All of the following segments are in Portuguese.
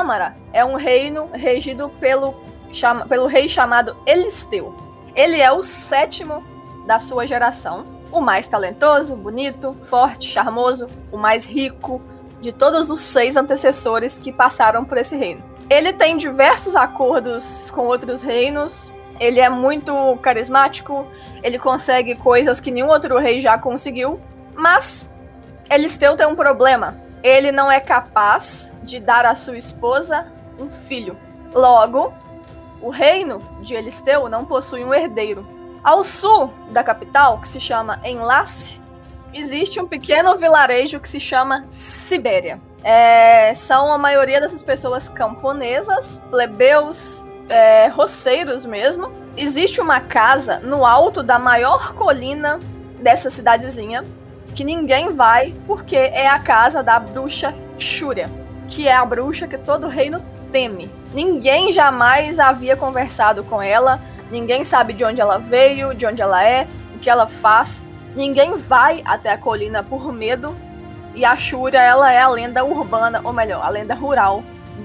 Câmara é um reino regido pelo rei chamado Elisteu. Ele é o 7º da sua geração, o mais talentoso, bonito, forte, charmoso, o mais rico de todos os 6 antecessores que passaram por esse reino. Ele tem diversos acordos com outros reinos, ele é muito carismático, ele consegue coisas que nenhum outro rei já conseguiu, mas Elisteu tem um problema. Ele não é capaz de dar à sua esposa um filho. Logo, o reino de Elisteu não possui um herdeiro. Ao sul da capital, que se chama Enlace, existe um pequeno vilarejo que se chama Sibéria. São a maioria dessas pessoas camponesas, plebeus, roceiros mesmo. Existe uma casa no alto da maior colina dessa cidadezinha, que ninguém vai, porque é a casa da bruxa Shúria, que é a bruxa que todo reino teme. Ninguém jamais havia conversado com ela, ninguém sabe de onde ela veio, de onde ela é, o que ela faz. Ninguém vai até a colina por medo, e a Shúria, ela é a lenda urbana, ou melhor, a lenda rural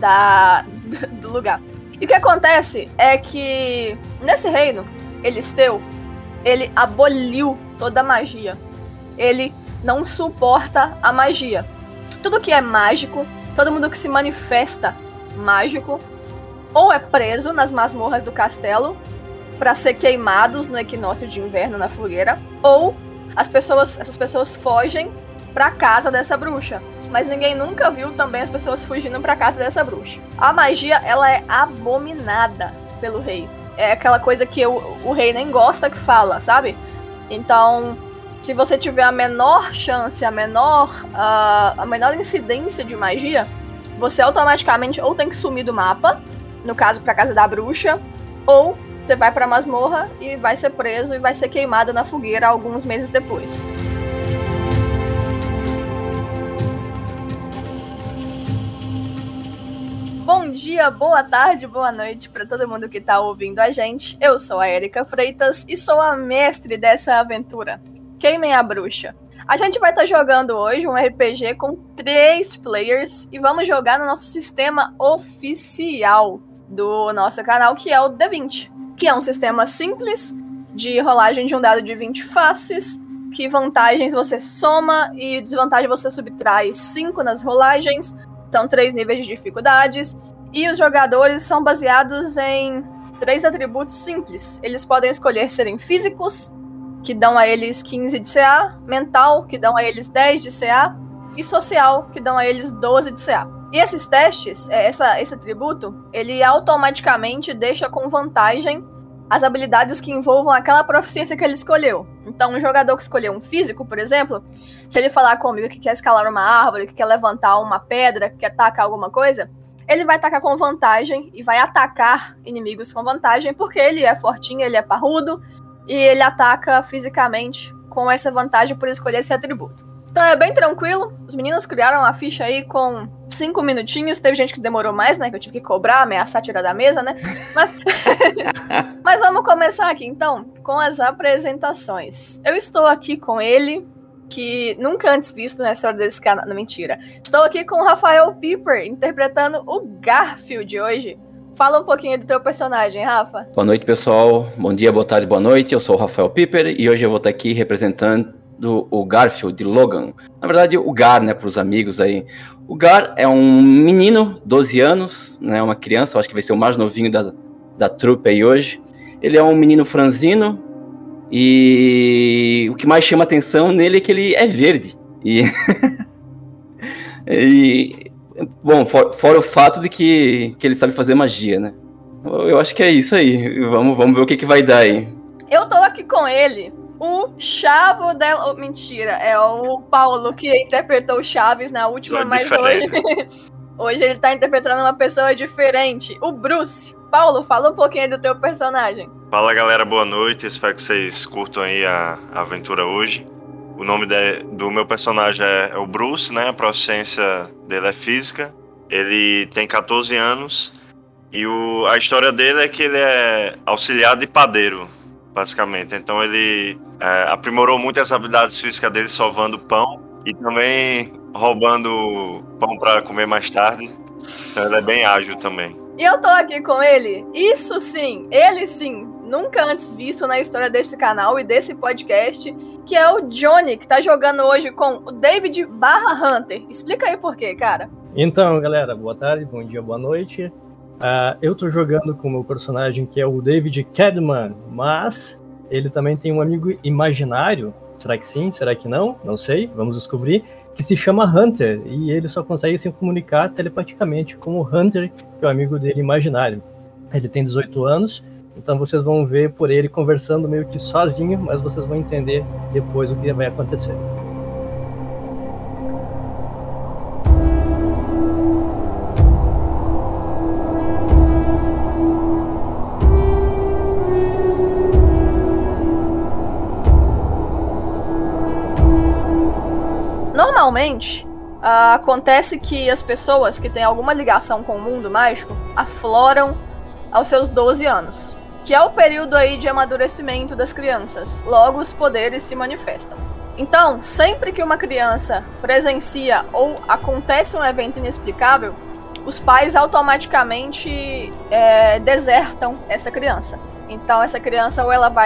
do lugar. E o que acontece é que, nesse reino, Elisteu, ele aboliu toda a magia. Ele não suporta a magia. Tudo que é mágico, todo mundo que se manifesta mágico, ou é preso nas masmorras do castelo para ser queimados no equinócio de inverno na fogueira, ou essas pessoas fogem para casa dessa bruxa. Mas ninguém nunca viu também as pessoas fugindo para casa dessa bruxa. A magia, ela é abominada pelo rei. É aquela coisa que o rei nem gosta que fala, sabe? Então, se você tiver a menor chance, a menor incidência de magia, você automaticamente ou tem que sumir do mapa, no caso pra casa da bruxa, ou você vai pra masmorra e vai ser preso e vai ser queimado na fogueira alguns meses depois. Bom dia, boa tarde, boa noite para todo mundo que tá ouvindo a gente. Eu sou a Erika Freitas e sou a mestre dessa aventura. Queimem a bruxa. A gente vai estar jogando hoje um RPG com 3 players e vamos jogar no nosso sistema oficial do nosso canal, que é o D20, que é um sistema simples de rolagem de um dado de 20 faces, que vantagens você soma e desvantagem você subtrai 5 nas rolagens. São 3 níveis de dificuldades e os jogadores são baseados em 3 atributos simples. Eles podem escolher serem físicos, que dão a eles 15 de CA, mental, que dão a eles 10 de CA, e social, que dão a eles 12 de CA. E esses testes, esse atributo, ele automaticamente deixa com vantagem as habilidades que envolvam aquela proficiência que ele escolheu. Então, um jogador que escolheu um físico, por exemplo, se ele falar comigo que quer escalar uma árvore, que quer levantar uma pedra, que quer atacar alguma coisa, ele vai atacar com vantagem e vai atacar inimigos com vantagem, porque ele é fortinho, ele é parrudo, e ele ataca fisicamente com essa vantagem por escolher esse atributo. Então é bem tranquilo, os meninos criaram a ficha aí com 5 minutinhos, teve gente que demorou mais, né, que eu tive que cobrar, ameaçar tirar da mesa, né, mas vamos começar aqui então com as apresentações. Eu estou aqui com ele, que nunca antes visto na história desse canal, não, mentira. Estou aqui com o Rafael Piper, interpretando o Garfield hoje. Fala um pouquinho do teu personagem, Rafa. Boa noite, pessoal. Bom dia, boa tarde, boa noite. Eu sou o Rafael Piper e hoje eu vou estar aqui representando o Garfield de Logan. Na verdade, o Gar, né, para os amigos aí. O Gar é um menino, 12 anos, né, uma criança, acho que vai ser o mais novinho da trupe aí hoje. Ele é um menino franzino e o que mais chama atenção nele é que ele é verde. Bom, fora o fato de que ele sabe fazer magia, né? Eu acho que é isso aí. Vamos ver o que vai dar aí. Eu tô aqui com ele, o Chavo dela... Oh, mentira, é o Paulo que interpretou o Chaves na última, mas hoje ele tá interpretando uma pessoa diferente. O Bruce. Paulo, fala um pouquinho aí do teu personagem. Fala, galera, boa noite. Espero que vocês curtam aí a aventura hoje. O nome do meu personagem é o Bruce, né? A proficiência dele é física. Ele tem 14 anos. E a história dele é que ele é auxiliar de padeiro, basicamente. Então ele aprimorou muito as habilidades físicas dele sovando pão. E também roubando pão para comer mais tarde. Ela é bem ágil também. E eu tô aqui com ele, ele sim, nunca antes visto na história desse canal e desse podcast, que é o Johnny, que tá jogando hoje com o David /Hunter. Explica aí por quê, cara. Então, galera, boa tarde, bom dia, boa noite. Eu tô jogando com o meu personagem, que é o David Cadman, mas ele também tem um amigo imaginário, será que sim, será que não? Não sei, vamos descobrir, que se chama Hunter, e ele só consegue se comunicar telepaticamente com o Hunter, que é o amigo dele imaginário. Ele tem 18 anos, então vocês vão ver por ele conversando meio que sozinho, mas vocês vão entender depois o que vai acontecer. Normalmente, acontece que as pessoas que têm alguma ligação com o mundo mágico afloram aos seus 12 anos, que é o período aí de amadurecimento das crianças. Logo, os poderes se manifestam. Então, sempre que uma criança presencia ou acontece um evento inexplicável, os pais automaticamente desertam essa criança. Então, essa criança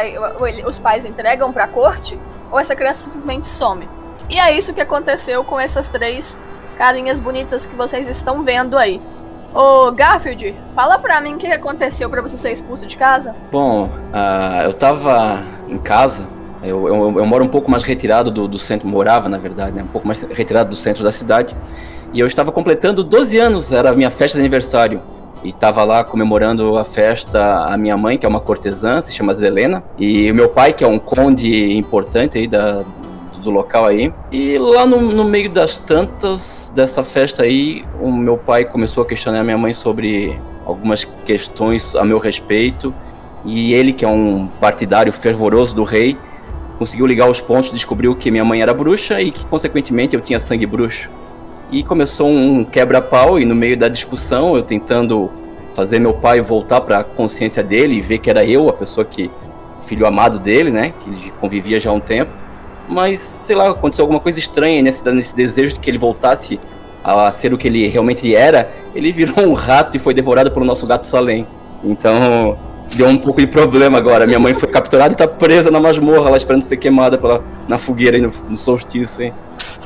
os pais entregam para a corte, ou essa criança simplesmente some. E é isso que aconteceu com essas 3 carinhas bonitas que vocês estão vendo aí. Ô, Garfield, fala pra mim o que aconteceu pra você ser expulso de casa. Bom, eu tava em casa, eu moro um pouco mais retirado do centro, morava na verdade, né, um pouco mais retirado do centro da cidade, e eu estava completando 12 anos, era a minha festa de aniversário, e tava lá comemorando a festa a minha mãe, que é uma cortesã, se chama Zelena, e o meu pai, que é um conde importante aí do local aí, e lá no meio das tantas dessa festa aí, o meu pai começou a questionar a minha mãe sobre algumas questões a meu respeito, e ele, que é um partidário fervoroso do rei, conseguiu ligar os pontos, descobriu que minha mãe era bruxa e que, consequentemente, eu tinha sangue bruxo. E começou um quebra-pau, e no meio da discussão, eu tentando fazer meu pai voltar para a consciência dele e ver que era eu, a pessoa que, filho amado dele, né, que convivia já há um tempo. Mas, sei lá, aconteceu alguma coisa estranha nesse desejo de que ele voltasse a ser o que ele realmente era. Ele virou um rato e foi devorado pelo nosso gato Salem. Então, deu um pouco de problema agora. Minha mãe foi capturada e tá presa na masmorra lá, esperando ser queimada na fogueira aí no solstício, hein.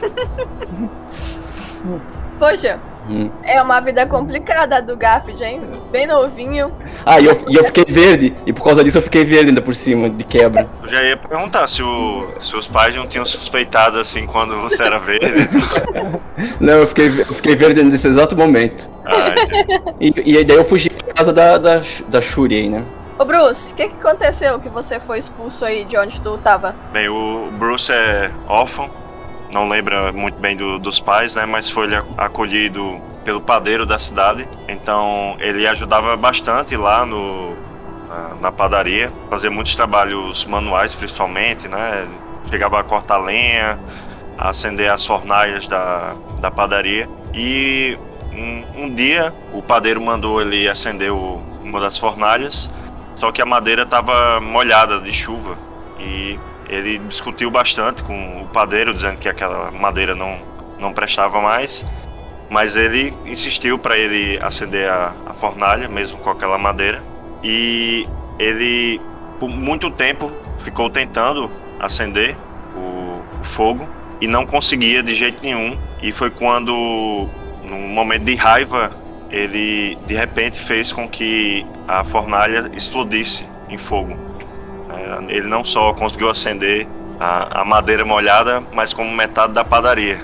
Poxa, é uma vida complicada do Garfield, hein? Bem novinho. E eu fiquei verde, e por causa disso eu fiquei verde ainda por cima, de quebra. Eu já ia perguntar se os pais não tinham suspeitado assim quando você era verde. Não, eu fiquei verde nesse exato momento. E daí eu fugi pra casa da Shuri aí, né? Ô Bruce, o que aconteceu que você foi expulso aí de onde tu tava? Bem, o Bruce é órfão. Não lembra muito bem dos pais, né? Mas foi acolhido pelo padeiro da cidade. Então ele ajudava bastante lá na padaria. Fazia muitos trabalhos manuais, principalmente, né? Chegava a cortar lenha, a acender as fornalhas da padaria. E um dia o padeiro mandou ele acender uma das fornalhas. Só que a madeira estava molhada de chuva. E ele discutiu bastante com o padeiro, dizendo que aquela madeira não prestava mais, mas ele insistiu para ele acender a fornalha, mesmo com aquela madeira, e ele, por muito tempo, ficou tentando acender o fogo e não conseguia de jeito nenhum, e foi quando, num momento de raiva, ele, de repente, fez com que a fornalha explodisse em fogo. Ele não só conseguiu acender a madeira molhada, mas como metade da padaria.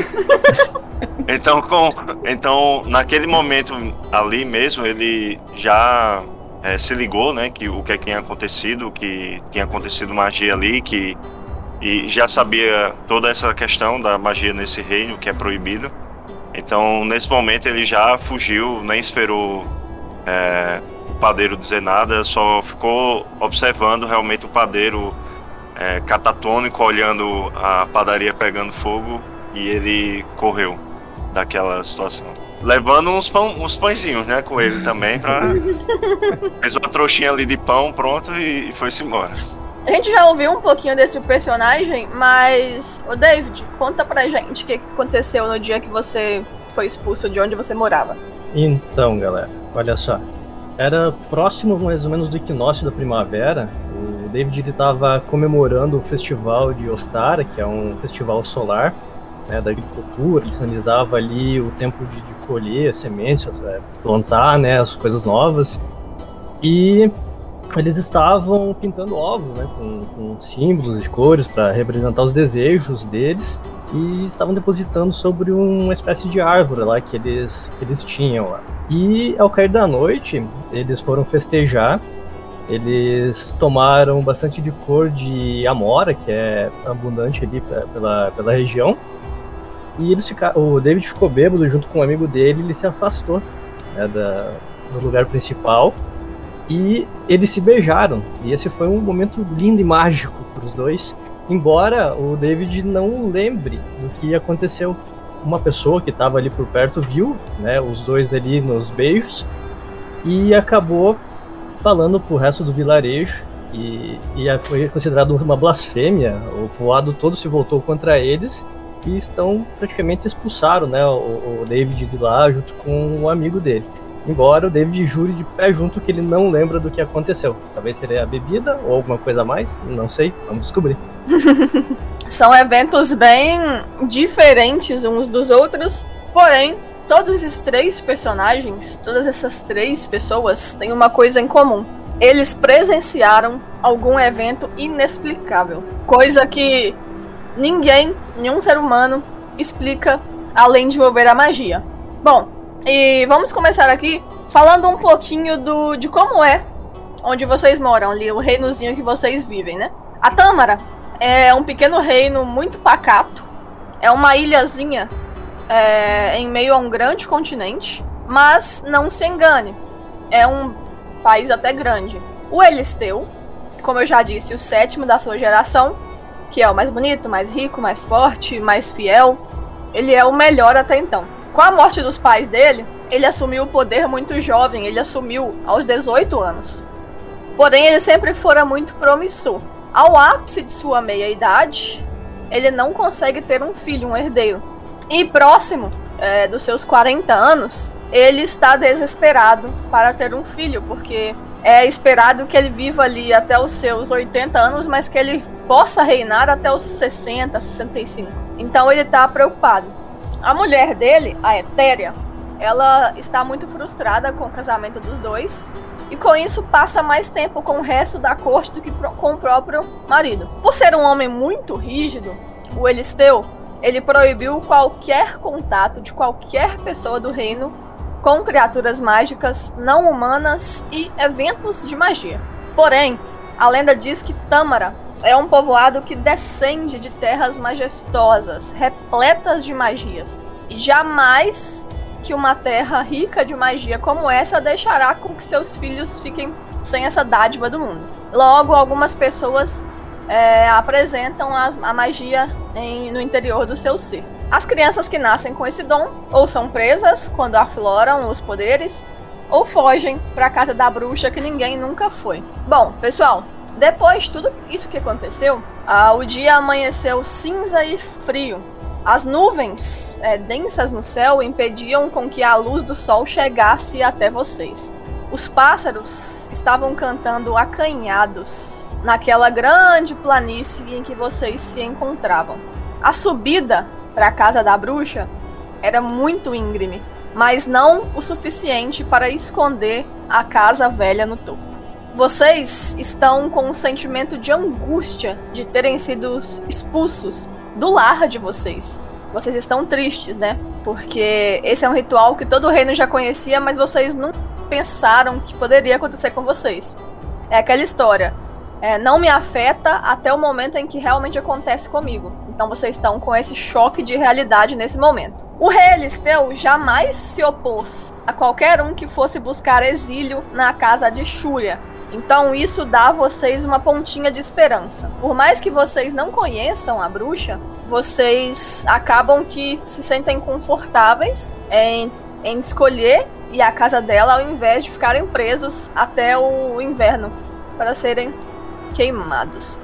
Então, naquele momento ali mesmo, ele já se ligou, né, que o que tinha acontecido magia ali, e já sabia toda essa questão da magia nesse reino, que é proibido. Então, nesse momento, ele já fugiu, nem esperou o padeiro dizer nada, só ficou observando realmente o padeiro catatônico, olhando a padaria pegando fogo, e ele correu daquela situação. Levando uns pãezinhos, né, com ele também, fez uma trouxinha ali de pão, pronto, e foi-se embora. A gente já ouviu um pouquinho desse personagem, mas, ô David, conta pra gente o que aconteceu no dia que você foi expulso de onde você morava. Então, galera, olha só. Era próximo mais ou menos do equinócio da primavera. O David estava comemorando o festival de Ostara, que é um festival solar, né, da agricultura. Ele sinalizava ali o tempo de colher sementes, plantar, né, as coisas novas. E eles estavam pintando ovos, né, com símbolos e cores para representar os desejos deles. E estavam depositando sobre uma espécie de árvore lá que eles tinham lá. E ao cair da noite, eles foram festejar. Eles tomaram bastante licor de amora, que é abundante ali pela região. E o David ficou bêbado junto com um amigo dele. Ele se afastou, né, do lugar principal. E eles se beijaram. E esse foi um momento lindo e mágico para os dois. Embora o David não lembre do que aconteceu. Uma pessoa que estava ali por perto viu, né, os dois ali nos beijos e acabou falando pro resto do vilarejo e foi considerado uma blasfêmia. O povoado todo se voltou contra eles e praticamente expulsaram, né, o David de lá junto com o amigo dele. Embora o David jure de pé junto que ele não lembra do que aconteceu. Talvez seria a bebida ou alguma coisa a mais, não sei, vamos descobrir. São eventos bem diferentes uns dos outros, porém, todos esses três personagens, todas essas três pessoas têm uma coisa em comum. Eles presenciaram algum evento inexplicável, coisa que nenhum ser humano explica além de envolver a magia. Bom, e vamos começar aqui falando um pouquinho de como é onde vocês moram, ali, o reinozinho que vocês vivem, né? A Tâmara é um pequeno reino muito pacato, é uma ilhazinha em meio a um grande continente, mas não se engane, é um país até grande. O Elisteu, como eu já disse, o 7º da sua geração, que é o mais bonito, mais rico, mais forte, mais fiel, ele é o melhor até então. Com a morte dos pais dele, ele assumiu o poder muito jovem, ele assumiu aos 18 anos. Porém, ele sempre fora muito promissor. Ao ápice de sua meia-idade, ele não consegue ter um filho, um herdeiro. E próximo dos seus 40 anos, ele está desesperado para ter um filho, porque é esperado que ele viva ali até os seus 80 anos, mas que ele possa reinar até os 60, 65. Então ele está preocupado. A mulher dele, a Etéria, ela está muito frustrada com o casamento dos dois e com isso passa mais tempo com o resto da corte do que com o próprio marido. Por ser um homem muito rígido, o Elisteu, ele proibiu qualquer contato de qualquer pessoa do reino com criaturas mágicas não humanas e eventos de magia. Porém, a lenda diz que Tâmara é um povoado que descende de terras majestosas, repletas de magias. E jamais que uma terra rica de magia como essa deixará com que seus filhos fiquem sem essa dádiva do mundo. Logo, algumas pessoas apresentam a magia no interior do seu ser. As crianças que nascem com esse dom ou são presas quando afloram os poderes, ou fogem para a casa da bruxa que ninguém nunca foi. Bom, pessoal, depois de tudo isso que aconteceu, o dia amanheceu cinza e frio. As nuvens densas no céu impediam com que a luz do sol chegasse até vocês. Os pássaros estavam cantando acanhados naquela grande planície em que vocês se encontravam. A subida para a casa da bruxa era muito íngreme, mas não o suficiente para esconder a casa velha no topo. Vocês estão com um sentimento de angústia de terem sido expulsos do lar de vocês. Vocês estão tristes, né? Porque esse é um ritual que todo o reino já conhecia, mas vocês não pensaram que poderia acontecer com vocês. É aquela história. Não me afeta até o momento em que realmente acontece comigo. Então vocês estão com esse choque de realidade nesse momento. O rei Elisteu jamais se opôs a qualquer um que fosse buscar exílio na casa de Xúria. Então isso dá a vocês uma pontinha de esperança. Por mais que vocês não conheçam a bruxa, vocês acabam que se sentem confortáveis em escolher ir à casa dela ao invés de ficarem presos até o inverno para serem queimados.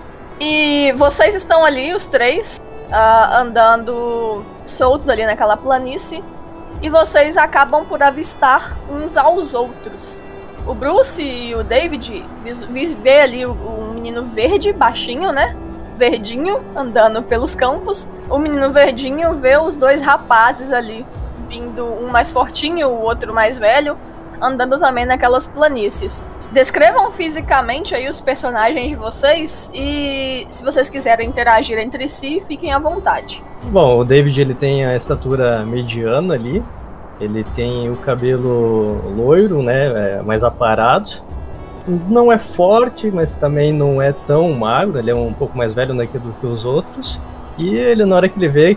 E vocês estão ali, os três, andando soltos ali naquela planície. e vocês acabam por avistar uns aos outros. O Bruce e o David vê ali o menino verde, baixinho, né? Verdinho, andando pelos campos. O menino verdinho vê os dois rapazes ali, vindo, um mais fortinho, o outro mais velho, andando também naquelas planícies. Descrevam fisicamente aí os personagens de vocês e se vocês quiserem interagir entre si, fiquem à vontade. Bom, o David ele tem a estatura mediana ali, ele tem o cabelo loiro, né, mais aparado. Não é forte, mas também não é tão magro, ele é um pouco mais velho do que os outros. E ele, na hora que ele vê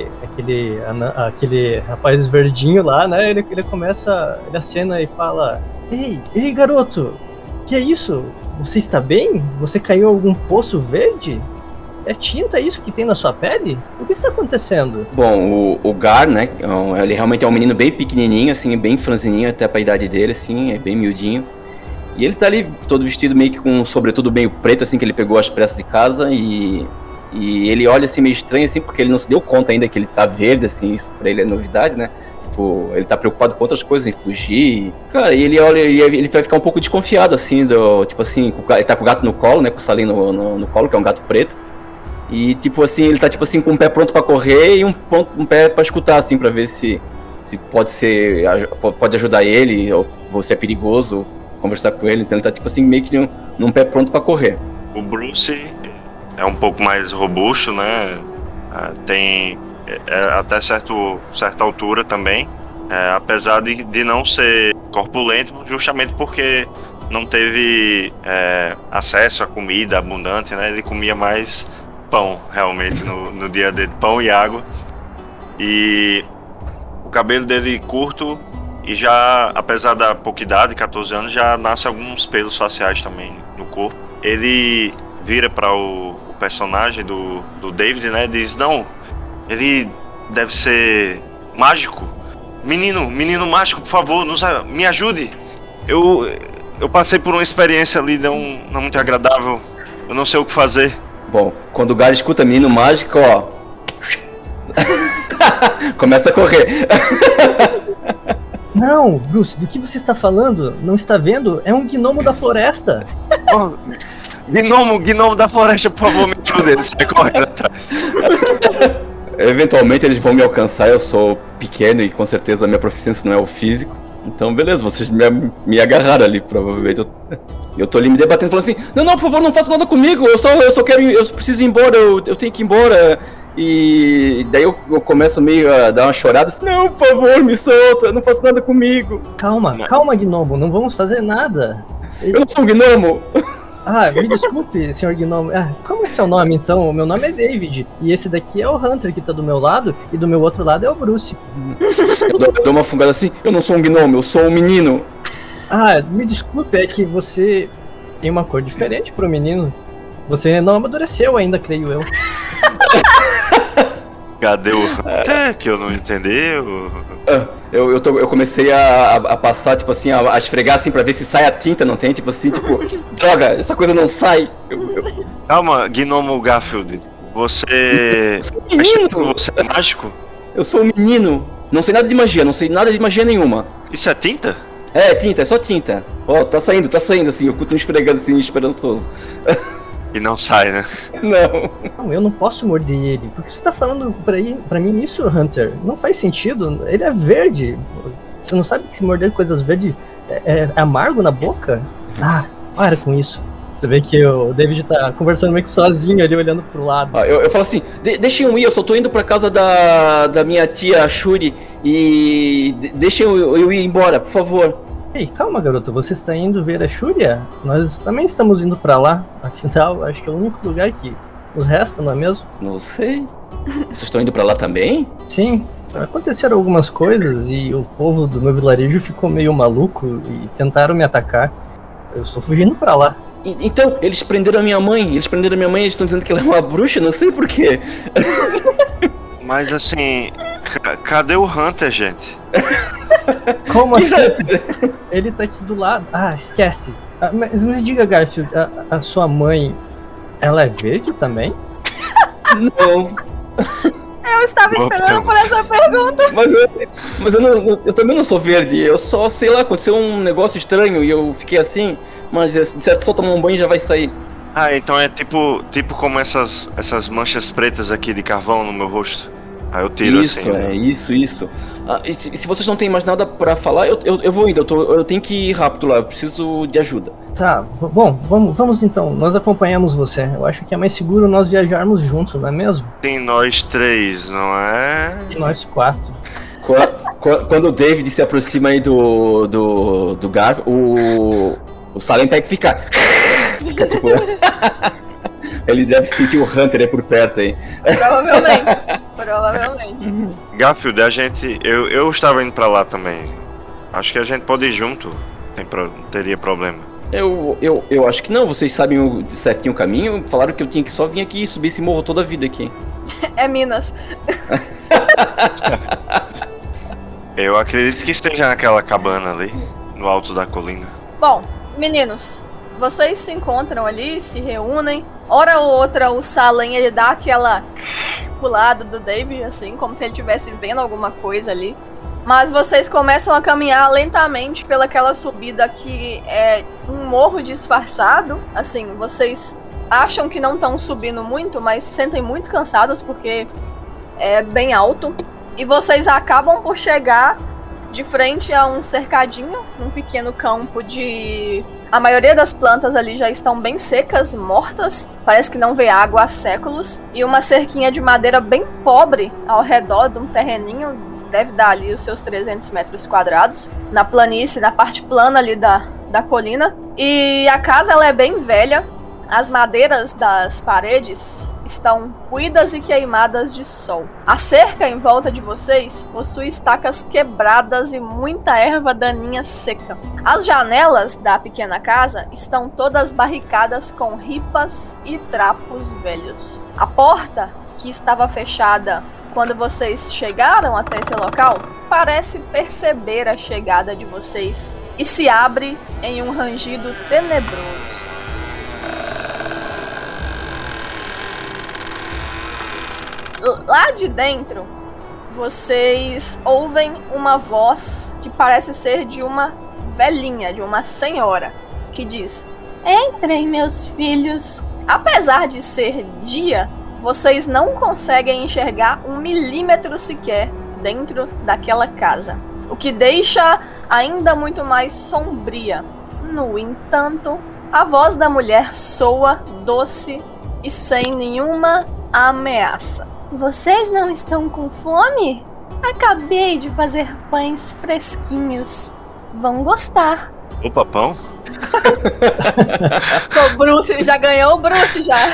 aquele rapaz verdinho lá, né, ele começa, ele acena e fala: Ei, garoto, que é isso? Você está bem? Você caiu em algum poço verde? É tinta isso que tem na sua pele? O que está acontecendo? Bom, o Gar, né, ele realmente é um menino bem pequenininho, assim, bem franzininho até pra idade dele, assim, é bem miudinho. E ele tá ali todo vestido meio que com um sobretudo meio preto, assim, que ele pegou às pressas de casa e ele olha assim meio estranho, assim, porque ele não se deu conta ainda que ele tá verde, assim, isso pra ele é novidade, né? Tipo, ele tá preocupado com outras coisas, em fugir. Cara, e ele olha e ele vai ficar um pouco desconfiado, assim, tipo assim, ele tá com o gato no colo, né, com o Salim no colo, que é um gato preto. E, tipo assim, ele tá, tipo assim, com um pé pronto pra correr e um pé pra escutar, assim, pra ver se pode ajudar ele, ou se é perigoso conversar com ele. Então ele tá, tipo assim, meio que num pé pronto pra correr. O Bruce é um pouco mais robusto, né? Tem até certa altura também, apesar de não ser corpulento, justamente porque não teve acesso a comida abundante, né? Ele comia mais pão, realmente, no dia dele, pão e água. E o cabelo dele curto e já, apesar da pouca idade, 14 anos, já nasce alguns pelos faciais também no corpo. Ele vira para o personagem do David, né? Diz: não, ele deve ser mágico. Menino mágico, por favor, me ajude. Eu passei por uma experiência ali não muito agradável. Eu não sei o que fazer. Bom, quando o Gar escuta menino mágico, ó, começa a correr. Não, Bruce, do que você está falando? Não está vendo? É um gnomo da floresta. Oh, gnomo da floresta, por favor, me ajude. Ele sai correndo atrás. Eventualmente eles vão me alcançar, eu sou pequeno e com certeza a minha proficiência não é o físico. Então beleza, vocês me agarraram ali, provavelmente. Eu tô ali me debatendo, falando assim: não, por favor, não faça nada comigo, eu só quero ir, eu preciso ir embora, eu tenho que ir embora. E daí eu começo meio a dar uma chorada assim: não, por favor, me solta, não faça nada comigo. Calma, gnomo, não vamos fazer nada. Eu não sou um gnomo. Ah, me desculpe, senhor gnomo. Como é seu nome, então? O meu nome é David, e esse daqui é o Hunter, que tá do meu lado, e do meu outro lado é o Bruce. Eu dou uma fungada assim: eu não sou um gnomo, eu sou um menino. Me desculpe, é que você tem uma cor diferente pro menino. Você não amadureceu ainda, creio eu. Cadê o Hunter, que eu não entendi? Eu comecei a passar, tipo assim, a esfregar assim pra ver se sai a tinta, não tem? Tipo assim, tipo, droga, essa coisa não sai. Calma, Gnomo Garfield, você... Você é mágico? Eu sou um menino, não sei nada de magia, não sei nada de magia nenhuma. Isso é tinta? É, tinta, é só tinta. Ó, tá saindo assim, eu continuo esfregando assim, esperançoso. E não sai, né? Não, eu não posso morder ele. Por que você tá falando pra mim isso, Hunter? Não faz sentido. Ele é verde. Você não sabe que se morder coisas verdes é amargo na boca? Para com isso. Você vê que o David tá conversando meio que sozinho ali, olhando pro lado. Eu falo assim: deixem eu ir, eu só tô indo pra casa da minha tia Shuri e deixem eu ir embora, por favor. Ei, calma, garoto, você está indo ver a Shúria? Nós também estamos indo pra lá. Afinal, acho que é o único lugar que nos resta, não é mesmo? Não sei. Vocês estão indo pra lá também? Sim. Aconteceram algumas coisas e o povo do meu vilarejo ficou meio maluco e tentaram me atacar. Eu estou fugindo pra lá. Então, eles prenderam a minha mãe. Eles estão dizendo que ela é uma bruxa, não sei porquê. Mas assim, cadê o Hunter, gente? Como assim? Ele tá aqui do lado. Esquece. Mas diga, Garfield, a sua mãe, ela é verde também? Não. Eu estava esperando por essa pergunta. Mas eu também não sou verde. Eu só, sei lá, aconteceu um negócio estranho e eu fiquei assim. Mas de certo, só tomar um banho e já vai sair. Ah, então é tipo como essas manchas pretas aqui de carvão no meu rosto. Aí eu tiro isso, assim. Isso. E se vocês não têm mais nada pra falar, eu vou indo. Eu tenho que ir rápido lá. Eu preciso de ajuda. Tá, bom, vamos então. Nós acompanhamos você. Eu acho que é mais seguro nós viajarmos juntos, não é mesmo? Tem nós 3, não é? E nós 4. Quando o David se aproxima aí do Garf, o Salem tem que ficar tipo... Ele deve sentir o Hunter aí por perto aí. Provavelmente. Garfield, a gente... Eu estava indo pra lá também. Acho que a gente pode ir junto. Não teria problema. Eu acho que não. Vocês sabem certinho o caminho. Falaram que eu tinha que só vir aqui e subir esse morro toda a vida aqui. É Minas. Eu acredito que esteja naquela cabana ali, no alto da colina. Bom, meninos, vocês se encontram ali, se reúnem. Hora ou outra o Salem, ele dá aquela pro lado do David, assim, como se ele estivesse vendo alguma coisa ali. Mas vocês começam a caminhar lentamente pelaquela subida que é um morro disfarçado. Assim, vocês acham que não estão subindo muito, mas se sentem muito cansados porque é bem alto. E vocês acabam por chegar de frente a um cercadinho, um pequeno campo de... A maioria das plantas ali já estão bem secas, mortas. Parece que não vê água há séculos. E uma cerquinha de madeira bem pobre ao redor de um terreninho. Deve dar ali os seus 300 metros quadrados. Na planície, na parte plana ali da colina. E a casa ela é bem velha. As madeiras das paredes estão puídas e queimadas de sol. A cerca em volta de vocês possui estacas quebradas e muita erva daninha seca. As janelas da pequena casa estão todas barricadas com ripas e trapos velhos. A porta, que estava fechada quando vocês chegaram até esse local, parece perceber a chegada de vocês e se abre em um rangido tenebroso. Lá de dentro, vocês ouvem uma voz que parece ser de uma velhinha, de uma senhora, que diz: "Entrem, meus filhos." Apesar de ser dia, vocês não conseguem enxergar 1 milímetro sequer dentro daquela casa, o que deixa ainda muito mais sombria. No entanto, a voz da mulher soa doce e sem nenhuma ameaça. "Vocês não estão com fome? Acabei de fazer pães fresquinhos. Vão gostar." Opa, pão? O Bruce, já ganhou o Bruce, já.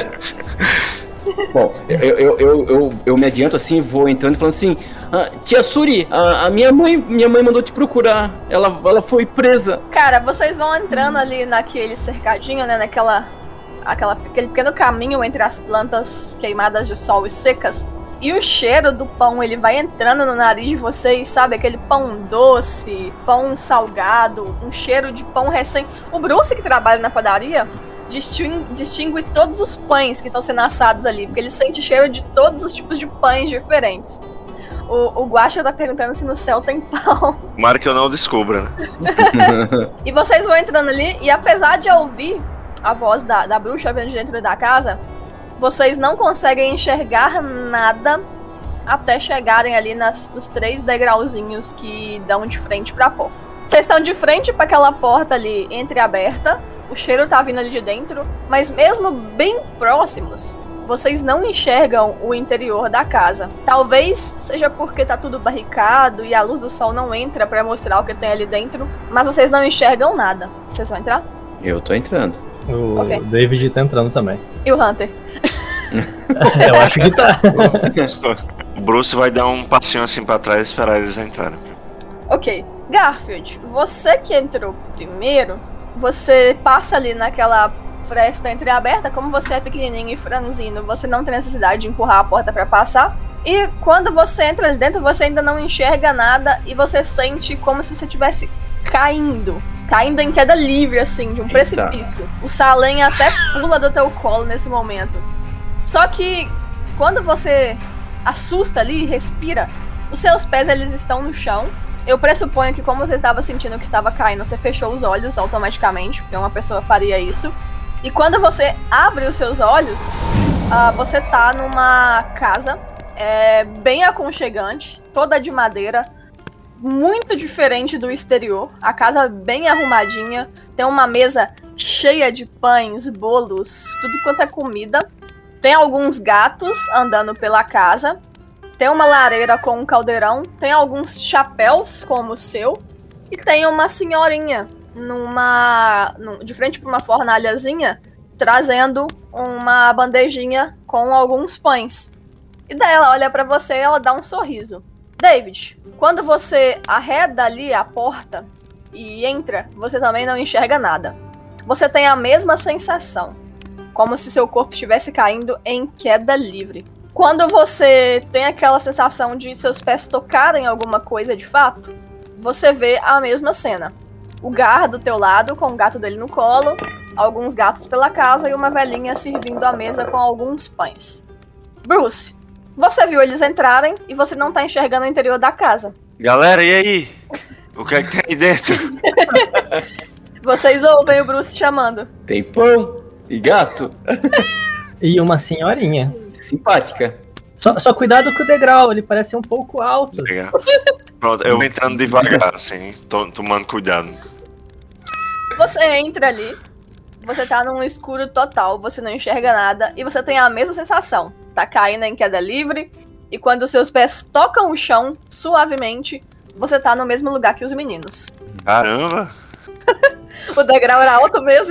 Bom, eu me adianto assim, vou entrando e falando assim: "Tia Suri, a minha mãe mandou te procurar. Ela foi presa." Cara, vocês vão entrando ali naquele cercadinho, né? Aquele pequeno caminho entre as plantas queimadas de sol e secas. E o cheiro do pão, ele vai entrando no nariz de vocês, sabe? Aquele pão doce, pão salgado, um cheiro de pão recém... O Bruce, que trabalha na padaria, distingue todos os pães que estão sendo assados ali, porque ele sente cheiro de todos os tipos de pães diferentes. O Guaxa tá perguntando se no céu tem pão. Tomara que eu não descubra, né? E vocês vão entrando ali, e apesar de ouvir a voz da bruxa vindo de dentro da casa, vocês não conseguem enxergar nada até chegarem ali nos 3 degrauzinhos que dão de frente pra porta. Vocês estão de frente para aquela porta ali entreaberta, o cheiro tá vindo ali de dentro, mas mesmo bem próximos, vocês não enxergam o interior da casa. Talvez seja porque tá tudo barricado e a luz do sol não entra pra mostrar o que tem ali dentro, mas vocês não enxergam nada. Vocês vão entrar? Eu tô entrando. O David tá entrando também. E o Hunter? Eu acho que tá. O Bruce vai dar um passinho assim pra trás e esperar eles entrarem. Ok. Garfield, você que entrou primeiro, você passa ali naquela fresta entreaberta. Como você é pequenininho e franzino, você não tem necessidade de empurrar a porta pra passar. E quando você entra ali dentro, você ainda não enxerga nada e você sente como se você estivesse caindo em queda livre, assim, de um precipício. O Salem até pula do teu colo nesse momento. Só que quando você assusta ali e respira, os seus pés eles estão no chão. Eu pressuponho que como você estava sentindo que estava caindo, você fechou os olhos automaticamente, porque uma pessoa faria isso. E quando você abre os seus olhos, você tá numa casa bem aconchegante, toda de madeira, muito diferente do exterior. A casa bem arrumadinha, tem uma mesa cheia de pães, bolos, tudo quanto é comida. Tem alguns gatos andando pela casa. Tem uma lareira com um caldeirão. Tem alguns chapéus como o seu. E tem uma senhorinha de frente para uma fornalhazinha, trazendo uma bandejinha com alguns pães. E daí ela olha para você e ela dá um sorriso. David, quando você arreda ali a porta e entra, você também não enxerga nada. Você tem a mesma sensação, como se seu corpo estivesse caindo em queda livre. Quando você tem aquela sensação de seus pés tocarem alguma coisa de fato, você vê a mesma cena. O Gar do teu lado, com o gato dele no colo, alguns gatos pela casa e uma velhinha servindo a mesa com alguns pães. Bruce, você viu eles entrarem e você não tá enxergando o interior da casa. Galera, e aí? O que é que tem aí dentro? Vocês ouvem o Bruce chamando. Tem pão e gato. E uma senhorinha. Simpática. Só cuidado com o degrau, ele parece um pouco alto. Legal. Pronto, eu entrando devagar, assim, tomando cuidado. Você entra ali, você tá num escuro total, você não enxerga nada e você tem a mesma sensação. Tá caindo em queda livre e quando os seus pés tocam o chão suavemente, você tá no mesmo lugar que os meninos. Caramba! O degrau era alto mesmo?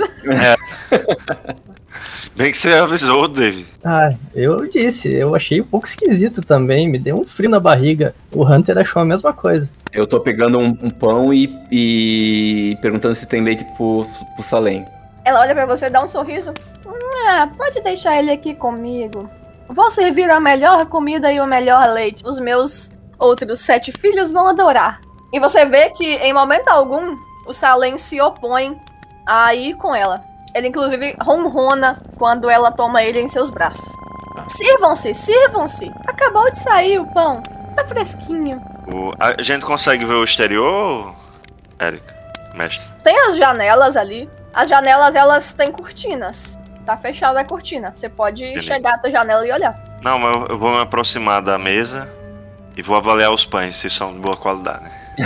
Bem que você avisou, David. Eu disse, eu achei um pouco esquisito também, me deu um frio na barriga. O Hunter achou a mesma coisa. Eu tô pegando um pão e perguntando se tem leite pro Salem. Ela olha pra você e dá um sorriso. Pode deixar ele aqui comigo. Vou servir a melhor comida e o melhor leite. Os meus outros 7 filhos vão adorar. E você vê que, em momento algum, o Salem se opõe a ir com ela. Ele, inclusive, ronrona quando ela toma ele em seus braços. Sirvam-se, sirvam-se. Acabou de sair o pão. Tá fresquinho. A gente consegue ver o exterior, Eric, mestre? Tem as janelas ali. As janelas, elas têm cortinas. Tá fechada a cortina. Você pode chegar até a janela e olhar. Não, mas eu vou me aproximar da mesa e vou avaliar os pães, se são de boa qualidade.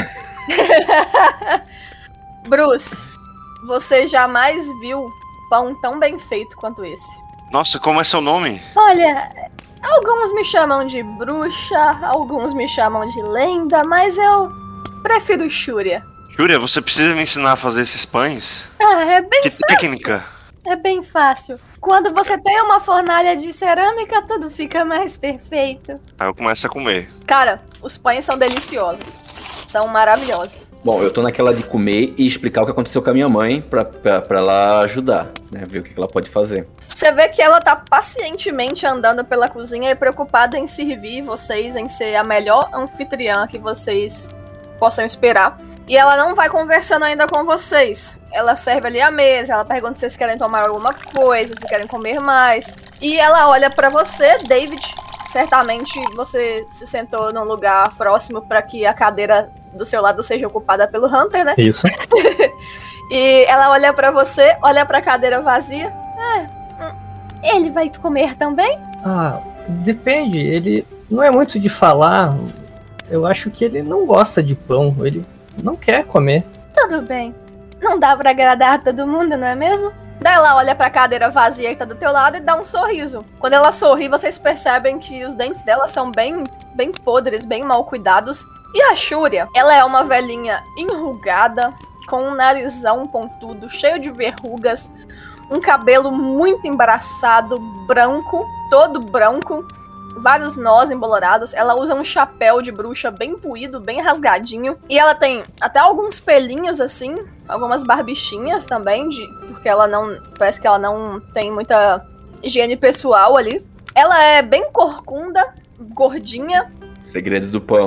Bruce, você jamais viu pão tão bem feito quanto esse. Nossa, como é seu nome? Olha, alguns me chamam de bruxa, alguns me chamam de lenda, mas eu prefiro Shúria. Shúria, você precisa me ensinar a fazer esses pães? É bem fácil. Que técnica? É bem fácil. Quando você tem uma fornalha de cerâmica, tudo fica mais perfeito. Aí eu começo a comer. Cara, os pães são deliciosos. São maravilhosos. Bom, eu tô naquela de comer e explicar o que aconteceu com a minha mãe pra ela ajudar, né? Ver o que ela pode fazer. Você vê que ela tá pacientemente andando pela cozinha e preocupada em servir vocês, em ser a melhor anfitriã que vocês possam esperar. E ela não vai conversando ainda com vocês. Ela serve ali a mesa, ela pergunta se vocês querem tomar alguma coisa, se querem comer mais. E ela olha pra você, David. Certamente você se sentou num lugar próximo pra que a cadeira do seu lado seja ocupada pelo Hunter, né? Isso. E ela olha pra você, olha pra cadeira vazia. Ele vai comer também? Depende. Ele não é muito de falar. Eu acho que ele não gosta de pão. Ele não quer comer. Tudo bem. Não dá pra agradar todo mundo, não é mesmo? Daí ela olha pra cadeira vazia que tá do teu lado e dá um sorriso. Quando ela sorri, vocês percebem que os dentes dela são bem podres, bem mal cuidados. E a Shúria, ela é uma velhinha enrugada, com um narizão pontudo, cheio de verrugas, um cabelo muito embaraçado, branco, todo branco, vários nós embolorados. Ela usa um chapéu de bruxa bem puído, bem rasgadinho. E ela tem até alguns pelinhos assim, algumas barbichinhas também, porque ela não, parece que ela não tem muita higiene pessoal ali. Ela é bem corcunda, gordinha. Segredo do pão.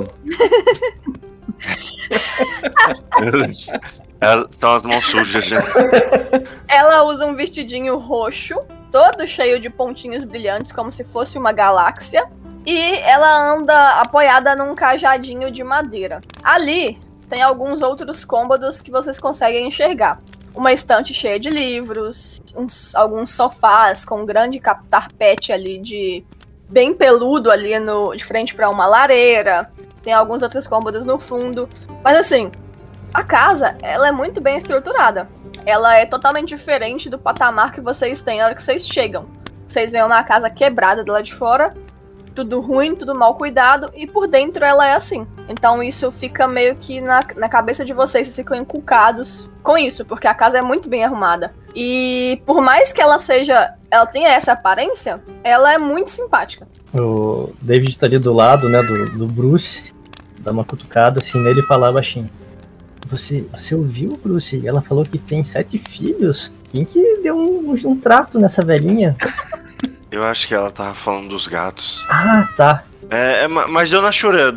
São as mãos sujas, gente. Ela usa um vestidinho roxo, todo cheio de pontinhos brilhantes, como se fosse uma galáxia. E ela anda apoiada num cajadinho de madeira. Ali tem alguns outros cômodos que vocês conseguem enxergar. Uma estante cheia de livros, alguns sofás com um grande tapete ali bem peludo ali de frente para uma lareira. Tem alguns outros cômodos no fundo. Mas assim, a casa, ela é muito bem estruturada. Ela é totalmente diferente do patamar que vocês têm na hora que vocês chegam. Vocês veem uma casa quebrada do lado de fora, tudo ruim, tudo mal cuidado, e por dentro ela é assim. Então isso fica meio que na cabeça de vocês ficam inculcados com isso, porque a casa é muito bem arrumada. E por mais que ela tenha essa aparência, ela é muito simpática. O David tá ali do lado, né, do Bruce, dá uma cutucada assim nele e fala baixinho. Você ouviu, Bruce? Ela falou que tem 7 filhos. Quem que deu um trato nessa velhinha? Eu acho que ela tava falando dos gatos. Ah, tá. Mas Dona Shura,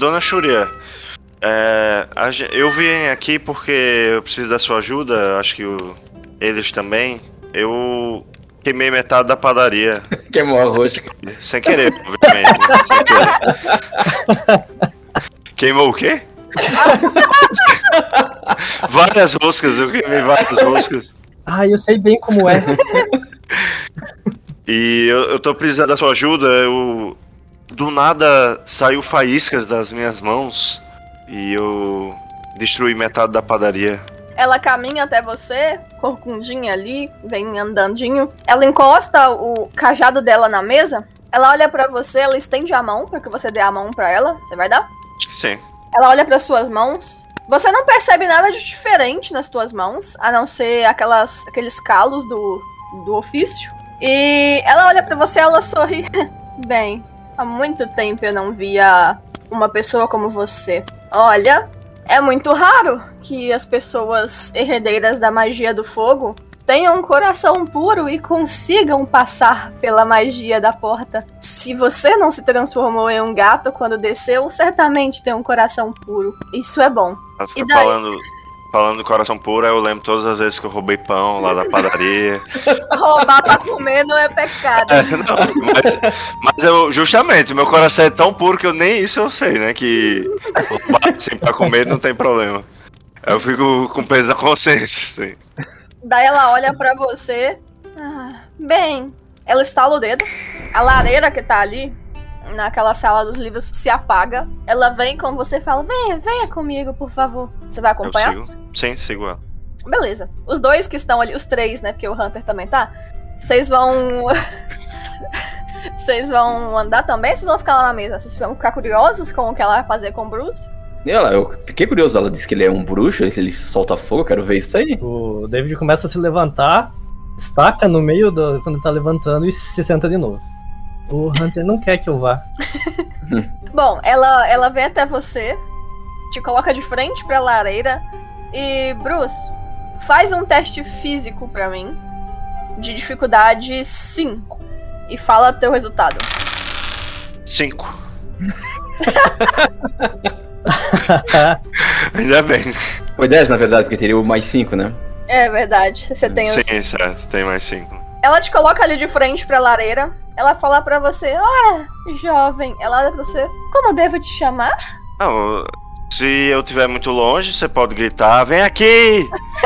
eu vim aqui porque eu preciso da sua ajuda, acho que eles também. Eu queimei metade da padaria. Queimou a rosca. Sem querer, obviamente. Né? Sem querer. Queimou o quê? Várias roscas, eu queimei várias roscas. Ah, eu sei bem como é. E eu tô precisando da sua ajuda. Do nada saiu faíscas das minhas mãos e eu destruí metade da padaria. Ela caminha até você, corcundinha ali, vem andandinho. Ela encosta o cajado dela na mesa. Ela olha pra você, ela estende a mão pra que você dê a mão pra ela. Você vai dar? Acho que sim. Ela olha para suas mãos. Você não percebe nada de diferente nas tuas mãos, a não ser aqueles calos do ofício. E ela olha para você, ela sorri. Bem, há muito tempo eu não via uma pessoa como você. Olha, é muito raro que as pessoas herdeiras da magia do fogo tenham um coração puro e consigam passar pela magia da porta. Se você não se transformou em um gato quando desceu, certamente tem um coração puro. Isso é bom. E daí? Falando do coração puro, eu lembro todas as vezes que eu roubei pão lá da padaria. Roubar pra comer não é pecado. Mas justamente, meu coração é tão puro que nem isso eu sei, né? Que roubar assim pra comer não tem problema. Eu fico com peso da consciência, assim. Daí ela olha pra você. Bem, ela estala o dedo. A lareira que tá ali, naquela sala dos livros, se apaga. Ela vem com você e fala, venha comigo, por favor. Você vai acompanhar? Eu sigo. Sim, sigo ela. Beleza. Os dois que estão ali, os 3, né, porque o Hunter também tá. Vocês vão... Vocês vão andar também ou vocês vão ficar lá na mesa? Vocês vão ficar curiosos com o que ela vai fazer com o Bruce? Eu fiquei curioso, ela disse que ele é um bruxo, que ele solta fogo, eu quero ver isso aí. O David começa a se levantar, estaca no meio quando ele tá levantando e se senta de novo. O Hunter não quer que eu vá. Bom, ela vem até você, te coloca de frente pra lareira e, Bruce, faz um teste físico pra mim, de dificuldade 5, e fala teu resultado. 5. Ainda bem. Foi 10, na verdade, porque teria o mais 5, né? É verdade, você tem Sim, certo, tem mais 5. Ela te coloca ali de frente pra lareira. Ela fala pra você, ora, jovem. Ela olha pra você, como devo te chamar? Não, se eu estiver muito longe, você pode gritar, vem aqui!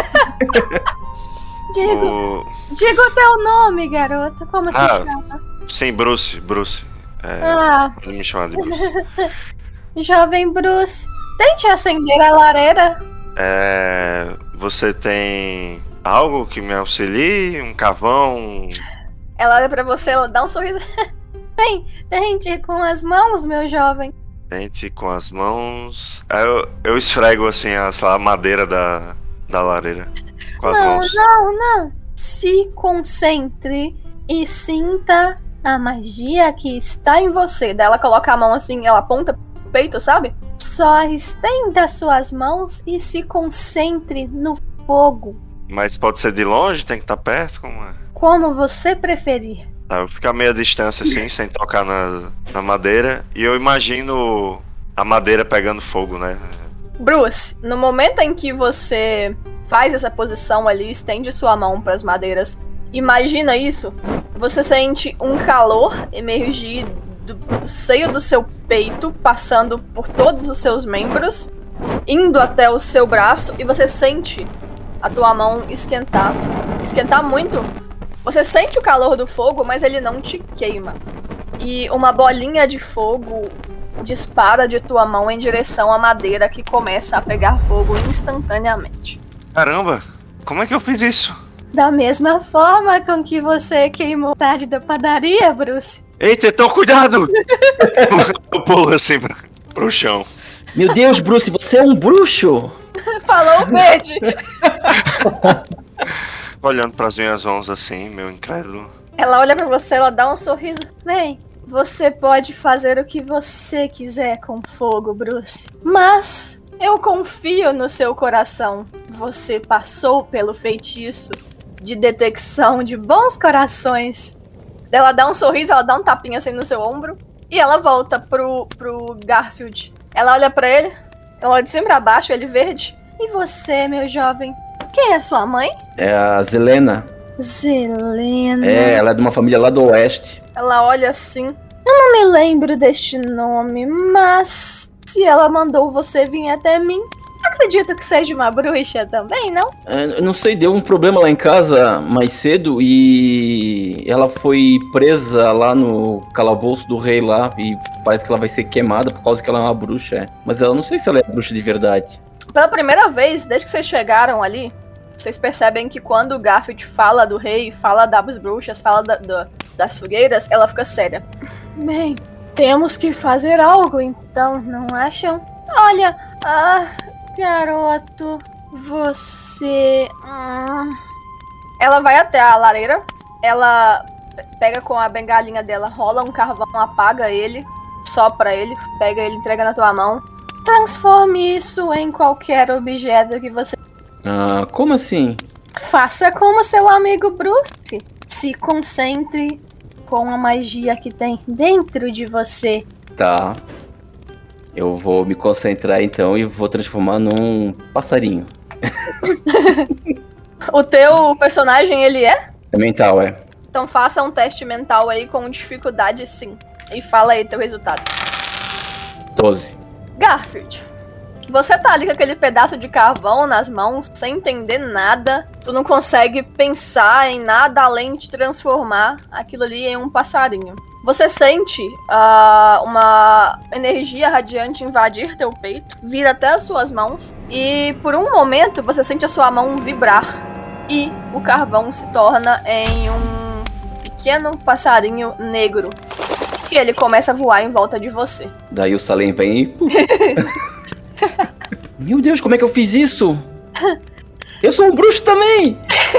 Diga o teu nome, garota. Como se chama? Sim, Bruce. Pode me chamar de Bruce. Jovem Bruce, tente acender a lareira. Você tem algo que me auxilie? Um carvão? Ela olha pra você, ela dá um sorriso. Tente com as mãos, meu jovem. Tente com as mãos. Eu esfrego assim a madeira da lareira com as mãos. Não. Se concentre e sinta a magia que está em você. Daí ela coloca a mão assim, ela aponta pro peito, sabe? Só estenda suas mãos e se concentre no fogo. Mas pode ser de longe? Tem que estar perto? Como é? Como você preferir. Tá, eu fico a meia distância assim, sem tocar na madeira. E eu imagino a madeira pegando fogo, né? Bruce, no momento em que você faz essa posição ali, estende sua mão para as madeiras, imagina isso, você sente um calor emergir do seio do seu peito, passando por todos os seus membros, indo até o seu braço, e você sente a tua mão esquentar muito. Você sente o calor do fogo, mas ele não te queima. E uma bolinha de fogo dispara de tua mão em direção à madeira, que começa a pegar fogo instantaneamente. Caramba, como é que eu fiz isso? Da mesma forma com que você queimou metade da padaria, Bruce. Eita, então cuidado! Eu pulo assim pro chão. Meu Deus, Bruce, você é um bruxo! Falou o verde! Olhando pras minhas mãos assim, meu incrédulo. Ela olha pra você, ela dá um sorriso. Bem, você pode fazer o que você quiser com fogo, Bruce. Mas eu confio no seu coração. Você passou pelo feitiço de detecção de bons corações. Ela dá um sorriso, ela dá um tapinha assim no seu ombro. E ela volta pro Garfield. Ela olha pra ele, ela olha de cima pra baixo, ele verde. E você, meu jovem? Quem é sua mãe? É a Zelena. Zelena. É, ela é de uma família lá do oeste. Ela olha assim. Eu não me lembro deste nome, mas se ela mandou você vir até mim, acredito que seja uma bruxa também, não? Eu não sei, deu um problema lá em casa mais cedo e ela foi presa lá no calabouço do rei lá e parece que ela vai ser queimada por causa que ela é uma bruxa, Mas eu não sei se ela é bruxa de verdade. Pela primeira vez, desde que vocês chegaram ali, vocês percebem que quando o Garfield fala do rei, fala das bruxas, fala das fogueiras, ela fica séria. Bem, temos que fazer algo então, não acham? Olha, garoto, você... Ela vai até a lareira, ela pega com a bengalinha dela, rola um carvão, apaga ele, sopra ele, pega ele, entrega na tua mão. Transforme isso em qualquer objeto que você... Como assim? Faça como seu amigo Bruce. Se concentre com a magia que tem dentro de você. Tá. Eu vou me concentrar então e vou transformar num passarinho. O teu personagem, ele é? É mental, é. Então faça um teste mental aí com dificuldade sim. E fala aí teu resultado. 12. Garfield, você tá ali com aquele pedaço de carvão nas mãos, sem entender nada. Tu não consegue pensar em nada além de transformar aquilo ali em um passarinho. Você sente uma energia radiante invadir teu peito, vir até as suas mãos, e por um momento você sente a sua mão vibrar, e o carvão se torna em um pequeno passarinho negro. E ele começa a voar em volta de você. Daí o Salem vem e... Meu Deus, como é que eu fiz isso? Eu sou um bruxo também!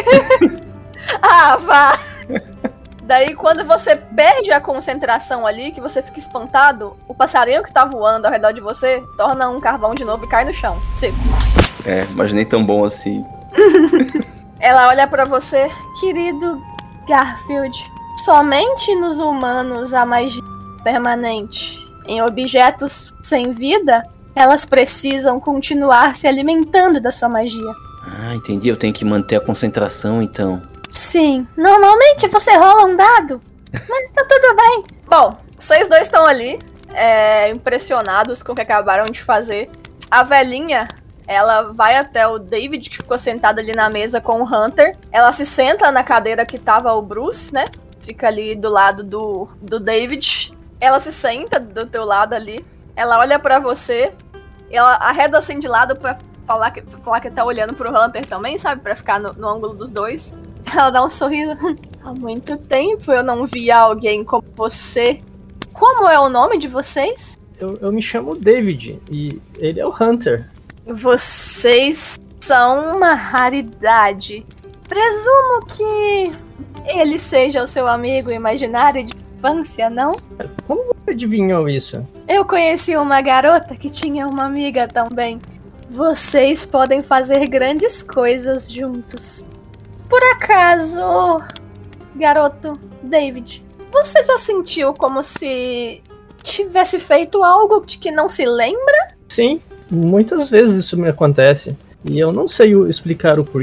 Vá! Daí, quando você perde a concentração ali, que você fica espantado, o passarinho que tá voando ao redor de você torna um carvão de novo e cai no chão, seco. Mas nem tão bom assim. Ela olha pra você, querido Garfield. Somente nos humanos há magia permanente. Em objetos sem vida, elas precisam continuar se alimentando da sua magia. Entendi. Eu tenho que manter a concentração, então. Sim. Normalmente você rola um dado, mas tá tudo bem. Bom, vocês dois estão ali, impressionados com o que acabaram de fazer. A velhinha, ela vai até o David, que ficou sentado ali na mesa com o Hunter. Ela se senta na cadeira que tava o Bruce, né? Fica ali do lado do David. Ela se senta do teu lado ali. Ela olha pra você. Ela arreda assim de lado pra falar que tá olhando pro Hunter também, sabe? Pra ficar no ângulo dos dois. Ela dá um sorriso. Há muito tempo eu não via alguém como você. Como é o nome de vocês? Eu me chamo David e ele é o Hunter. Vocês são uma raridade. Presumo que ele seja o seu amigo imaginário de infância, não? Como você adivinhou isso? Eu conheci uma garota que tinha uma amiga também. Vocês podem fazer grandes coisas juntos. Por acaso, garoto David, você já sentiu como se tivesse feito algo de que não se lembra? Sim, muitas vezes isso me acontece. E eu não sei explicar o porquê.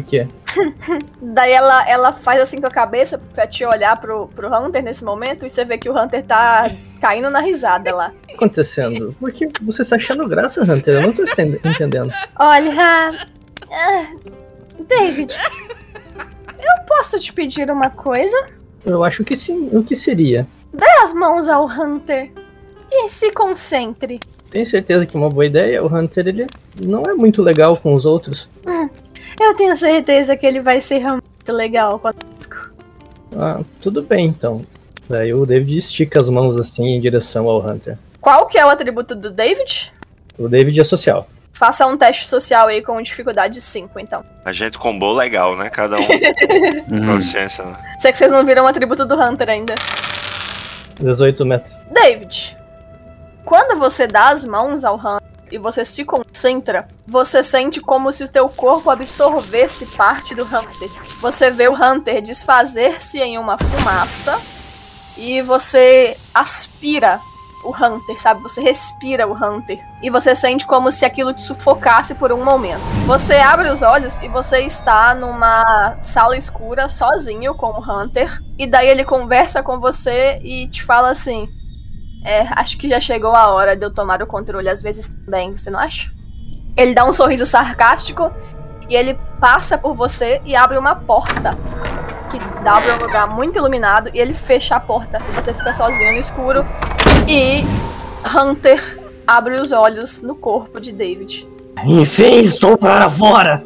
Daí ela faz assim com a cabeça pra te olhar pro Hunter nesse momento e você vê que o Hunter tá caindo na risada lá. O que tá acontecendo? Por que você tá achando graça, Hunter? Eu não tô entendendo. Olha, David, eu posso te pedir uma coisa? Eu acho que sim. O que seria? Dê as mãos ao Hunter e se concentre. Tenho certeza que é uma boa ideia. O Hunter, ele não é muito legal com os outros. Eu tenho certeza que ele vai ser muito legal conosco. Ah, tudo bem então. Daí o David estica as mãos assim em direção ao Hunter. Qual que é o atributo do David? O David é social. Faça um teste social aí com dificuldade 5, então. A gente combou legal, né? Cada um. Com licença. Né? Sei que vocês não viram o atributo do Hunter ainda. 18 metros. David, quando você dá as mãos ao Hunter e você se concentra, você sente como se o teu corpo absorvesse parte do Hunter. Você vê o Hunter desfazer-se em uma fumaça e você aspira o Hunter, sabe? Você respira o Hunter e você sente como se aquilo te sufocasse por um momento. Você abre os olhos e você está numa sala escura sozinho com o Hunter e daí ele conversa com você e te fala assim: acho que já chegou a hora de eu tomar o controle às vezes também, você não acha? Ele dá um sorriso sarcástico e ele passa por você e abre uma porta que dá pra um lugar muito iluminado e ele fecha a porta e você fica sozinho no escuro e Hunter abre os olhos no corpo de David. Enfim, estou para fora!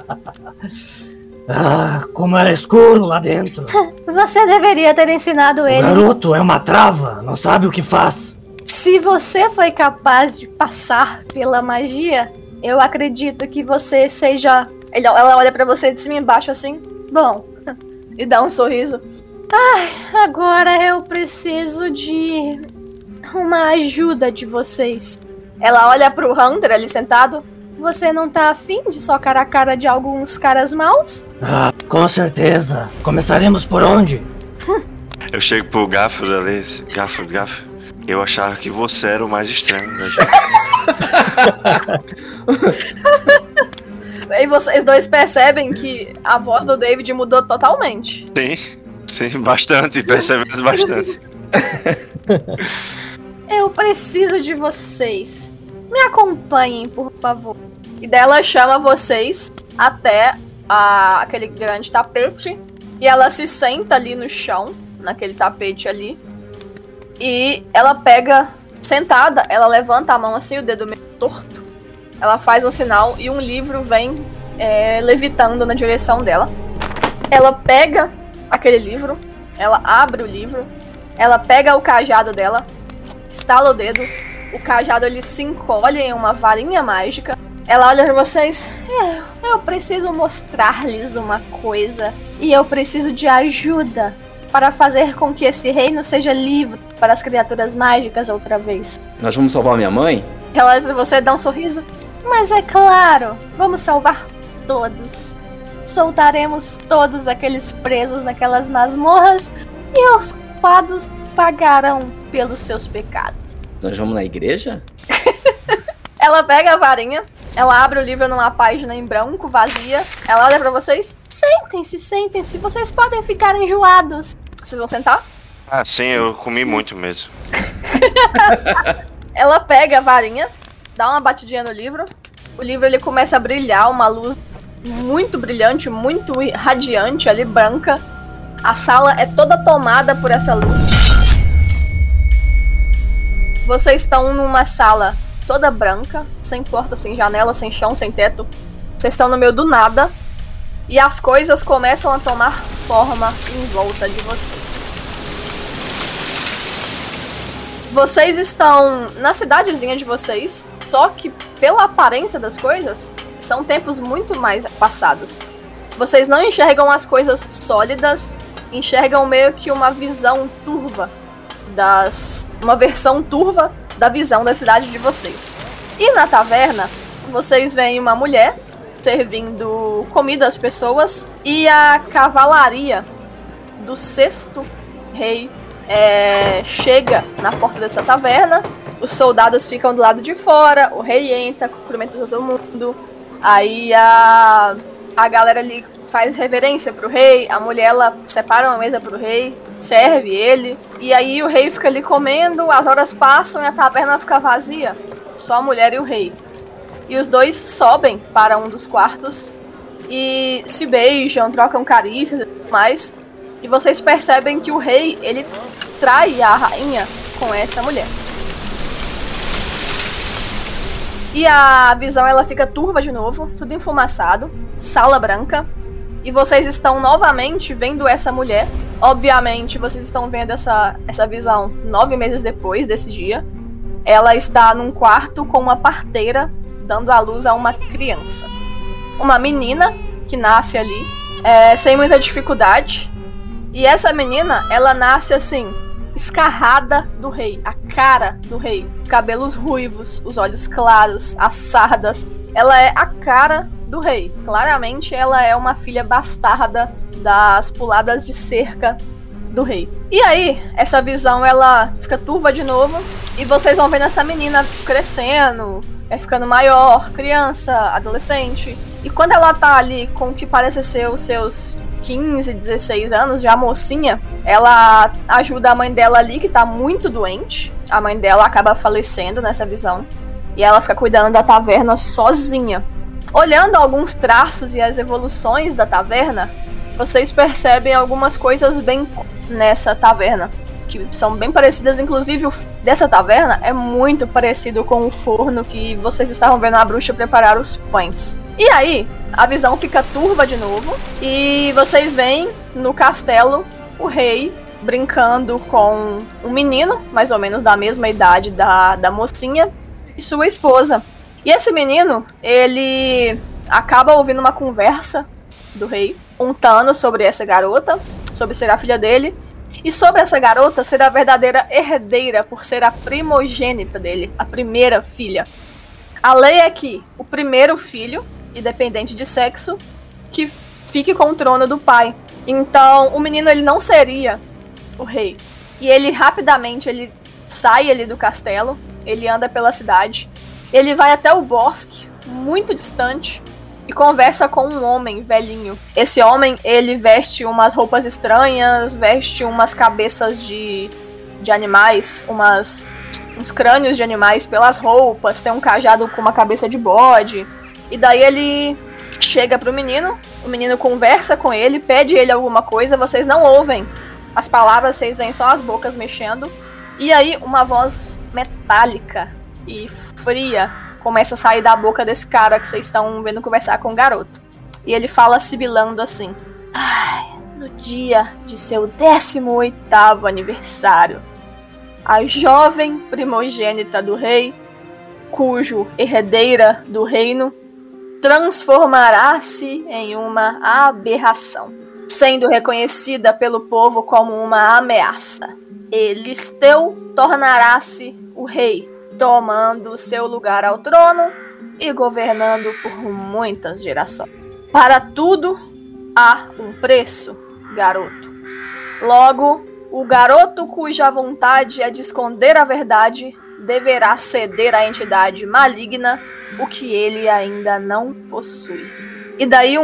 Ah, como era escuro lá dentro. Você deveria ter ensinado O ele. garoto é uma trava, não sabe o que faz. Se você foi capaz de passar pela magia, eu acredito que você seja... Ela olha pra você de cima e embaixo assim. Bom, e dá um sorriso. Ai, agora eu preciso de uma ajuda de vocês. Ela olha pro Hunter ali sentado. Você não tá afim de socar a cara de alguns caras maus? Ah, com certeza. Começaremos por onde? Eu chego pro Garfield ali, Garfield. Eu achava que você era o mais estranho da gente. E vocês dois percebem que a voz do David mudou totalmente. Sim, bastante, percebemos bastante. Eu preciso de vocês. Me acompanhem, por favor. E daí ela chama vocês até aquele grande tapete. E ela se senta ali no chão, naquele tapete ali. E ela pega, sentada, ela levanta a mão assim, o dedo meio torto. Ela faz um sinal e um livro vem levitando na direção dela. Ela pega aquele livro, ela abre o livro, ela pega o cajado dela, estala o dedo, o cajado ele se encolhe em uma varinha mágica. Ela olha pra vocês. Eu preciso mostrar-lhes uma coisa. E eu preciso de ajuda para fazer com que esse reino seja livre para as criaturas mágicas outra vez. Nós vamos salvar minha mãe? Ela olha pra você, dá um sorriso. Mas é claro, vamos salvar todos. Soltaremos todos aqueles presos naquelas masmorras e os culpados pagarão pelos seus pecados. Nós vamos na igreja? Ela pega a varinha, ela abre o livro numa página em branco, vazia. Ela olha pra vocês. Sentem-se, vocês podem ficar enjoados. Vocês vão sentar? Ah, sim, eu comi muito mesmo. Ela pega a varinha, dá uma batidinha no livro. O livro ele começa a brilhar, uma luz muito brilhante, muito radiante ali, branca. A sala é toda tomada por essa luz. Vocês estão numa sala toda branca, sem porta, sem janela, sem chão, sem teto. Vocês estão no meio do nada. E as coisas começam a tomar forma em volta de vocês. Vocês estão na cidadezinha de vocês, só que pela aparência das coisas, são tempos muito mais passados. Vocês não enxergam as coisas sólidas, enxergam meio que uma visão turva, uma versão turva da visão da cidade de vocês. E na taverna, vocês veem uma mulher servindo comida às pessoas e a cavalaria do 6º rei chega na porta dessa taverna. Os soldados ficam do lado de fora, o rei entra, cumprimenta todo mundo. Aí a A galera ali faz reverência pro rei, a mulher ela separa uma mesa pro rei, serve ele, e aí o rei fica ali comendo, as horas passam e a taverna fica vazia. Só a mulher e o rei. E os dois sobem para um dos quartos e se beijam, trocam carícias e tudo mais. E vocês percebem que o rei, ele trai a rainha com essa mulher. E a visão ela fica turva de novo, tudo enfumaçado, sala branca. E vocês estão novamente vendo essa mulher. Obviamente, vocês estão vendo essa visão 9 meses depois desse dia. Ela está num quarto com uma parteira, dando à luz a uma criança. Uma menina que nasce ali, sem muita dificuldade. E essa menina, ela nasce assim, escarrada do rei, a cara do rei. Cabelos ruivos, os olhos claros, as sardas. Ela é a cara do rei. Claramente ela é uma filha bastarda das puladas de cerca do rei. E aí, essa visão ela fica turva de novo. E vocês vão vendo essa menina crescendo, ficando maior, criança, adolescente. E quando ela tá ali com o que parece ser os seus 15, 16 anos, já mocinha, ela ajuda a mãe dela ali, que tá muito doente. A mãe dela acaba falecendo nessa visão. E ela fica cuidando da taverna sozinha. Olhando alguns traços e as evoluções da taverna, vocês percebem algumas coisas bem nessa taverna, que são bem parecidas. Inclusive, o dessa taverna é muito parecido com o forno que vocês estavam vendo a bruxa preparar os pães. E aí, a visão fica turva de novo, e vocês veem no castelo o rei brincando com um menino, mais ou menos da mesma idade da mocinha, e sua esposa. E esse menino, ele acaba ouvindo uma conversa do rei, untando sobre essa garota, sobre ser a filha dele, e sobre essa garota ser a verdadeira herdeira por ser a primogênita dele, a primeira filha. A lei é que o primeiro filho, independente de sexo, que fique com o trono do pai. Então, o menino ele não seria o rei. E ele rapidamente ele sai ali do castelo, ele anda pela cidade, ele vai até o bosque, muito distante, e conversa com um homem velhinho. Esse homem, ele veste umas roupas estranhas, veste umas cabeças de animais, uns crânios de animais pelas roupas, tem um cajado com uma cabeça de bode. E daí ele chega pro menino, o menino conversa com ele, pede ele alguma coisa, vocês não ouvem as palavras, vocês veem só as bocas mexendo. E aí uma voz metálica e fria começa a sair da boca desse cara que vocês estão vendo conversar com o garoto. E ele fala sibilando assim: ai, no dia de seu 18º aniversário, a jovem primogênita do rei, cujo herdeira do reino, transformará-se em uma aberração, sendo reconhecida pelo povo como uma ameaça. Elisteu tornará-se o rei, tomando seu lugar ao trono e governando por muitas gerações. Para tudo há um preço, garoto. Logo, o garoto cuja vontade é de esconder a verdade deverá ceder à entidade maligna o que ele ainda não possui. E daí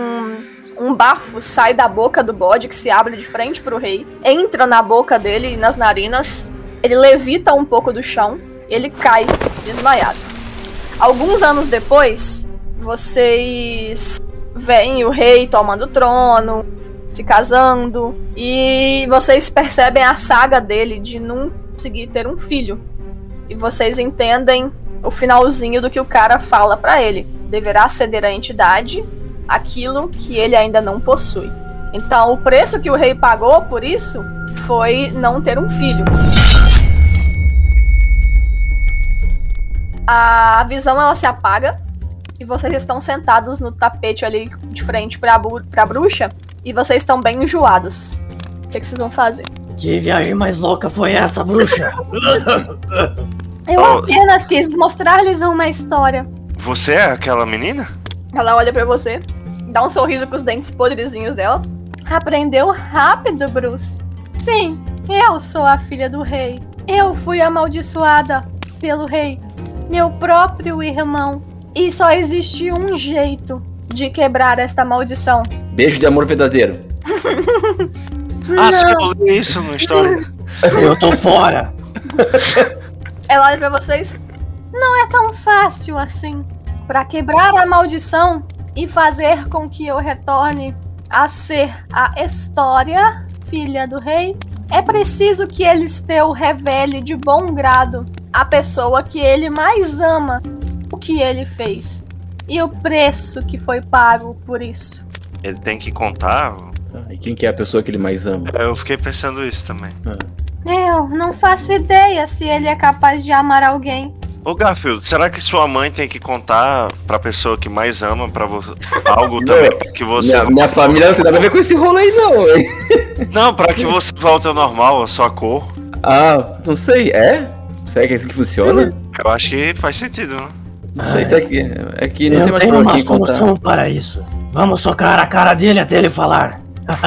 um bafo sai da boca do bode, que se abre de frente pro rei, entra na boca dele e nas narinas, ele levita um pouco do chão, ele cai desmaiado. Alguns anos depois, vocês veem o rei tomando o trono, se casando, e vocês percebem a saga dele de não conseguir ter um filho. E vocês entendem o finalzinho do que o cara fala pra ele. Deverá ceder à entidade aquilo que ele ainda não possui. Então, o preço que o rei pagou por isso foi não ter um filho. A visão ela se apaga e vocês estão sentados no tapete ali de frente pra bruxa e vocês estão bem enjoados. O que vocês vão fazer? Que viagem mais louca foi essa, bruxa? Eu apenas quis mostrar-lhes uma história. Você é aquela menina? Ela olha pra você, dá um sorriso com os dentes podrezinhos dela. Aprendeu rápido, Bruce. Sim, eu sou a filha do rei. Eu fui amaldiçoada pelo rei, meu próprio irmão. E só existe um jeito de quebrar esta maldição. Beijo de amor verdadeiro. Você falou isso na história. Eu tô fora. Ela olha pra vocês. Não é tão fácil assim. Pra quebrar a maldição e fazer com que eu retorne a ser a História, filha do rei, é preciso que Elisteu revele de bom grado a pessoa que ele mais ama, o que ele fez e o preço que foi pago por isso. Ele tem que contar? E quem que é a pessoa que ele mais ama? Eu fiquei pensando isso também. Eu não faço ideia se ele é capaz de amar alguém. Ô Garfield, será que sua mãe tem que contar pra pessoa que mais ama pra você algo também que você... Minha família não tem nada a ver com esse rolo aí, não, hein? Não, pra que você volte ao normal, a sua cor. Não sei, Será que é assim que funciona? Eu acho que faz sentido, né? Não sei, será que é que não tem mais tenho pra uma quem contar. solução para isso. Vamos socar a cara dele até ele falar.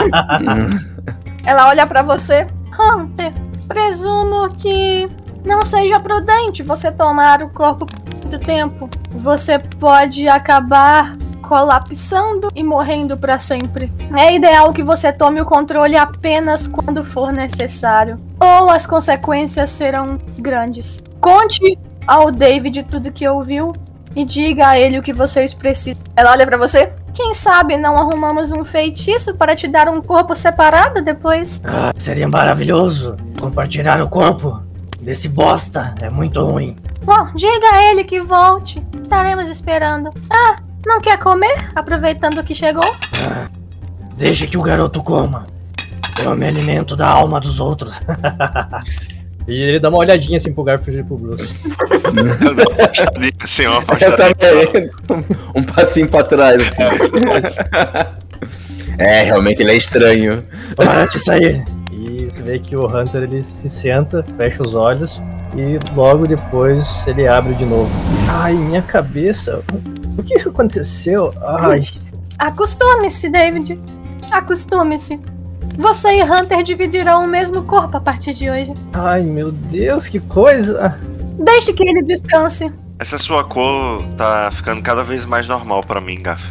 Ela olha pra você. Hunter, presumo que não seja prudente você tomar o corpo por muito tempo. Você pode acabar colapsando e morrendo pra sempre. É ideal que você tome o controle apenas quando for necessário, ou as consequências serão grandes. Conte ao David tudo que ouviu e diga a ele o que vocês precisam. Ela olha pra você. Quem sabe não arrumamos um feitiço para te dar um corpo separado depois? Seria maravilhoso compartilhar o corpo desse bosta. É muito ruim. Bom, diga a ele que volte. Estaremos esperando. Não quer comer? Aproveitando que chegou? Deixe que o garoto coma. Eu me alimento da alma dos outros. E ele dá uma olhadinha assim pro Garfield e pro Bruce. Eu dou uma afastadinha, assim, uma Eu afastadinha. também. Um passinho pra trás, assim. Realmente ele é estranho. Para de sair. E você vê que o Hunter ele se senta, fecha os olhos e logo depois ele abre de novo. Ai, minha cabeça. O que aconteceu? Ai. Acostume-se, David. Acostume-se. Você e Hunter dividirão o mesmo corpo a partir de hoje. Ai, meu Deus, que coisa. Deixe que ele descanse. Essa sua cor tá ficando cada vez mais normal pra mim, Garfield.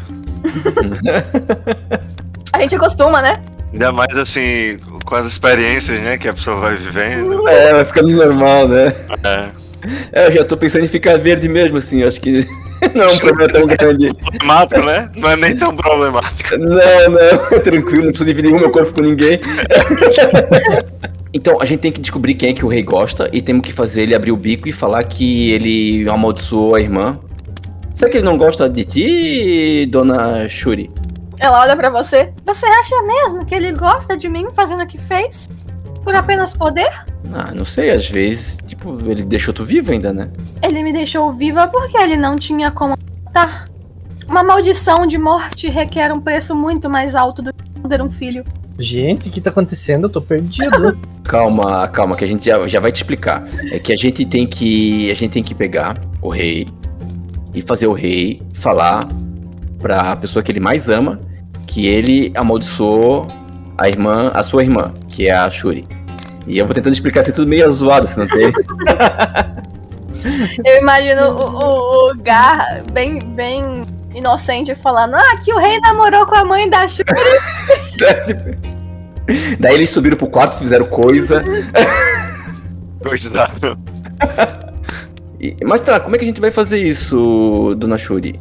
A gente acostuma, né? Ainda mais assim, com as experiências, né, que a pessoa vai vivendo. Vai ficando normal, né? É. Eu já tô pensando em ficar verde mesmo, assim. Acho que não é um problema tão grande. Problemático, né? Não é nem tão problemático. Não, tranquilo, não preciso dividir o meu corpo com ninguém. Então, a gente tem que descobrir quem é que o rei gosta e temos que fazer ele abrir o bico e falar que ele amaldiçoou a irmã. Será que ele não gosta de ti, dona Shuri? Ela olha pra você. Você acha mesmo que ele gosta de mim fazendo o que fez? Por apenas poder? Não sei, às vezes, ele deixou tu vivo ainda, né? Ele me deixou viva porque ele não tinha como matar. Uma maldição de morte requer um preço muito mais alto do que perder um filho. Gente, o que tá acontecendo? Eu tô perdido. Calma, que a gente já vai te explicar. É que a gente tem que pegar o rei e fazer o rei falar pra pessoa que ele mais ama que ele amaldiçoou a sua irmã, que é a Shuri. E eu vou tentando explicar assim, tudo meio zoado, se não tem. Eu imagino o Gar bem inocente falando: que o rei namorou com a mãe da Shuri. Daí eles subiram pro quarto, fizeram coisa. Coisa. Mas tá, como é que a gente vai fazer isso, dona Shuri?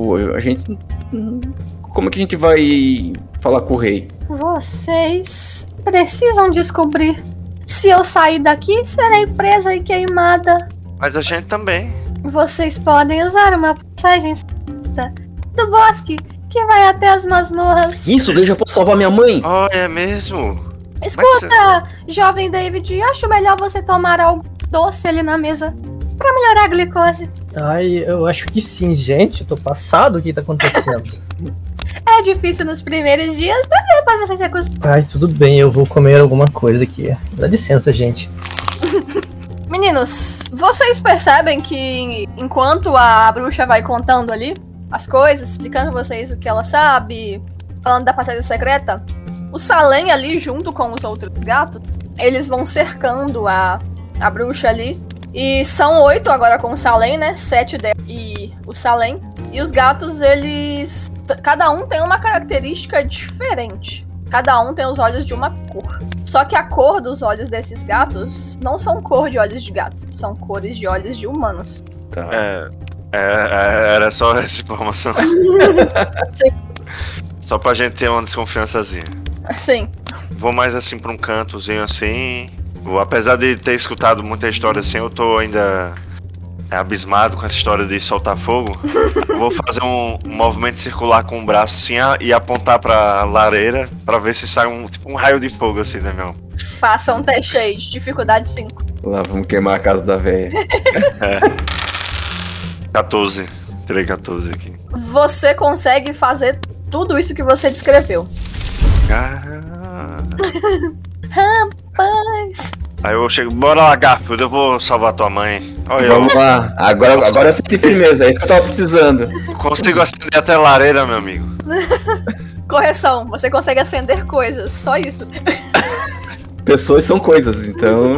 Como é que a gente vai falar com o rei? Vocês precisam descobrir. Se eu sair daqui, serei presa e queimada. Mas a gente também. Vocês podem usar uma passagem do bosque que vai até as masmorras. Isso, daí eu já posso salvar minha mãe. É mesmo? Escuta, jovem David, acho melhor você tomar algo doce ali na mesa pra melhorar a glicose. Ai, eu acho que sim, gente. Eu tô passado o que tá acontecendo. É difícil nos primeiros dias, mas depois você se acostuma. Ai, tudo bem, eu vou comer alguma coisa aqui. Dá licença, gente. Meninos, vocês percebem que enquanto a bruxa vai contando ali as coisas, explicando pra vocês o que ela sabe, falando da passagem secreta, o Salem ali, junto com os outros gatos, eles vão cercando a bruxa ali. E são 8 agora com o Salem, né? 7 dela e o Salem. E os gatos, eles... Cada um tem uma característica diferente. Cada um tem os olhos de uma cor. Só que a cor dos olhos desses gatos não são cor de olhos de gatos. São cores de olhos de humanos. Tá. Era só essa informação. Sim. Só pra gente ter uma desconfiançazinha. Sim. Vou mais assim pra um cantozinho assim. Apesar de ter escutado muita história assim, eu tô ainda abismado com essa história de soltar fogo. Vou fazer um movimento circular com o braço assim e apontar pra lareira pra ver se sai um raio de fogo assim, né, meu? Faça um teste aí de dificuldade 5. Lá, vamos queimar a casa da véia. 14. Tirei 14 aqui. Você consegue fazer tudo isso que você descreveu. Rapaz! Aí eu chego, bora lá, Garfield, eu vou salvar tua mãe. Olha, Vamos lá. Agora eu senti firmeza, é isso que eu tava precisando. consigo acender até a lareira, meu amigo. Correção, você consegue acender coisas, só isso. Pessoas são coisas, então...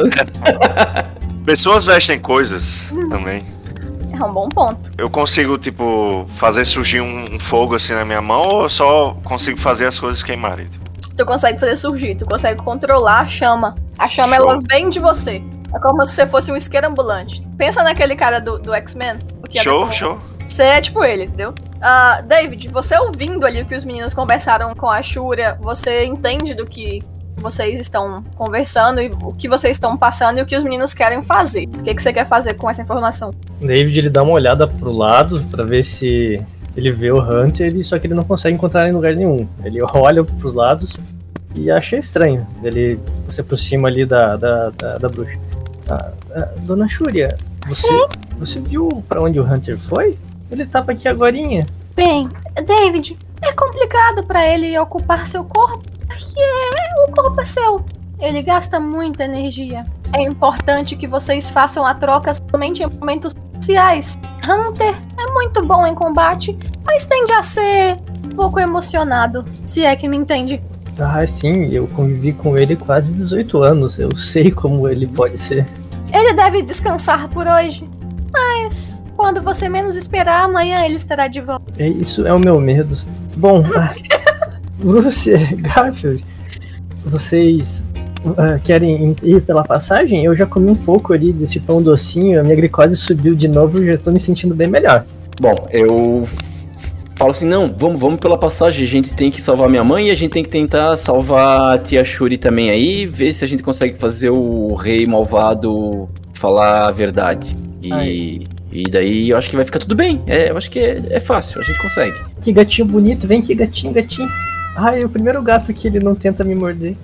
Pessoas vestem coisas também. É um bom ponto. Eu consigo, tipo, fazer surgir um fogo assim na minha mão ou eu só consigo fazer as coisas queimarem? Tipo? Tu consegue fazer surgir, tu consegue controlar a chama. A chama, Show. ela vem de você. É como se você fosse um isqueiro ambulante. Pensa naquele cara do X-Men. Show. Você é tipo ele, entendeu? David, você ouvindo ali o que os meninos conversaram com a Shura, você entende do que vocês estão conversando e o que vocês estão passando e o que os meninos querem fazer. O que você quer fazer com essa informação? David, ele dá uma olhada pro lado pra ver se ele vê o Hunter, só que ele não consegue encontrar em lugar nenhum. Ele olha pros lados e acha estranho. Ele se aproxima ali da bruxa. Dona Shúria, você viu pra onde o Hunter foi? Ele tava aqui agorinha. Bem, David, é complicado pra ele ocupar seu corpo, porque o corpo é seu. Ele gasta muita energia. É importante que vocês façam a troca somente em momentos especiais. Hunter é muito bom em combate, mas tende a ser um pouco emocionado, se é que me entende. Ah, sim, eu convivi com ele quase 18 anos. Eu sei como ele pode ser. Ele deve descansar por hoje, mas quando você menos esperar, amanhã ele estará de volta. Isso é o meu medo. Bom, Bruce, Garfield, vocês querem ir pela passagem? Eu já comi um pouco ali desse pão docinho, a minha glicose subiu de novo e já tô me sentindo bem melhor. Bom, eu falo assim, não, vamos pela passagem, a gente tem que salvar minha mãe e a gente tem que tentar salvar a tia Shuri também aí, ver se a gente consegue fazer o rei malvado falar a verdade. E daí eu acho que vai ficar tudo bem, eu acho que é fácil, a gente consegue. Que gatinho bonito, vem aqui, gatinho. Ai, o primeiro gato que ele não tenta me morder.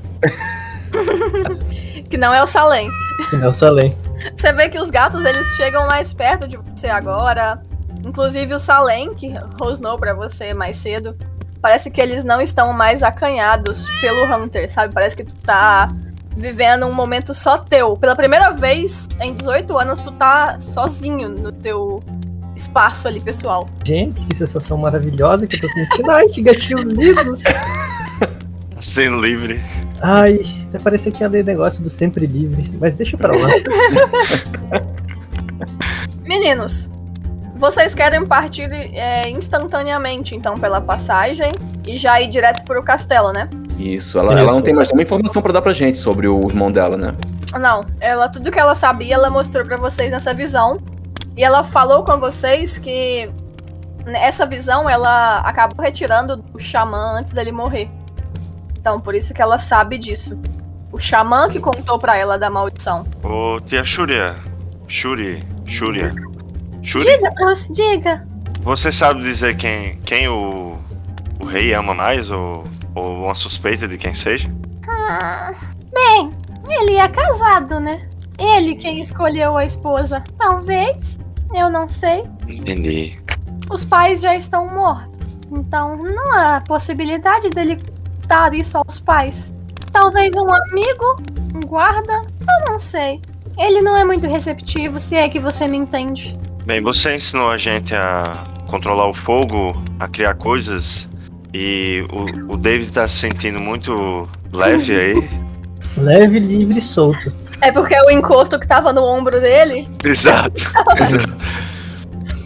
Que não é o Salem. Que não é o Salem. Você vê que os gatos, eles chegam mais perto de você agora. Inclusive o Salem, que rosnou pra você mais cedo. Parece que eles não estão mais acanhados pelo Hunter, sabe? Parece que tu tá vivendo um momento só teu. Pela primeira vez em 18 anos, tu tá sozinho no teu espaço ali, pessoal. Gente, que sensação maravilhosa que eu tô sentindo. Ai, que gatinhos lindos. Sendo livre. Ai, até parece que é o negócio do sempre livre. Mas deixa pra lá. Meninos, vocês querem partir instantaneamente, então, pela passagem e já ir direto pro castelo, né? Isso, ela não tem mais nenhuma informação pra dar pra gente sobre o irmão dela, né? Não, tudo que ela sabia, ela mostrou pra vocês nessa visão. E ela falou com vocês que essa visão, ela acabou retirando do xamã antes dele morrer. Então, por isso que ela sabe disso. O xamã que contou pra ela da maldição. Ô, tia Shúria. Shuri. Diga, Bruce, diga. Você sabe dizer quem o rei ama mais? Ou uma suspeita de quem seja? Bem, ele é casado, né? Ele quem escolheu a esposa. Talvez, eu não sei. Entendi. Os pais já estão mortos. Então, não há possibilidade dele dar isso aos pais. Talvez um amigo, um guarda, eu não sei. Ele não é muito receptivo, se é que você me entende. Bem, você ensinou a gente a controlar o fogo, a criar coisas, e o David tá se sentindo muito leve aí. Leve, livre e solto. É porque o encosto que tava no ombro dele. Exato.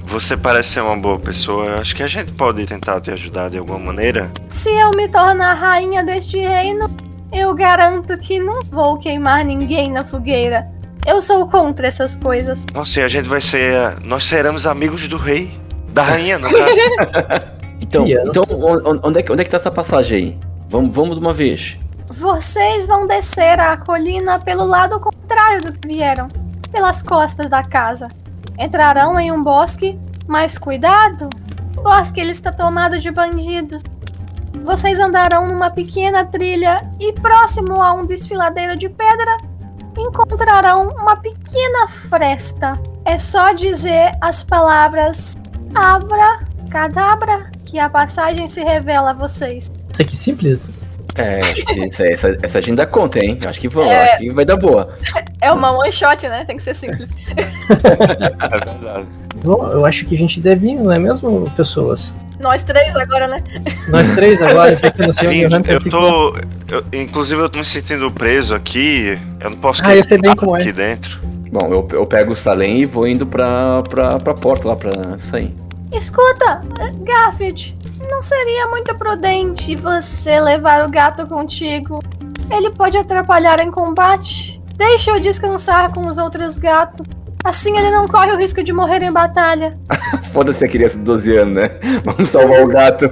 Você parece ser uma boa pessoa. Acho que a gente pode tentar te ajudar de alguma maneira. Se eu me tornar rainha deste reino, eu garanto que não vou queimar ninguém na fogueira. Eu sou contra essas coisas. Nossa, e a gente vai ser... Nós seremos amigos do rei. Da rainha, no caso. Então onde é que tá essa passagem aí? Vamos de uma vez. Vocês vão descer a colina pelo lado contrário do que vieram. Pelas costas da casa. Entrarão em um bosque, mas cuidado. O bosque ele está tomado de bandidos. Vocês andarão numa pequena trilha e próximo a um desfiladeiro de pedra encontrarão uma pequena fresta. É só dizer as palavras Abra, Cadabra, que a passagem se revela a vocês. Isso aqui simples. Acho que essa a gente dá conta, hein? Acho que acho que vai dar boa. É uma one shot, né? Tem que ser simples. É verdade. Bom, eu acho que a gente deve ir, não é mesmo, pessoas? Nós três agora, né? Nós três agora, já que eu não sei onde o Gente, Hunter ficou. inclusive eu tô me sentindo preso aqui. Eu não posso eu sei bem como aqui é. dentro. Bom, eu pego o Salem e vou indo pra porta lá pra sair. Escuta, Garfield, não seria muito prudente você levar o gato contigo? Ele pode atrapalhar em combate. Deixe eu descansar com os outros gatos. Assim ele não corre o risco de morrer em batalha. Foda-se a criança de 12 anos, né? Vamos salvar o gato.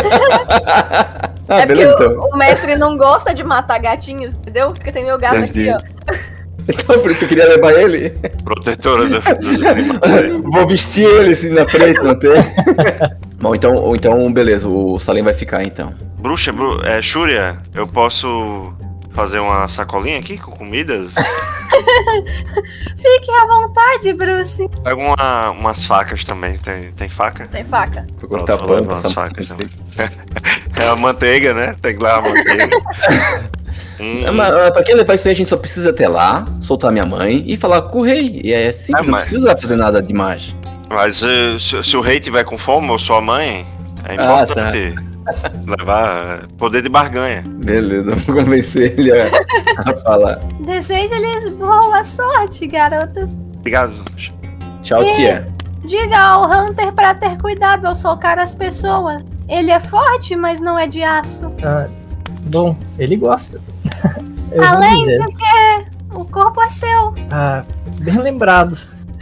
É beleza, porque então. o mestre não gosta de matar gatinhos, entendeu? Porque tem meu gato Entendi. aqui, ó. Então por isso que eu queria levar ele. Protetora dos animais. Vou vestir ele assim na frente, não tem? Bom, então beleza, o Salem vai ficar então. Bruxa, Shúria, eu posso fazer uma sacolinha aqui com comidas? Fique à vontade, Bruce. Pega umas facas também. Tem faca? Tem faca. Vou cortar Pronto, vou pano, levar umas passar facas também. É a manteiga, né? Tem que levar a manteiga. Mas pra que levar isso aí, a gente só precisa até lá, soltar minha mãe e falar com o rei. E é simples, não precisa fazer nada demais. Mas se o rei tiver com fome ou sua mãe, é importante levar poder de barganha. Beleza, vamos convencer ele a falar. Desejo-lhes boa sorte, garoto. Obrigado. Tchau, tia. Diga ao Hunter para ter cuidado ao socar as pessoas. Ele é forte, mas não é de aço. Bom, ele gosta. Além de que o corpo é seu. Bem lembrado.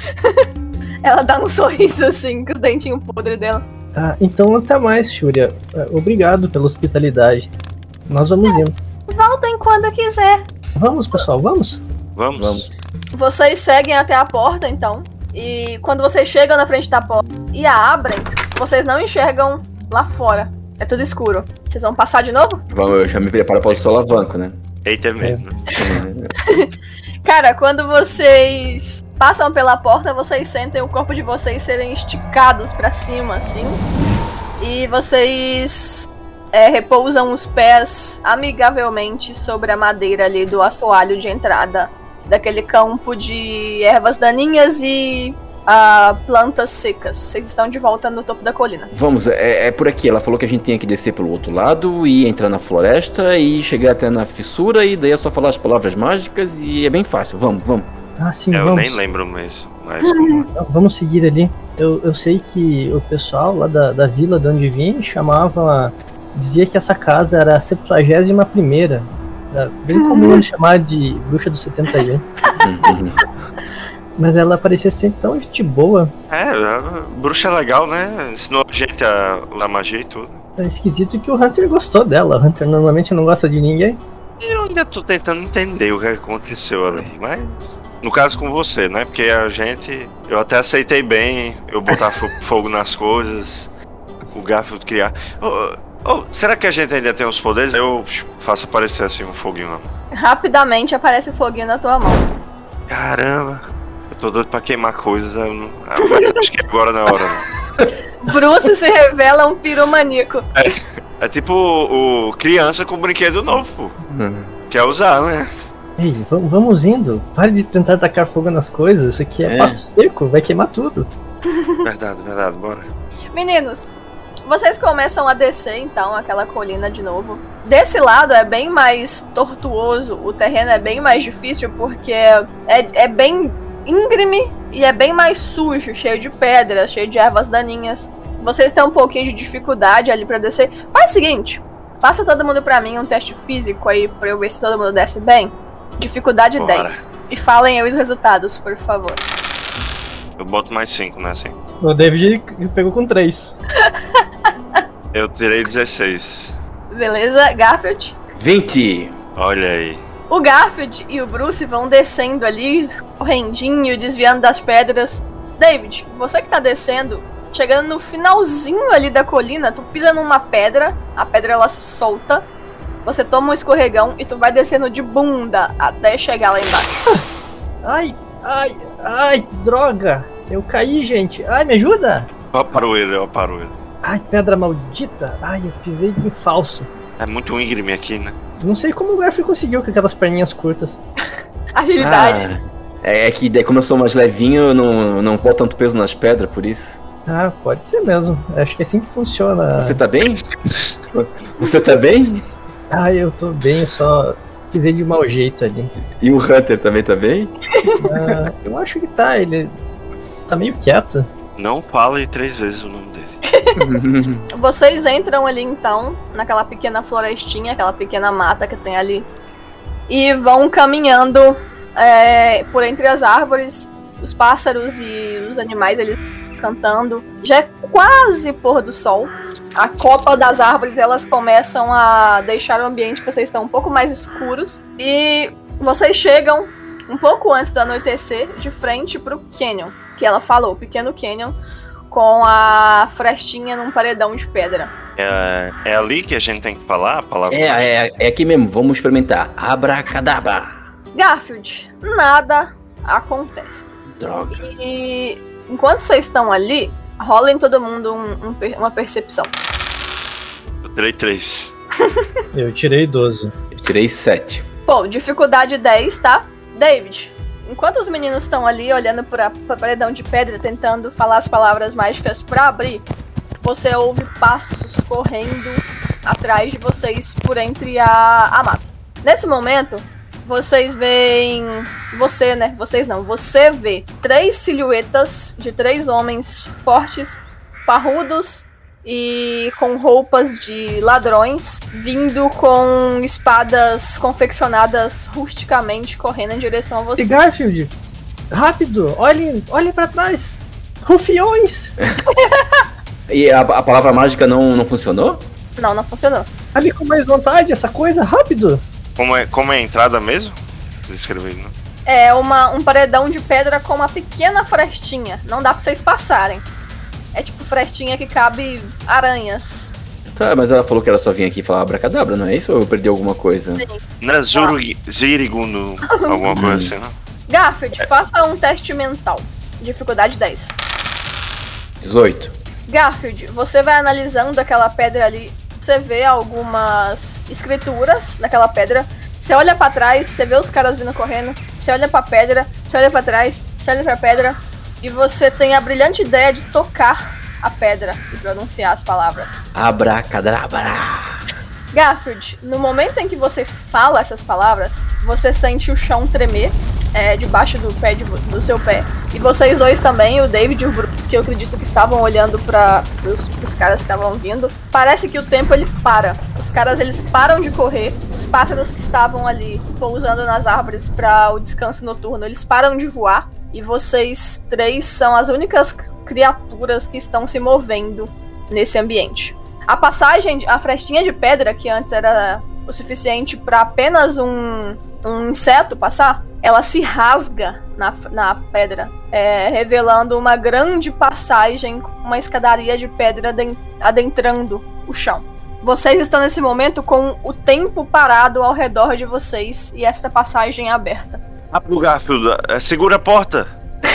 Ela dá um sorriso assim, com os dentinhos podres dela. Então até mais, Shúria. Obrigado pela hospitalidade. Nós vamos indo. Voltem quando quiser. Vamos, pessoal, vamos? Vamos. Vocês seguem até a porta, então. E quando vocês chegam na frente da porta e a abrem, vocês não enxergam lá fora. É tudo escuro. Vocês vão passar de novo? Vamos, eu já me preparo para o solavanco, né? Eita mesmo. Cara, quando vocês passam pela porta, vocês sentem o corpo de vocês serem esticados pra cima, assim. E vocês repousam os pés amigavelmente sobre a madeira ali do assoalho de entrada daquele campo de ervas daninhas e plantas secas. Vocês estão de volta no topo da colina. Vamos, é por aqui. Ela falou que a gente tinha que descer pelo outro lado e entrar na floresta e chegar até na fissura e daí é só falar as palavras mágicas e é bem fácil. Vamos. Sim, Eu vamos. nem lembro mesmo. Mas Vamos seguir ali. Eu sei que o pessoal lá da vila de onde vim dizia que essa casa era a 71ª. Era bem comum eles chamar de Bruxa do 71. Mas ela parecia sempre tão gente boa. a bruxa é legal, né? Ensinou a gente a usar magia e tudo. É esquisito que o Hunter gostou dela. O Hunter normalmente não gosta de ninguém. Eu ainda tô tentando entender o que aconteceu ali, mas... No caso com você, né? Porque eu até aceitei bem eu botar fogo nas coisas, o Garfield criar... será que a gente ainda tem os poderes? Eu faço aparecer assim um foguinho, não. Rapidamente aparece o foguinho na tua mão. Caramba! Eu tô doido pra queimar coisas, mas acho que agora não é hora, não. Bruce se revela um piromaníaco. É tipo o criança com brinquedo novo, pô. Quer usar, né? Ei, vamos indo. Pare de tentar tacar fogo nas coisas. Isso aqui é pasto seco, vai queimar tudo. Verdade, bora. Meninos, vocês começam a descer então aquela colina de novo. Desse lado é bem mais tortuoso, o terreno é bem mais difícil porque é bem íngreme e é bem mais sujo, cheio de pedras, cheio de ervas daninhas. Vocês têm um pouquinho de dificuldade ali pra descer. Faz o seguinte, faça todo mundo pra mim um teste físico aí, pra eu ver se todo mundo desce bem. Dificuldade Bora. 10. E falem aí os resultados, por favor. Eu boto mais 5, né, assim. O David pegou com 3. Eu tirei 16. Beleza, Garfield? 20. Olha aí. O Garfield e o Bruce vão descendo ali, correndinho, desviando das pedras. David, você que tá descendo, chegando no finalzinho ali da colina, tu pisa numa pedra, a pedra ela solta, você toma um escorregão e tu vai descendo de bunda até chegar lá embaixo. Ai, droga! Eu caí, gente. Ai, me ajuda! Eu aparo ele. Ai, pedra maldita! Ai, eu pisei em falso. É muito íngreme aqui, né? Não sei como o Garfield conseguiu com aquelas perninhas curtas. Agilidade. É que daí, como eu sou mais levinho, eu não boto tanto peso nas pedras, por isso. Ah, pode ser mesmo. Acho que é assim que funciona. Você tá bem? Você tá bem? Ah, eu tô bem, só pisei de mau jeito ali. E o Hunter também tá bem? Ah, eu acho que tá, ele tá meio quieto. Não fale 3 vezes o nome dele. Vocês entram ali então, naquela pequena florestinha, aquela pequena mata que tem ali. E vão caminhando por entre as árvores, os pássaros e os animais eles cantando. Já é quase pôr do sol. A copa das árvores elas começam a deixar o ambiente que vocês estão um pouco mais escuros. E vocês chegam um pouco antes do anoitecer de frente pro canyon, que ela falou, o pequeno canyon, com a frestinha num paredão de pedra. É ali que a gente tem que falar a palavra? É aqui mesmo, vamos experimentar. Abracadabra. Garfield, nada acontece. Droga. E enquanto vocês estão ali, rolem todo mundo uma percepção. Eu tirei 3. Eu tirei 12. Eu tirei 7. Pô, dificuldade 10, tá? David, enquanto os meninos estão ali olhando pra paredão de pedra, tentando falar as palavras mágicas pra abrir, você ouve passos correndo atrás de vocês por entre a mata. Nesse momento, vocês veem... Você vê 3 silhuetas de 3 homens fortes, parrudos e com roupas de ladrões, vindo com espadas confeccionadas rusticamente, correndo em direção a E você. Garfield, rápido, olhem pra trás. Rufiões! E a palavra mágica não funcionou? Não funcionou. Ali com mais vontade, essa coisa, rápido! Como é a entrada mesmo? Descreve aí, não? É um paredão de pedra com uma pequena frestinha. Não dá pra vocês passarem. É tipo frestinha que cabe aranhas. Tá, mas ela falou que ela só vinha aqui falar abracadabra, não é isso? Ou eu perdi alguma coisa? Não é Ziriguno, alguma coisa assim, não? Garfield, faça um teste mental. Dificuldade 10. 18. Garfield, você vai analisando aquela pedra ali. Você vê algumas escrituras naquela pedra. Você olha pra trás, você vê os caras vindo correndo. Você olha pra pedra, você olha pra trás, você olha pra pedra. E você tem a brilhante ideia de tocar a pedra e pronunciar as palavras. Abracadabra. Garfield, no momento em que você fala essas palavras, você sente o chão tremer debaixo do seu pé. E vocês dois também, o David e o Bruce, que eu acredito que estavam olhando para os caras que estavam vindo. Parece que o tempo ele para. Os caras eles param de correr. Os pássaros que estavam ali pousando nas árvores para o descanso noturno, eles param de voar. E vocês 3 são as únicas criaturas que estão se movendo nesse ambiente. A passagem, a frestinha de pedra, que antes era o suficiente para apenas um inseto passar, ela se rasga na pedra, revelando uma grande passagem com uma escadaria de pedra adentrando o chão. Vocês estão nesse momento com o tempo parado ao redor de vocês e esta passagem aberta. Rápido, Garfield, segura a porta!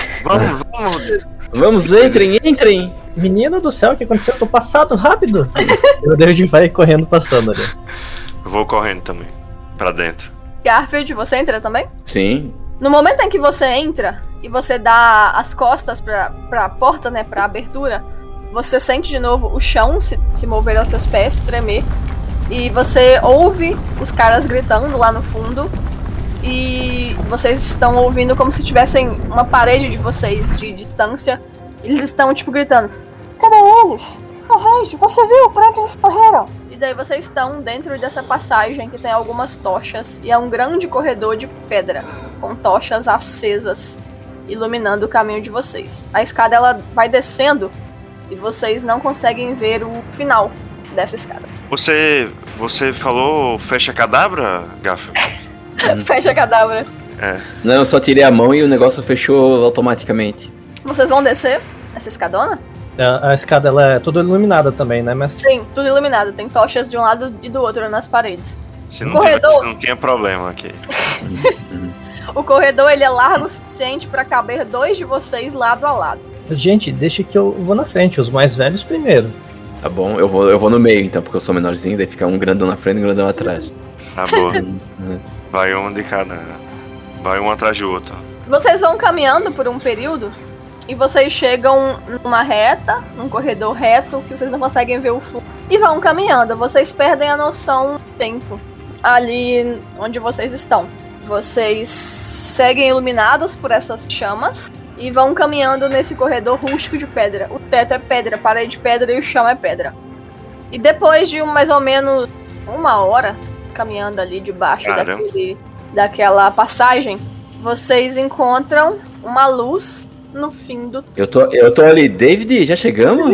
Vamos, entrem! Menino do céu, o que aconteceu? Tô passado rápido! O David vai correndo passando ali. Eu vou correndo também, pra dentro. Garfield, você entra também? Sim. No momento em que você entra e você dá as costas pra porta, né, pra abertura, você sente de novo o chão se mover aos seus pés, tremer. E você ouve os caras gritando lá no fundo. e vocês estão ouvindo como se tivessem uma parede de vocês de distância. Eles estão, tipo, gritando: cadê eles? Eu vejo, você viu? Por onde eles correram? E daí vocês estão dentro dessa passagem que tem algumas tochas e é um grande corredor de pedra com tochas acesas iluminando o caminho de vocês. A escada ela vai descendo e vocês não conseguem ver o final dessa escada. Você falou fecha cadabra, Garfield? Fecha a cadáver. Não, eu só tirei a mão e o negócio fechou automaticamente. Vocês vão descer essa escadona? A escada ela é toda iluminada também, né, mestre? Sim, tudo iluminado. Tem tochas de um lado e do outro nas paredes. Se não, Corredor. não tinha problema aqui. O corredor ele é largo o suficiente para caber 2 de vocês lado a lado. Gente, deixa que eu vou na frente, os mais velhos primeiro. Tá bom, eu vou no meio então, porque eu sou menorzinho, daí fica um grandão na frente e um grandão atrás. Tá bom. Vai um de cada. Vai um atrás do outro. Vocês vão caminhando por um período e vocês chegam numa reta, num corredor reto, que vocês não conseguem ver o fundo. E vão caminhando, vocês perdem a noção do tempo ali onde vocês estão. Vocês seguem iluminados por essas chamas e vão caminhando nesse corredor rústico de pedra. O teto é pedra, a parede de pedra e o chão é pedra. E depois de mais ou menos 1 hora caminhando ali debaixo daquela passagem, vocês encontram uma luz no fim do... Eu tô ali, David, já chegamos?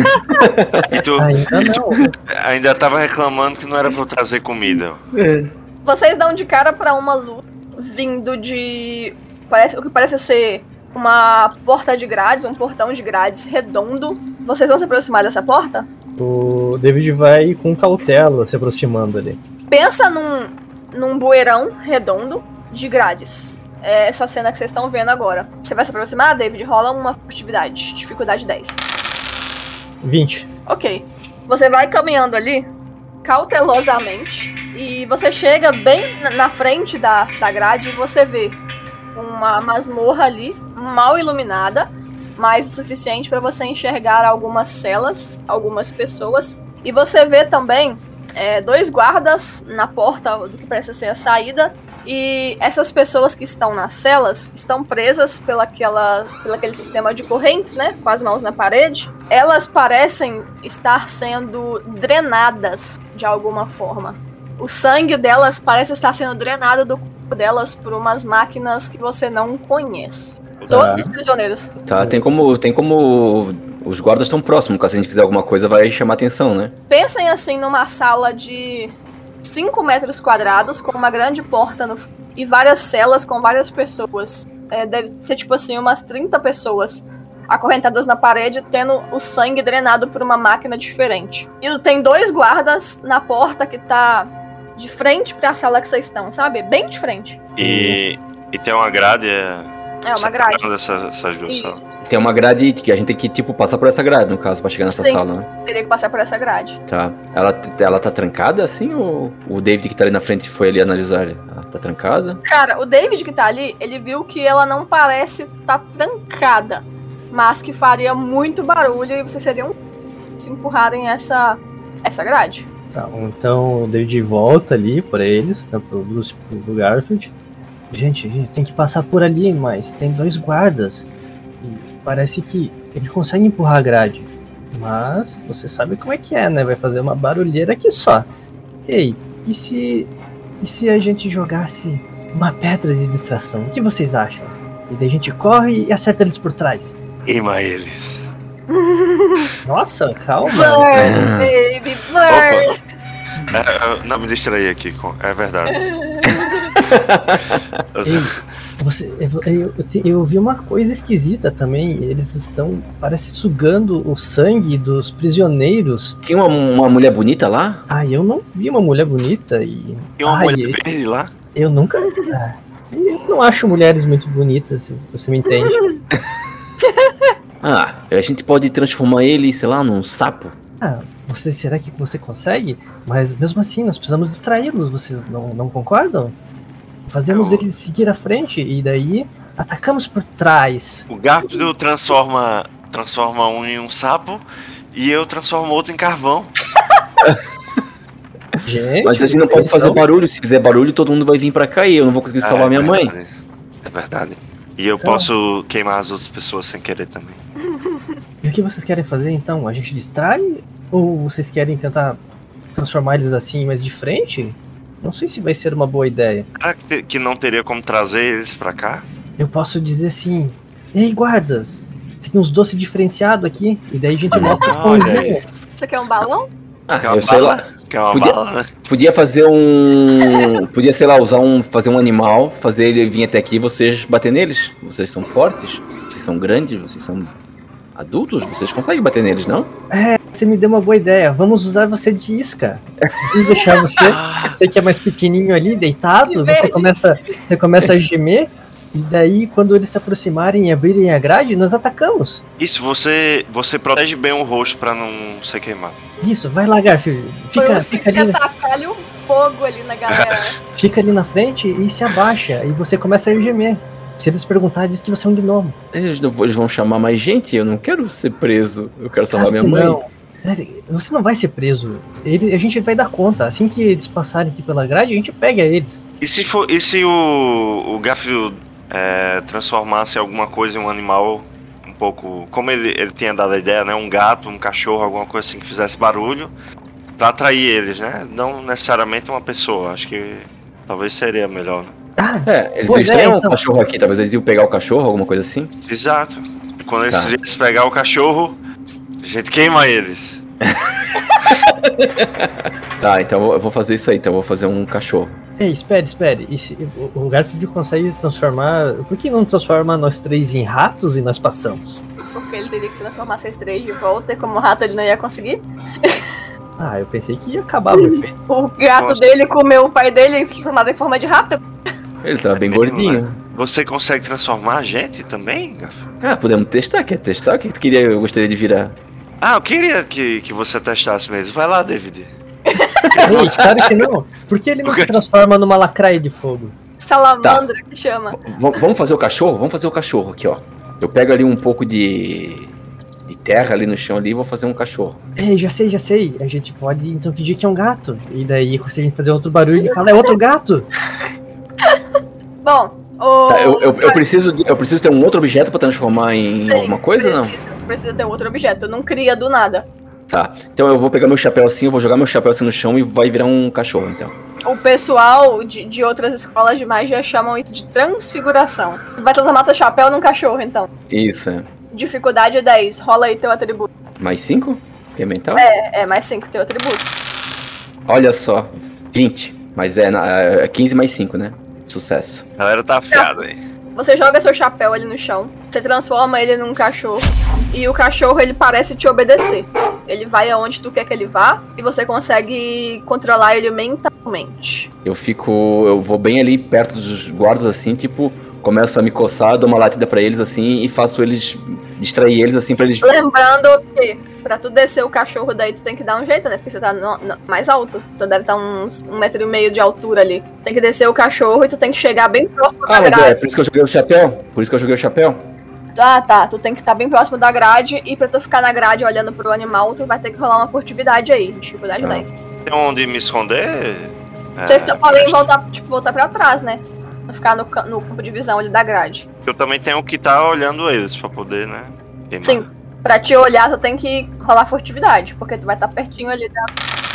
E tu Ainda não. ainda tava reclamando que não era pra eu trazer comida. Vocês dão de cara pra uma luz vindo de... o que parece ser uma porta de grades, um portão de grades redondo. Vocês vão se aproximar dessa porta? O David vai com cautela se aproximando ali. Pensa num bueirão redondo de grades. É essa cena que vocês estão vendo agora. Você vai se aproximar, David? Rola uma furtividade. Dificuldade 10. 20. Ok. Você vai caminhando ali, cautelosamente, e você chega bem na frente da grade e você vê uma masmorra ali, mal iluminada, mas o suficiente para você enxergar algumas celas, algumas pessoas. E você vê também 2 guardas na porta do que parece ser a saída. E essas pessoas que estão nas celas estão presas pelo aquele sistema de correntes, né? Com as mãos na parede. Elas parecem estar sendo drenadas de alguma forma. O sangue delas parece estar sendo drenado do corpo delas por umas máquinas que você não conhece. Todos os prisioneiros. Tá, tem como os guardas estão próximos, caso a gente fizer alguma coisa vai chamar atenção, né? Pensem assim numa sala de 5 metros quadrados com uma grande porta no fundo e várias celas com várias pessoas. Deve ser tipo assim, umas 30 pessoas acorrentadas na parede, tendo o sangue drenado por uma máquina diferente. E tem 2 guardas na porta que tá de frente pra sala que vocês estão, sabe? Bem de frente. E tem uma grade. É uma grade. Essas 2 salas. Tem uma grade que a gente tem que, tipo, passar por essa grade, no caso, pra chegar nessa Sim, sala, né? Teria que passar por essa grade. Tá. Ela tá trancada assim ou o David que tá ali na frente foi ali analisar? Ela tá trancada? Cara, o David que tá ali, ele viu que ela não parece tá trancada, mas que faria muito barulho e vocês seriam se empurrarem essa grade. Tá, então o David volta ali pra eles, né, pro Bruce e pro Garfield. Gente, tem que passar por ali, mas tem 2 guardas. E parece que ele consegue empurrar a grade. Mas você sabe como é que é, né? Vai fazer uma barulheira aqui só. Ei, e se a gente jogasse uma pedra de distração? O que vocês acham? E daí a gente corre e acerta eles por trás. Queima eles. Nossa, calma. Burn, baby, burn! Não, me distraí aqui. É verdade. Eu vi uma coisa esquisita também. Eles estão, parece, sugando o sangue dos prisioneiros. Tinha uma mulher bonita lá? Ah, eu não vi uma mulher bonita e... Tem uma mulher verde lá? Eu nunca... eu não acho mulheres muito bonitas, se você me entende. A gente pode transformar ele, sei lá, num sapo? Será que você consegue? Mas mesmo assim, nós precisamos distraí-los, vocês não concordam? Fazemos eles seguir à frente e daí atacamos por trás. O Garfield transforma um em um sapo e eu transformo outro em carvão. Gente, Mas a gente não pode fazer barulho. Se fizer barulho, todo mundo vai vir pra cá e eu não vou conseguir salvar minha mãe. É verdade. E eu posso queimar as outras pessoas sem querer também. E o que vocês querem fazer então? A gente distrai? Ou vocês querem tentar transformar eles assim, mas de frente? Não sei se vai ser uma boa ideia. Será que não teria como trazer eles pra cá? Eu posso dizer assim: ei, guardas, tem uns doces diferenciados aqui. E daí a gente mostra o pãozinho. Você quer um balão? Quer uma Eu sei bala? lá. Quer uma bala, né? Podia fazer Podia, sei lá, fazer um animal, fazer ele vir até aqui e vocês bater neles. Vocês são fortes, vocês são grandes, vocês são adultos, vocês conseguem bater neles, não? Você me deu uma boa ideia. Vamos usar você de isca. Vamos deixar você que é mais pequenininho ali, deitado, você começa a gemer. E daí, quando eles se aproximarem e abrirem a grade, nós atacamos. Isso, você protege bem o rosto pra não ser queimado. Isso, vai lá, Garfield. Fica ali, tacar-lhe um fogo ali na galera. fica ali na frente e se abaixa. E você começa a gemer. Se eles perguntarem, diz que você é um gnomo. Eles vão chamar mais gente, eu não quero ser preso, eu quero salvar minha mãe. Não. Você não vai ser preso. A gente vai dar conta. Assim que eles passarem aqui pela grade, a gente pega eles. E se o Garfield transformasse alguma coisa em um animal um pouco... Como ele tinha dado a ideia, né? Um gato, um cachorro, alguma coisa assim que fizesse barulho pra atrair eles, né? Não necessariamente uma pessoa. Acho que talvez seria melhor, né? Eles têm um cachorro aqui, talvez eles iam pegar o cachorro, alguma coisa assim. Exato. E quando eles pegar o cachorro, a gente queima eles. Tá, então eu vou fazer isso aí, então eu vou fazer um cachorro. Ei, espere. E se o Garfield consegue transformar... Por que não transforma nós três em ratos e nós passamos? Porque ele teria que transformar vocês três de volta e como rato ele não ia conseguir. Eu pensei que ia acabar o efeito. O gato dele comeu o pai dele transformado em forma de rato. Ele tava bem gordinho. Você consegue transformar a gente também, Garfield? Podemos testar. Quer testar? O que tu queria? Eu gostaria de virar. Eu queria que você testasse mesmo. Vai lá, David. Ei, claro que não. Por que ele não se transforma numa lacraia de fogo? Salamandra que chama. Vamos fazer o cachorro? Vamos fazer o cachorro aqui, ó. Eu pego ali um pouco de terra ali no chão ali e vou fazer um cachorro. Ei, já sei. A gente pode então fingir que é um gato. E daí, se a gente fazer outro barulho, ele fala, é outro gato. Bom, eu preciso ter um outro objeto pra transformar em alguma coisa, não? Precisa ter outro objeto, não cria do nada. Tá, então eu vou pegar meu chapéu assim, eu vou jogar meu chapéu assim no chão e vai virar um cachorro, então. O pessoal de outras escolas de magia chamam isso de transfiguração. Vai transformar teu chapéu num cachorro, então. Isso, Dificuldade 10, rola aí teu atributo. Mais 5? Que é mental? Mais 5 teu atributo. Olha só, 20, mas é 15 mais 5, né? Sucesso. A galera tá afiada aí. Você joga seu chapéu ali no chão, você transforma ele num cachorro, e o cachorro ele parece te obedecer. Ele vai aonde tu quer que ele vá, e você consegue controlar ele mentalmente. Eu vou bem ali perto dos guardas assim, tipo, começo a me coçar, dou uma latida pra eles assim, e faço eles, distrair eles assim pra eles... Lembrando que pra tu descer o cachorro daí tu tem que dar um jeito, né? Porque você tá mais alto. Tu deve estar uns 1,5 metro de altura ali. Tem que descer o cachorro e tu tem que chegar bem próximo da grade. Mas por isso que eu joguei o chapéu? Tá. Tu tem que estar bem próximo da grade e pra tu ficar na grade olhando pro animal, tu vai ter que rolar uma furtividade aí. Dificuldade 10. Tem onde me esconder? Vocês podem voltar pra trás, né? Não ficar no campo de visão ali da grade. Eu também tenho que estar olhando eles pra poder, né? Queimar. Sim. Pra te olhar, tu tem que rolar furtividade, porque tu vai estar pertinho ali da...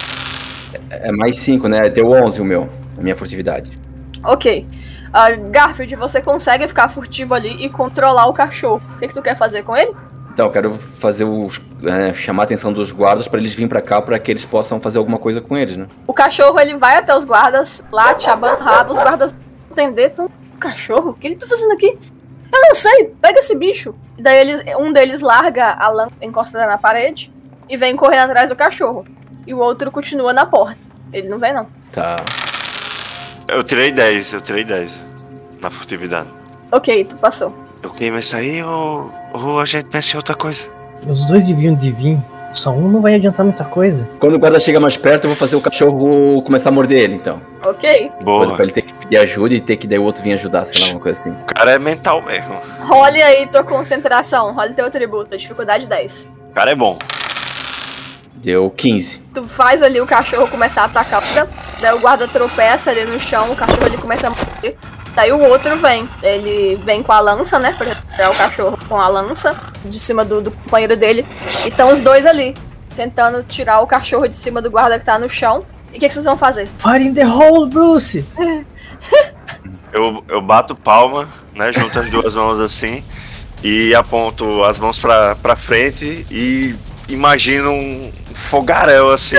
É mais 5, né? Deu 11 a minha furtividade. Ok. Garfield, você consegue ficar furtivo ali e controlar o cachorro. O que tu quer fazer com ele? Então, eu quero fazer chamar a atenção dos guardas pra eles virem pra cá, pra que eles possam fazer alguma coisa com eles, né? O cachorro, ele vai até os guardas, late, abana o rabo, os guardas vão entender. Cachorro? O que ele tá fazendo aqui? Eu não sei, pega esse bicho. E daí um deles larga a lâmpada encostada na parede e vem correndo atrás do cachorro. E o outro continua na porta. Ele não vem, não. Tá. Eu tirei 10 na furtividade. Ok, tu passou. Eu queimo isso aí ou a gente pensa em outra coisa? Os dois deviam de vir. Só um não vai adiantar muita coisa. Quando o guarda chega mais perto, eu vou fazer o cachorro começar a morder ele, então. Ok. Boa. Pra ele ter que pedir ajuda e ter que daí o outro vir ajudar, sei lá, uma coisa assim. O cara é mental mesmo. Role aí tua concentração, role teu atributo, dificuldade 10. O cara é bom. Deu 15. Tu faz ali o cachorro começar a atacar, daí o guarda tropeça ali no chão, o cachorro ali começa a morrer. Daí o outro vem, ele vem com a lança, né, pra tirar o cachorro com a lança de cima do companheiro dele. E estão os dois ali, tentando tirar o cachorro de cima do guarda que tá no chão. E o que vocês vão fazer? Fire in the hole, Bruce! Eu bato palma, né, junto as duas mãos assim, e aponto as mãos pra frente e imagino um fogaréu assim,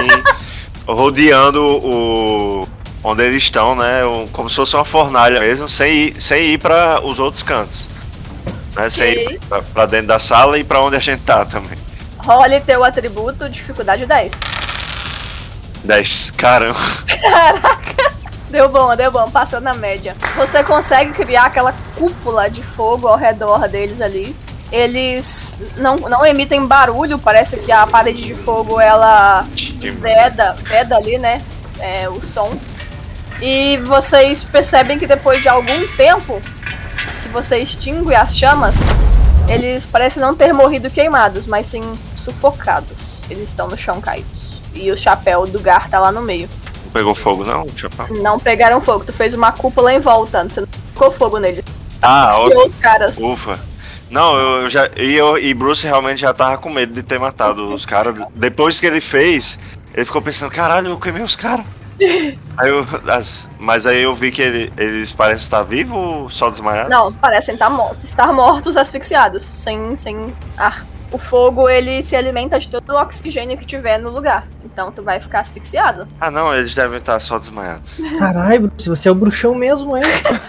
rodeando onde eles estão, né, como se fosse uma fornalha mesmo, sem ir para os outros cantos, né, sem ir pra dentro da sala e pra onde a gente tá também. Role teu atributo, dificuldade 10. 10, caramba. Caraca! Deu bom, passou na média. Você consegue criar aquela cúpula de fogo ao redor deles ali. Eles não emitem barulho, parece que a parede de fogo, ela veda ali, né, o som. E vocês percebem que depois de algum tempo que você extingue as chamas, eles parecem não ter morrido queimados, mas sim sufocados. Eles estão no chão caídos. E o chapéu do Gar tá lá no meio. Não pegou fogo não, chapéu? Não pegaram fogo, tu fez uma cúpula em volta, você não ficou fogo nele. Ok. Os caras. Ufa. Não, e Bruce realmente já tava com medo de ter matado os caras. Depois que ele fez, ele ficou pensando, caralho, eu queimei os caras. Mas aí eu vi que eles parecem estar vivos ou só desmaiados? Não, parecem estar mortos, asfixiados, sem ar. O fogo, ele se alimenta de todo o oxigênio que tiver no lugar. Então tu vai ficar asfixiado. Ah não, eles devem estar só desmaiados. Caralho, se você é o bruxão mesmo, hein?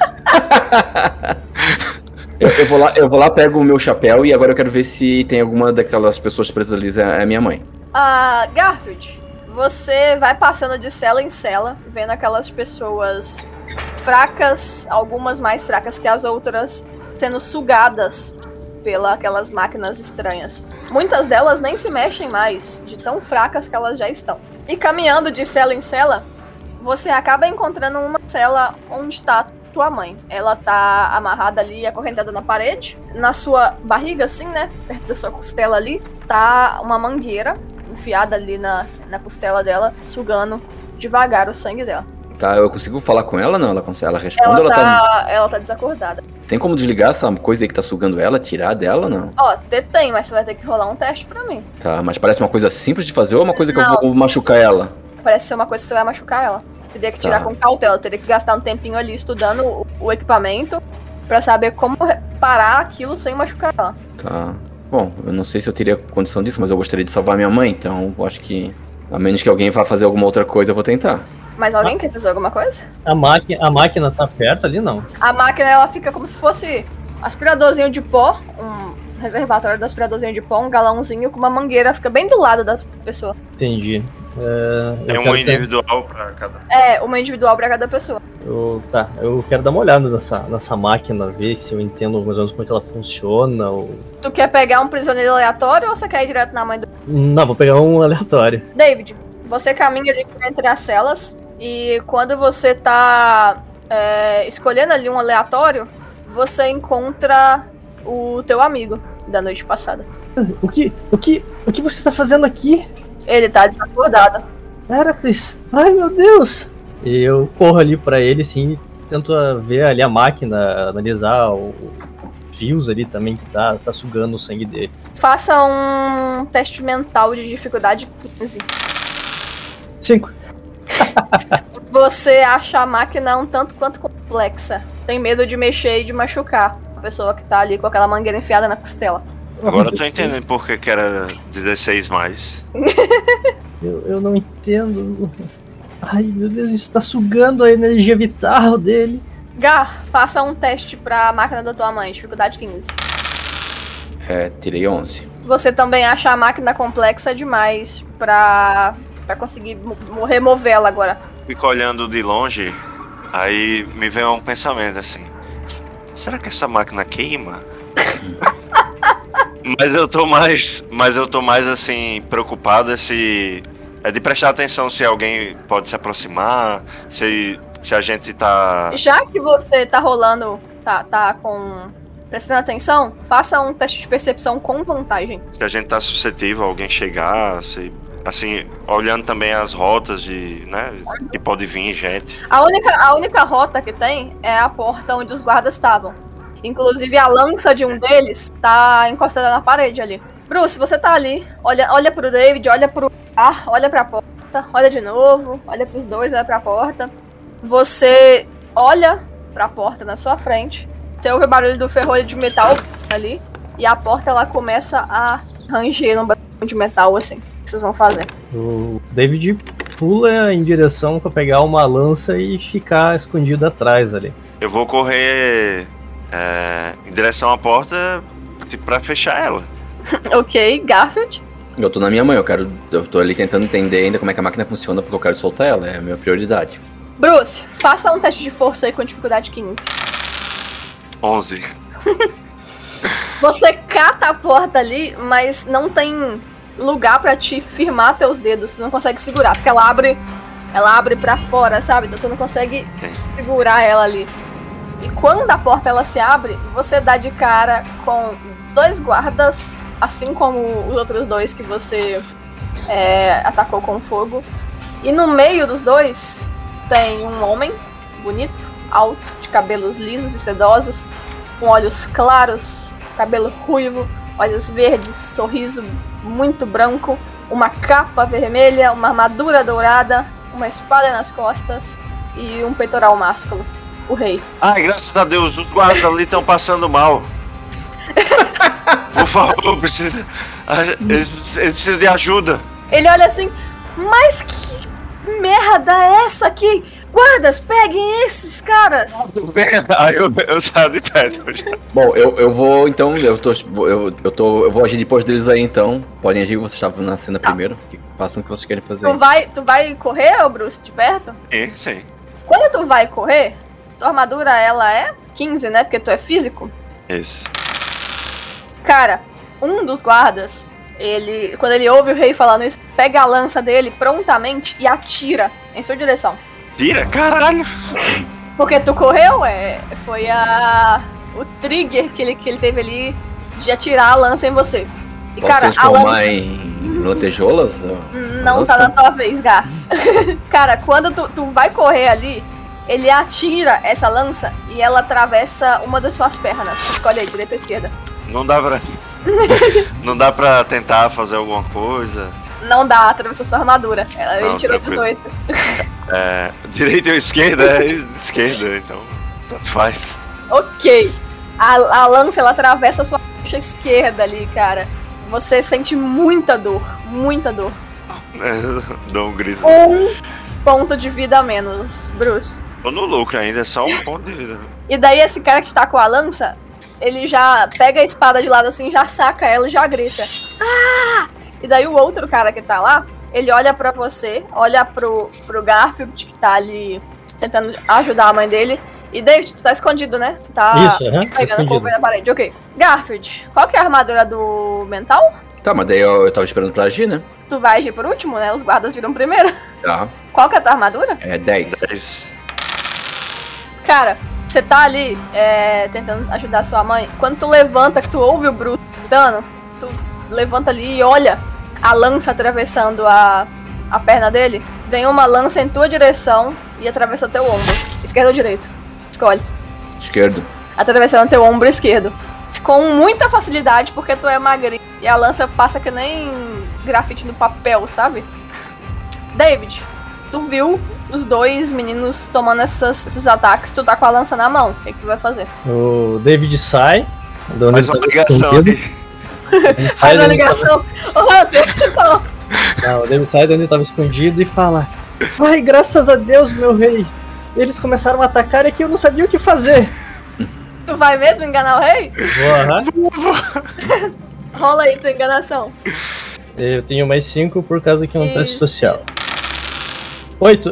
Eu vou lá, pego o meu chapéu e agora eu quero ver se tem alguma daquelas pessoas presas ali, é a minha mãe. Garfield, você vai passando de cela em cela, vendo aquelas pessoas fracas, algumas mais fracas que as outras, sendo sugadas pelas máquinas estranhas. Muitas delas nem se mexem mais, de tão fracas que elas já estão. E caminhando de cela em cela, você acaba encontrando uma cela onde está tua mãe. Ela tá amarrada ali, acorrentada na parede. Na sua barriga, assim, né, perto da sua costela ali, tá uma mangueira enfiada ali na costela dela, sugando devagar o sangue dela. Tá, eu consigo falar com ela? Não, ela responde ou ela tá desacordada. Tem como desligar essa coisa aí que tá sugando ela, tirar dela, não? Tem, mas você vai ter que rolar um teste pra mim. Tá, mas parece uma coisa simples de fazer ou é uma coisa que eu vou machucar ela? Parece ser uma coisa que você vai machucar ela. Teria que tirar com cautela, teria que gastar um tempinho ali estudando o equipamento pra saber como parar aquilo sem machucar ela. Tá. Bom, eu não sei se eu teria condição disso, mas eu gostaria de salvar minha mãe, então eu acho que, a menos que alguém vá fazer alguma outra coisa, eu vou tentar. Mas alguém quer fazer alguma coisa? A máquina tá perto ali, não? A máquina, ela fica como se fosse aspiradorzinho de pó, um reservatório do aspiradorzinho de pó, um galãozinho com uma mangueira, fica bem do lado da pessoa. Entendi. Tem uma individual pra cada... uma individual pra cada pessoa. Eu quero dar uma olhada nessa máquina, ver se eu entendo mais ou menos como é que ela funciona. Tu quer pegar um prisioneiro aleatório ou você quer ir direto na mãe do... Não, vou pegar um aleatório. David, você caminha ali entre as celas e quando você tá escolhendo ali um aleatório, você encontra o teu amigo da noite passada. O que você tá fazendo aqui? Ele tá desacordado. Heracles, ai meu Deus! E eu corro ali pra ele, assim, tento ver ali a máquina, analisar os fios ali também que tá sugando o sangue dele. Faça um teste mental de dificuldade 15. 5. Você acha a máquina um tanto quanto complexa. Tem medo de mexer e de machucar a pessoa que tá ali com aquela mangueira enfiada na costela. Agora eu tô entendendo por que era 16 mais. Eu não entendo. Ai, meu Deus, isso tá sugando a energia vital dele. Gar, faça um teste pra máquina da tua mãe, dificuldade 15. Tirei 11. Você também acha a máquina complexa demais pra conseguir removê-la agora. Fico olhando de longe, aí me vem um pensamento assim. Será que essa máquina queima? Mas eu tô mais assim, preocupado de prestar atenção se alguém pode se aproximar, se a gente tá... Já que você tá rolando, prestando atenção, faça um teste de percepção com vantagem. Se a gente tá suscetível a alguém chegar, se assim, olhando também as rotas de, né, que pode vir gente. A única rota que tem é a porta onde os guardas estavam. Inclusive a lança de um deles tá encostada na parede ali. Bruce, você tá ali, olha pro David, olha pro ar, olha pra porta, olha de novo, olha pros dois, olha pra porta. Você olha pra porta na sua frente, você ouve o barulho do ferrolho de metal ali, e a porta ela começa a ranger num barulho de metal assim. O que vocês vão fazer? O David pula em direção pra pegar uma lança e ficar escondido atrás ali. Eu vou correr em direção à porta, tipo, pra fechar ela. Ok, Garfield. Eu tô na minha mãe, eu tô ali tentando entender ainda como é que a máquina funciona, porque eu quero soltar ela, é a minha prioridade. Bruce, faça um teste de força aí com dificuldade 15. 11. Você cata a porta ali, mas não tem lugar pra te firmar teus dedos. Tu não consegue segurar, porque ela abre pra fora, sabe? Então tu não consegue segurar ela ali. E quando a porta ela se abre, você dá de cara com dois guardas, assim como os outros dois que você atacou com fogo. E no meio dos dois tem um homem bonito, alto, de cabelos lisos e sedosos, com olhos claros, cabelo ruivo, olhos verdes, sorriso muito branco, uma capa vermelha, uma armadura dourada, uma espada nas costas e um peitoral másculo. O rei. Ai, graças a Deus, os guardas ali estão passando mal. Por favor, eles precisam de ajuda. Ele olha assim, mas que merda é essa aqui? Guardas, peguem esses caras! Aí eu saio de perto. Bom, eu vou então, eu vou agir depois deles aí então. Podem agir, vocês estavam na cena primeiro. Façam o que vocês querem fazer. Tu vai correr, ô Bruce, de perto? Sim. Quando tu vai correr, tua armadura ela é 15, né? Porque tu é físico. Isso. Cara, um dos guardas, quando ele ouve o rei falando isso, pega a lança dele prontamente e atira em sua direção. Tira, caralho! Porque tu correu, foi o trigger que ele teve ali de atirar a lança em você. E posso cara, a lança em lantejoulas? Não tá na tua vez, Gar. Cara, quando tu vai correr ali, ele atira essa lança e ela atravessa uma das suas pernas. Escolhe aí, direita ou esquerda. Não dá pra tentar fazer alguma coisa. Não dá, atravessou sua armadura. Ele tirou tranquilo. 18. Direita ou esquerda? Esquerda, então tanto faz. Ok. A lança, ela atravessa a sua coxa esquerda ali, cara. Você sente muita dor, muita dor. Dou um grito. 1 ponto de vida a menos, Bruce. Tô no lucro ainda, é só 1 ponto de vida. E daí esse cara que tá com a lança, ele já pega a espada de lado assim, já saca ela e já grita. Ah! E daí o outro cara que tá lá, ele olha pra você, olha pro Garfield que tá ali tentando ajudar a mãe dele. E David, tu tá escondido, né? Tu tá pegando fogo na parede, ok. Garfield, qual que é a armadura do mental? Tá, mas daí eu tava esperando pra agir, né? Tu vai agir por último, né? Os guardas viram primeiro. Tá. Qual que é a tua armadura? É 10. 10. Cara, você tá ali tentando ajudar sua mãe. Quando tu levanta, que tu ouve o Bruce gritando, tu levanta ali e olha a lança atravessando a perna dele. Vem uma lança em tua direção e atravessa teu ombro. Esquerdo ou direito? Escolhe. Esquerdo. Atravessando teu ombro esquerdo. Com muita facilidade, porque tu é magrinho. E a lança passa que nem grafite no papel, sabe? David, tu viu os dois meninos tomando esses ataques, tu tá com a lança na mão. O que tu vai fazer? O David sai. Faz uma ligação aí. Faz uma ligação. Não, o David sai de onde ele tava escondido e fala: ai, graças a Deus, meu rei. Eles começaram a atacar e aqui eu não sabia o que fazer. Tu vai mesmo enganar o rei? Vou. Rola aí tua enganação. Eu tenho mais 5 por causa que é um teste social. 8.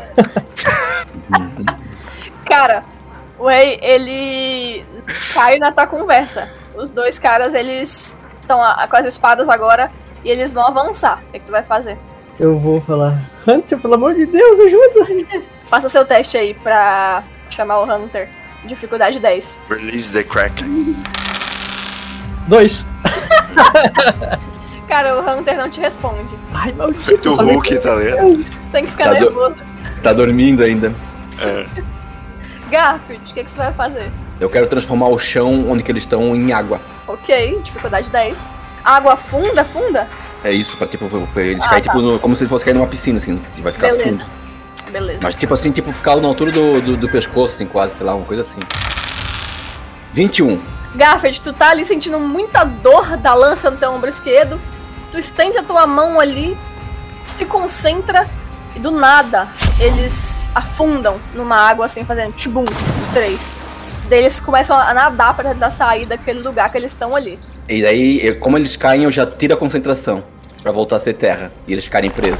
Cara, o rei, ele cai na tua conversa. Os dois caras, eles estão com as espadas agora e eles vão avançar. O que tu vai fazer? Eu vou falar: Hunter, pelo amor de Deus, ajuda! Faça seu teste aí pra chamar o Hunter. Dificuldade 10. Release the Kraken. 2. Cara, o Hunter não te responde. Ai, maldito. Feito o Hulk, tá ligado? Tem que ficar Tá nervoso. Tá dormindo ainda. É. Garfield, o que você vai fazer? Eu quero transformar o chão onde que eles estão em água. Ok, dificuldade 10. Água funda? É isso, pra tipo, eles Ah, caem tá. tipo, como se fosse cair numa piscina, assim. E vai ficar Beleza. fundo. Beleza. Mas tipo assim, tipo, ficar na altura do pescoço, assim, quase, sei lá, uma coisa assim. 21. Garfield, tu tá ali sentindo muita dor da lança no teu ombro esquerdo. Tu estende a tua mão ali, se concentra e do nada eles afundam numa água assim, fazendo tchubum, os três. Daí eles começam a nadar pra tentar sair daquele lugar que eles estão ali. E daí, como eles caem, eu já tiro a concentração pra voltar a ser terra. E eles ficarem presos.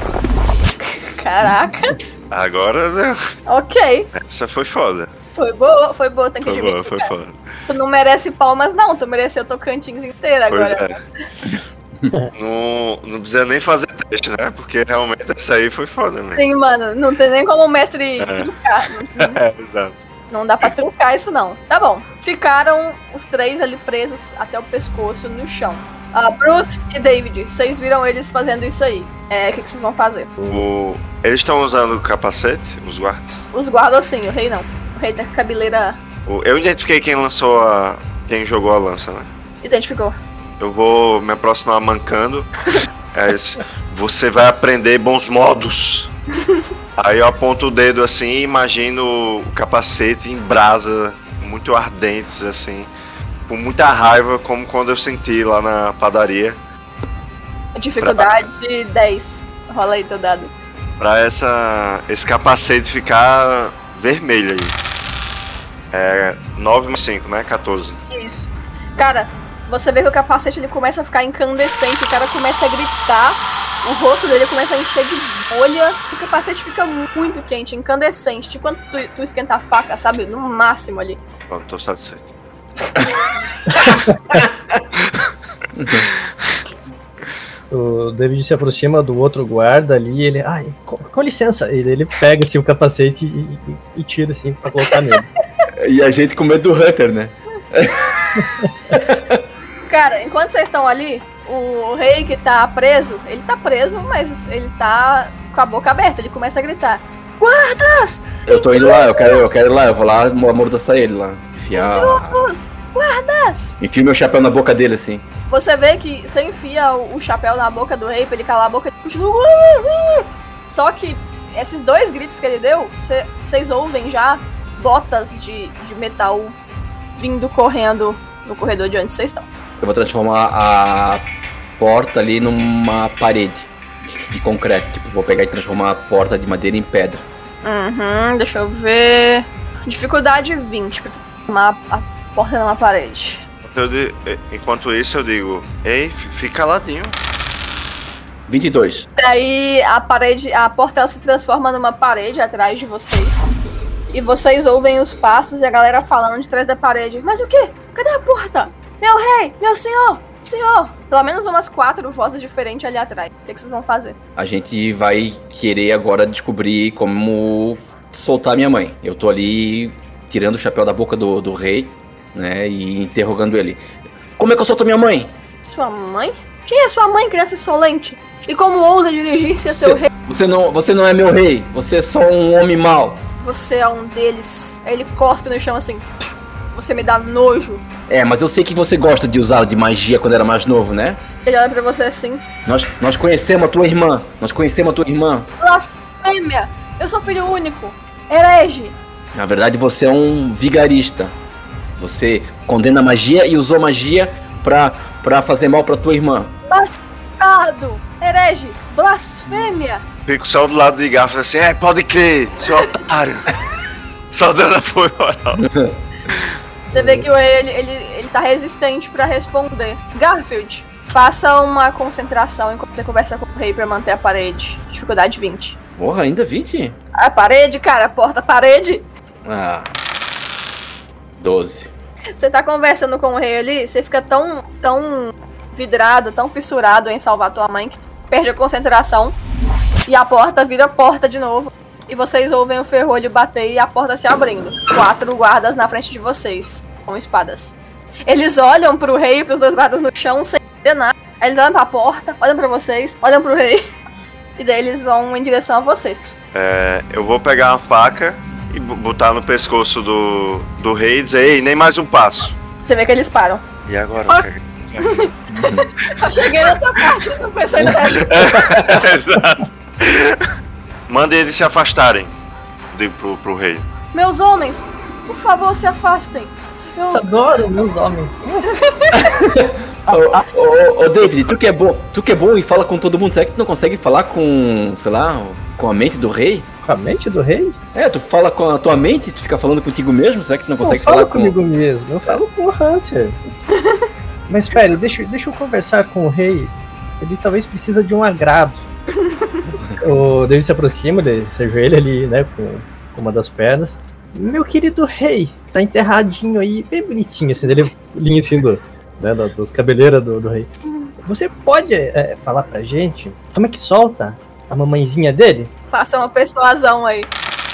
Caraca, Agora, né? ok. Essa foi foda. Foi boa, tem que Foi admitir. boa, foi cara. foda. Tu não merece palmas não, tu mereceu Tocantins inteira Pois agora. é. Não precisa nem fazer teste, né? Porque realmente essa aí foi foda, né? Sim, mano, não tem nem como o mestre trucar. É, exato. Não dá pra trucar isso não. Tá bom. Ficaram os três ali presos até o pescoço no chão. Bruce e David, vocês viram eles fazendo isso aí. O que vocês vão fazer? Eles estão usando capacete, os guardas? Os guardas sim, o rei não. O rei tem a cabeleira. Eu identifiquei quem quem jogou a lança, né? Identificou. Eu vou me aproximar mancando. É isso. Você vai aprender bons modos. Aí eu aponto o dedo assim e imagino o capacete em brasa, muito ardentes assim, com muita raiva, como quando eu senti lá na padaria. Dificuldade 10. Rola aí teu dado. Pra esse capacete ficar vermelho aí. É 9 mais 5, né? 14. Isso. Cara, você vê que o capacete ele começa a ficar incandescente, o cara começa a gritar, o rosto dele começa a encher de bolha, o capacete fica muito quente, incandescente, tipo quando tu esquenta a faca, sabe? No máximo ali. Bom, tô satisfeito. O David se aproxima do outro guarda ali e ele... Ai, com licença. Ele pega assim, o capacete e tira assim pra colocar nele. E a gente com medo do Hunter, né? Cara, enquanto vocês estão ali, o rei que tá preso, ele tá preso, mas ele tá com a boca aberta, ele começa a gritar: guardas! Eu tô indo lá, eu quero ir lá, eu vou lá amordaçar ele lá. Enfiar. Intrusos! Guardas! Enfio meu chapéu na boca dele assim. Você vê que você enfia o chapéu na boca do rei pra ele calar a boca e continua. Só que esses dois gritos que ele deu, vocês ouvem já botas de metal vindo correndo no corredor de onde vocês estão. Eu vou transformar a porta ali numa parede de concreto. Tipo, vou pegar e transformar a porta de madeira em pedra. Deixa eu ver. Dificuldade 20 pra transformar a porta numa parede. Enquanto isso eu digo, ei, fica caladinho. 22. Daí a porta ela se transforma numa parede atrás de vocês. E vocês ouvem os passos e a galera falando de trás da parede. Mas o quê? Cadê a porta? Meu rei! Meu senhor! Senhor! Pelo menos umas 4 vozes diferentes ali atrás. O que vocês vão fazer? A gente vai querer agora descobrir como soltar minha mãe. Eu tô ali tirando o chapéu da boca do rei, né, e interrogando ele. Como é que eu solto minha mãe? Sua mãe? Quem é sua mãe, criança insolente? E como ousa dirigir-se a seu rei? Você não é meu rei. Você é só um homem mau. Você é um deles. Aí ele cospe no chão assim. Você me dá nojo. É, mas eu sei que você gosta de usar de magia quando era mais novo, né? Ele olha pra você assim. Nós conhecemos a tua irmã. Blasfêmia! Eu sou filho único. Herege. Na verdade, você é um vigarista. Você condena a magia e usou magia pra fazer mal pra tua irmã. Bastardo! Herege! Blasfêmia! Fico só do lado de Garfield assim, pode crer, seu otário. Só dando apoio moral. Você vê que o rei, ele tá resistente pra responder. Garfield, faça uma concentração enquanto você conversa com o rei pra manter a parede. Dificuldade 20. Porra, ainda 20? A parede, cara, porta, parede. 12. Você tá conversando com o rei ali, você fica tão vidrado, tão fissurado em salvar tua mãe que tu perde a concentração e a porta vira porta de novo. E vocês ouvem o ferrolho bater e a porta se abrindo. 4 guardas na frente de vocês, com espadas. Eles olham pro rei e pros 2 guardas no chão sem entender nada. Aí eles olham pra porta, olham pra vocês, olham pro rei. E daí eles vão em direção a vocês. Eu vou pegar uma faca e botar no pescoço do rei e dizer, ei, nem mais um passo. Você vê que eles param. E agora? Eu cheguei nessa parte, não pensei no resto. Exato. Manda eles se afastarem pro rei. Meus homens, por favor, se afastem. Eu adoro meus homens. Ô, David, tu que é bom e fala com todo mundo, será que tu não consegue falar com, sei lá, com a mente do rei? Com a mente do rei? Tu fala com a tua mente, tu fica falando contigo mesmo, será que tu não consegue falar com... comigo mesmo, eu falo com o Hunter. Mas espere, deixa eu conversar com o rei, ele talvez precisa de um agrado. O David se aproxima, ele se ajoelha ali, né, com uma das pernas. Meu querido rei, tá enterradinho aí, bem bonitinho, assim, dele linha assim dos cabeleiras do rei. Você pode falar pra gente como é que solta a mamãezinha dele? Faça uma persuasão aí.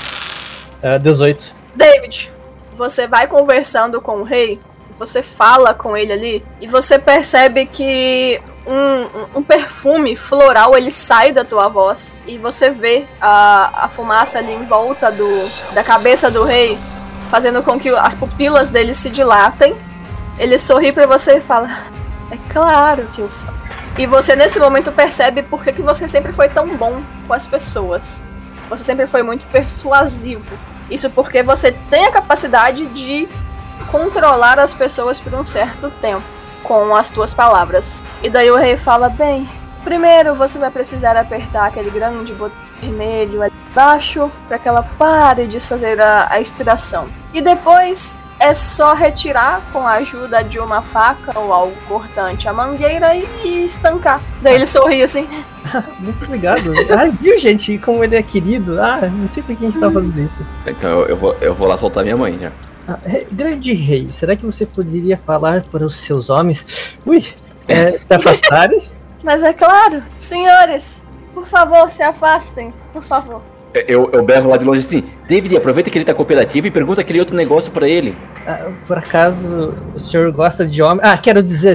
18. David, você vai conversando com o rei, você fala com ele ali, e você percebe que um perfume floral, ele sai da tua voz, e você vê a fumaça ali em volta da cabeça do rei, fazendo com que as pupilas dele se dilatem. Ele sorri pra você e fala, é claro que eu falo. E você nesse momento percebe por que você sempre foi tão bom com as pessoas. Você sempre foi muito persuasivo. Isso porque você tem a capacidade de controlar as pessoas por um certo tempo com as tuas palavras. E daí o rei fala, bem, primeiro você vai precisar apertar aquele grande botão vermelho ali embaixo para que ela pare de fazer a extração. E depois é só retirar com a ajuda de uma faca ou algo cortante a mangueira e estancar. Daí ele sorri assim. Muito obrigado. Viu, gente, como ele é querido. Não sei por que a gente tá fazendo isso. Então eu vou lá soltar minha mãe já. Grande rei, será que você poderia falar para os seus homens se afastarem? Mas é claro, senhores, por favor, se afastem, por favor. Eu berro lá de longe assim, David, aproveita que ele tá cooperativo e pergunta aquele outro negócio pra ele. Por acaso o senhor gosta de homem? Quero dizer,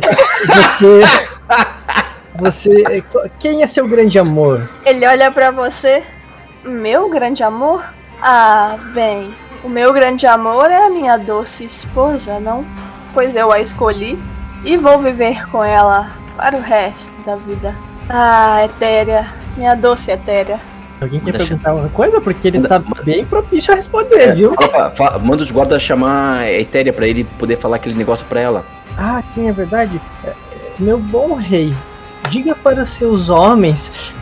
você, quem é seu grande amor? Ele olha pra você, meu grande amor? Bem, o meu grande amor é a minha doce esposa, não? Pois eu a escolhi e vou viver com ela para o resto da vida. Etérea, minha doce Etérea. Alguém quer perguntar uma coisa? Porque ele tá bem propício a responder, viu? Manda os guardas chamar a Etérea pra ele poder falar aquele negócio pra ela. Sim, é verdade. Meu bom rei, diga para os seus homens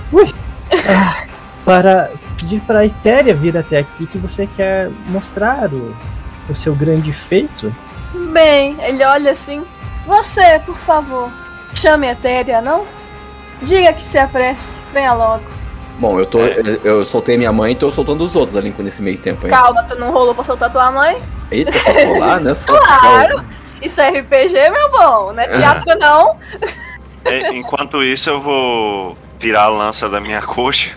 para pedir para a Etérea vir até aqui que você quer mostrar o seu grande feito. Bem, ele olha assim. Você, por favor, chame a Etérea, não? Diga que se apresse, venha logo. Bom, eu soltei minha mãe e tô soltando os outros ali nesse meio tempo aí. Calma, tu não rolou pra soltar tua mãe? Eita, pode rolar, né? Claro! Isso é RPG, meu bom, não é teatro não. Enquanto isso, eu vou tirar a lança da minha coxa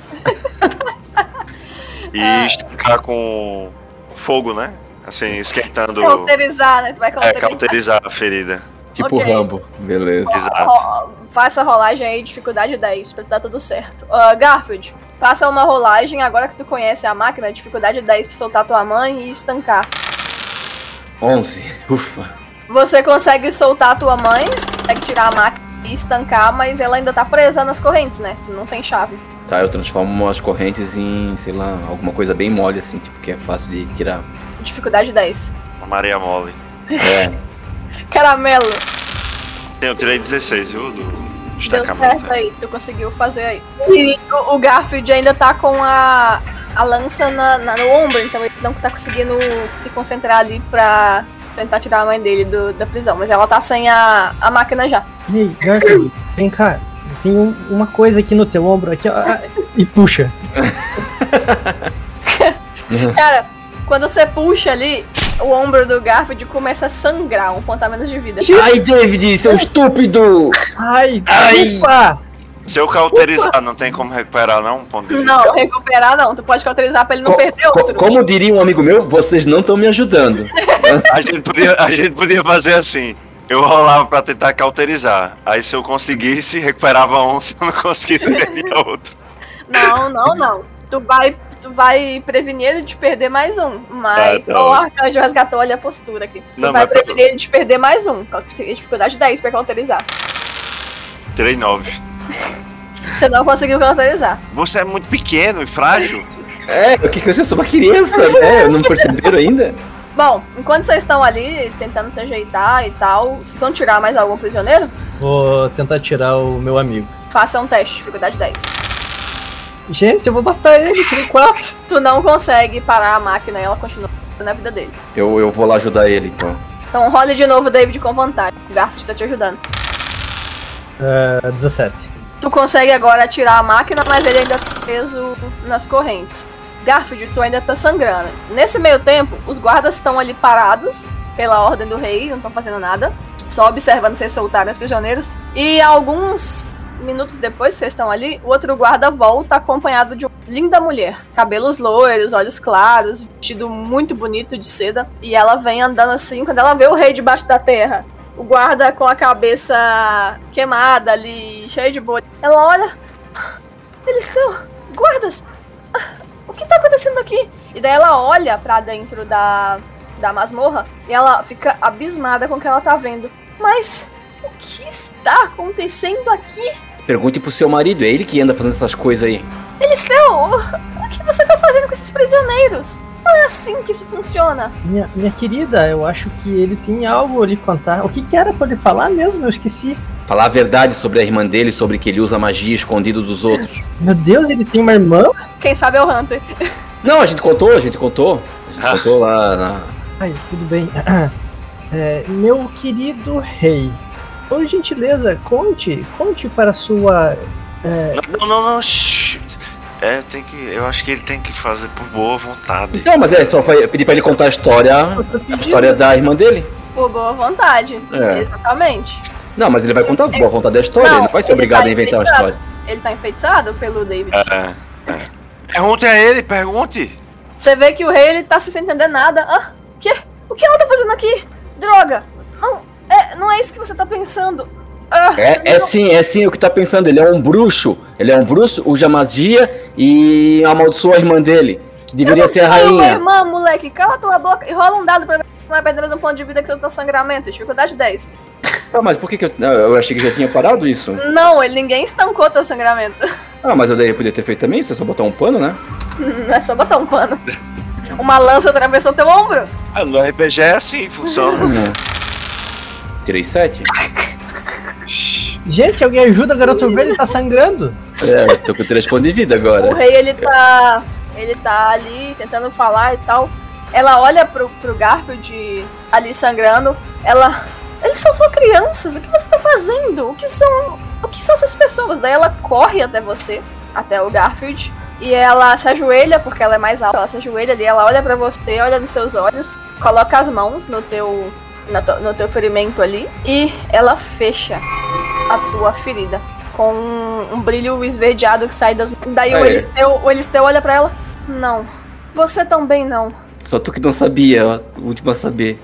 e esticar com fogo, né? Assim, esquentando. Cauterizar, né? Tu vai cauterizar. Cauterizar a ferida. Tipo Rambo, beleza. Exato. Faça a rolagem aí, dificuldade 10, pra dar tudo certo. Garfield, faça uma rolagem, agora que tu conhece a máquina, dificuldade 10 pra soltar tua mãe e estancar. 11, ufa. Você consegue soltar a tua mãe, consegue tirar a máquina e estancar, mas ela ainda tá presa nas correntes, né? Não tem chave. Tá, eu transformo as correntes em, sei lá, alguma coisa bem mole assim, tipo, que é fácil de tirar. Dificuldade 10. Uma Maria Mole. Caramelo. Eu tirei 16, viu? Deu certo aí, tu conseguiu fazer aí. E o Garfield ainda tá com a lança no ombro, então ele não tá conseguindo se concentrar ali pra tentar tirar a mãe dele da prisão. Mas ela tá sem a máquina já. Ei, Garfield, vem cá. Tem uma coisa aqui no teu ombro, aqui, ó, e puxa. Cara, quando você puxa ali, o ombro do Garfield começa a sangrar, um ponto a menos de vida. Ai, David, seu estúpido! Ai, desculpa! Se eu cauterizar, não tem como recuperar, não? Um ponto de vida? Não, recuperar não. Tu pode cauterizar pra ele não perder outro. Como diria um amigo meu, vocês não estão me ajudando. A gente podia fazer assim. eu rolava pra tentar cauterizar. Aí se eu conseguisse, recuperava um, se eu não conseguisse, perdia outro. Não. Tu vai prevenir ele de perder mais um. Mas Tá. o arcanjo resgatou, olha a postura aqui. Tu vai prevenir ele de perder mais um. Dificuldade 10 pra cauterizar. Tirei 9. Você não conseguiu cauterizar. Você é muito pequeno e frágil. O que eu sou uma criança, né? Não perceberam ainda? Bom, enquanto vocês estão ali tentando se ajeitar e tal, vocês vão tirar mais algum prisioneiro? Vou tentar tirar o meu amigo. Faça um teste, dificuldade 10. Gente, eu vou matar ele, tirei 4. Tu não consegue parar a máquina e ela continua na vida dele. Eu vou lá ajudar ele, então. Então role de novo, David, com vantagem. O Garfield tá te ajudando. 17. Tu consegue agora tirar a máquina, mas ele ainda tá preso nas correntes. Garfield, tu ainda tá sangrando. Nesse meio tempo, os guardas estão ali parados pela ordem do rei, não estão fazendo nada, só observando vocês soltarem os prisioneiros. E alguns minutos depois que vocês estão ali, o outro guarda volta acompanhado de uma linda mulher. Cabelos loiros, olhos claros, vestido muito bonito de seda. E ela vem andando assim, quando ela vê o rei debaixo da terra. O guarda com a cabeça queimada ali, cheio de bolha. Ela olha... Eles estão... Guardas! O que tá acontecendo aqui? E daí ela olha pra dentro da masmorra e ela fica abismada com o que ela tá vendo. Mas... o que está acontecendo aqui? Pergunte pro seu marido, é ele que anda fazendo essas coisas aí. Elisteu, o que você tá fazendo com esses prisioneiros? Não é assim que isso funciona. Minha querida, eu acho que ele tem algo a lhe contar. O que era pra ele falar mesmo? Eu esqueci. Falar a verdade sobre a irmã dele, sobre que ele usa magia escondido dos outros. Meu Deus, ele tem uma irmã? Quem sabe é o Hunter. Não, a gente contou. A gente contou lá na... Ai, tudo bem. Meu querido rei, por gentileza, conte para sua... Não. Eu acho que ele tem que fazer por boa vontade. Não, mas só vai pedir pra ele contar a história da irmã dele. Por boa vontade. Exatamente. Não, mas ele vai contar por boa vontade da história, ele não vai ser obrigado a inventar uma história. Ele tá enfeitiçado pelo David. Pergunte a ele, pergunte. Você vê que o rei, ele tá sem entender nada. Quê? O que ela tá fazendo aqui? Droga! Não é isso que você tá pensando. É sim o que tá pensando. Ele é um bruxo, usa magia e amaldiçoa a irmã dele, que deveria ser a rainha. Minha irmã, moleque, cala tua boca e rola um dado pra ver se não vai perder mais um ponto de vida que você tá sangramento. Dificuldade 10. Mas por que eu achei que já tinha parado isso? Não, ninguém estancou teu sangramento. Mas eu daí podia ter feito também, se é só botar um pano, né? Não é só botar um pano. Uma lança atravessou teu ombro. No RPG é assim, funciona. Tirei 7. Gente, alguém ajuda o garoto velho, ele tá sangrando. Tô com 3 pontos de vida agora. O rei, ele tá ali tentando falar e tal. Ela olha pro Garfield ali sangrando. Eles são só crianças, o que você tá fazendo? O que são essas pessoas? Daí ela corre até você, até o Garfield. E ela se ajoelha, porque ela é mais alta. Ela se ajoelha ali, ela olha pra você, olha nos seus olhos. Coloca as mãos no teu ferimento ali. E ela fecha a tua ferida com um brilho esverdeado que sai das mãos. Daí o Elisteu olha pra ela. Não, você também não. Só tu que não sabia, o último a saber.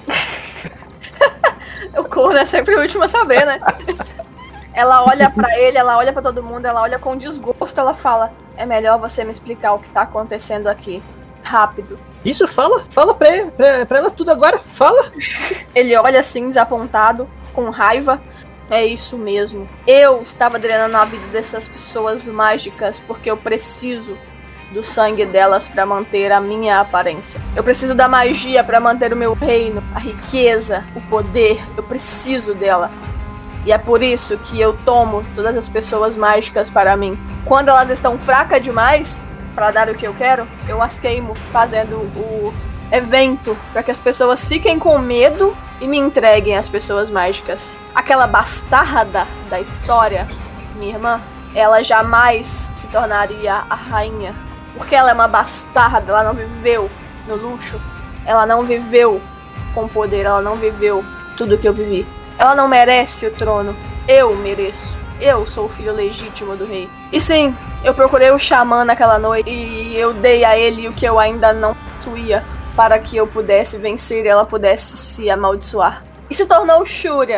O corno é sempre o último a saber, né? Ela olha pra ele, ela olha pra todo mundo, ela olha com desgosto, ela fala: é melhor você me explicar o que tá acontecendo aqui. Rápido. Isso, fala pra ela tudo agora, fala. Ele olha assim, desapontado, com raiva. É isso mesmo. Eu estava drenando a vida dessas pessoas mágicas porque eu preciso do sangue delas para manter a minha aparência. Eu preciso da magia para manter o meu reino, a riqueza, o poder. Eu preciso dela. E é por isso que eu tomo todas as pessoas mágicas para mim. Quando elas estão fracas demais para dar o que eu quero, eu as queimo fazendo o evento para que as pessoas fiquem com medo e me entreguem às pessoas mágicas. Aquela bastarda da história, minha irmã, ela jamais se tornaria a rainha. Porque ela é uma bastarda, ela não viveu no luxo, ela não viveu com poder, ela não viveu tudo que eu vivi. Ela não merece o trono, eu mereço. Eu sou o filho legítimo do rei. E sim, eu procurei o xamã naquela noite e eu dei a ele o que eu ainda não possuía para que eu pudesse vencer e ela pudesse se amaldiçoar. E se tornou Shúria,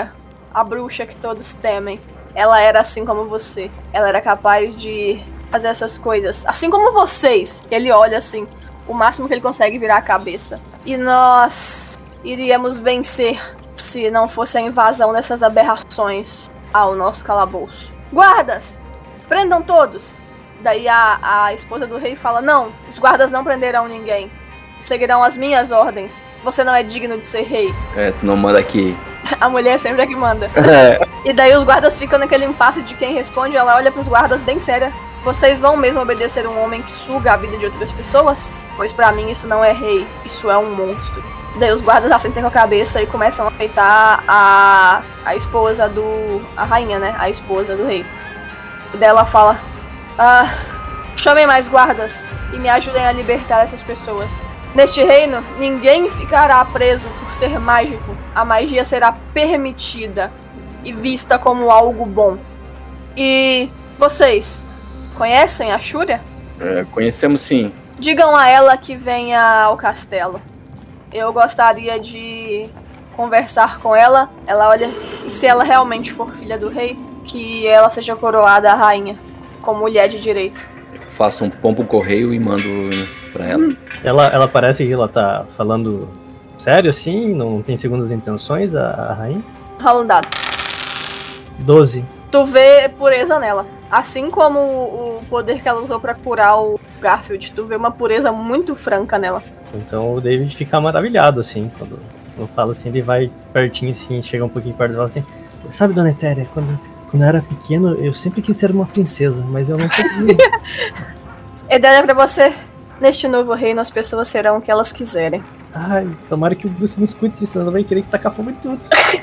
a bruxa que todos temem. Ela era assim como você. Ela era capaz de fazer essas coisas. Assim como vocês. Ele olha assim, o máximo que ele consegue virar a cabeça. E nós iríamos vencer se não fosse a invasão dessas aberrações ao nosso calabouço. Guardas! Prendam todos! Daí a esposa do rei fala, não, os guardas não prenderão ninguém. Seguirão as minhas ordens. Você não é digno de ser rei. Tu não manda aqui. A mulher sempre é que manda. E daí os guardas ficam naquele impasse de quem responde. Ela olha pros guardas bem séria. Vocês vão mesmo obedecer um homem que suga a vida de outras pessoas? Pois pra mim isso não é rei, isso é um monstro. Daí os guardas assentem com a cabeça e começam a aceitar a esposa do... a rainha, né? A esposa do rei. E daí ela fala, chamem mais guardas e me ajudem a libertar essas pessoas. Neste reino, ninguém ficará preso por ser mágico. A magia será permitida e vista como algo bom. E vocês, conhecem a Shúria? Conhecemos sim. Digam a ela que venha ao castelo. Eu gostaria de conversar com ela. Ela olha, e se ela realmente for filha do rei, que ela seja coroada a rainha, com mulher de direito. Eu faço um pombo correio e mando pra ela. Ela parece que ela tá falando sério, assim? Não tem segundas intenções, a rainha? Rola um dado. 12. Tu vê pureza nela. Assim como o poder que ela usou pra curar o Garfield, tu vê uma pureza muito franca nela. Então o David fica maravilhado, assim, quando fala assim, ele vai pertinho, assim, chega um pouquinho perto e fala assim, sabe, Dona Etéria, quando eu era pequeno, eu sempre quis ser uma princesa, mas eu não consegui. Ideia pra você, neste novo reino as pessoas serão o que elas quiserem. Ai, tomara que o Bruce não escute isso, senão vai querer tacar fogo em tudo.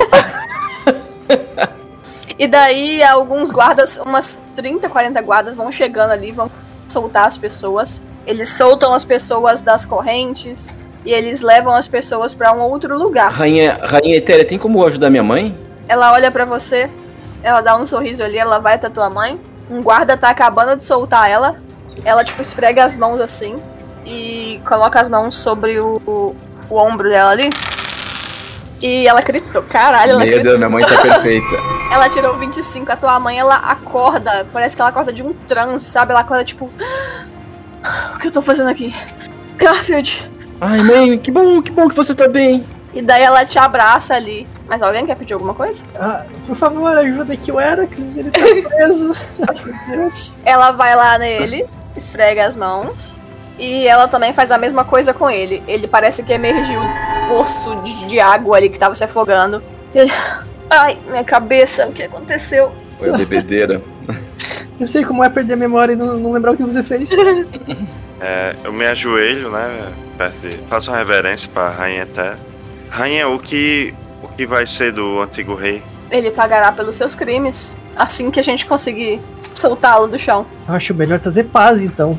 E daí alguns guardas, umas 30, 40 guardas vão chegando ali, vão soltar as pessoas. Eles soltam as pessoas das correntes e eles levam as pessoas pra um outro lugar. Rainha Etéria, tem como ajudar minha mãe? Ela olha pra você, ela dá um sorriso ali, ela vai até tua mãe. Um guarda tá acabando de soltar ela. Ela, tipo, esfrega as mãos assim e coloca as mãos sobre o ombro dela ali. E ela gritou, caralho, ela gritou. Meu Deus, minha mãe tá perfeita. Ela tirou 25, a tua mãe, ela acorda, parece que ela acorda de um transe, sabe? Ela acorda tipo, o que eu tô fazendo aqui? Garfield! Ai, mãe, que bom que você tá bem. E daí ela te abraça ali. Mas alguém quer pedir alguma coisa? Por favor, ajuda aqui o Heracles, ele tá preso. Meu Deus. Ela vai lá nele, esfrega as mãos. E ela também faz a mesma coisa com ele. Ele parece que emergiu um poço de água ali que tava se afogando. Ele... Ai, minha cabeça, o que aconteceu? Foi a bebedeira. Eu sei como é perder a memória e não lembrar o que você fez. Eu me ajoelho, né? Faço uma reverência pra Rainha Etéria. Rainha, o que vai ser do antigo rei? Ele pagará pelos seus crimes, assim que a gente conseguir soltá-lo do chão. Eu acho melhor trazer paz, então.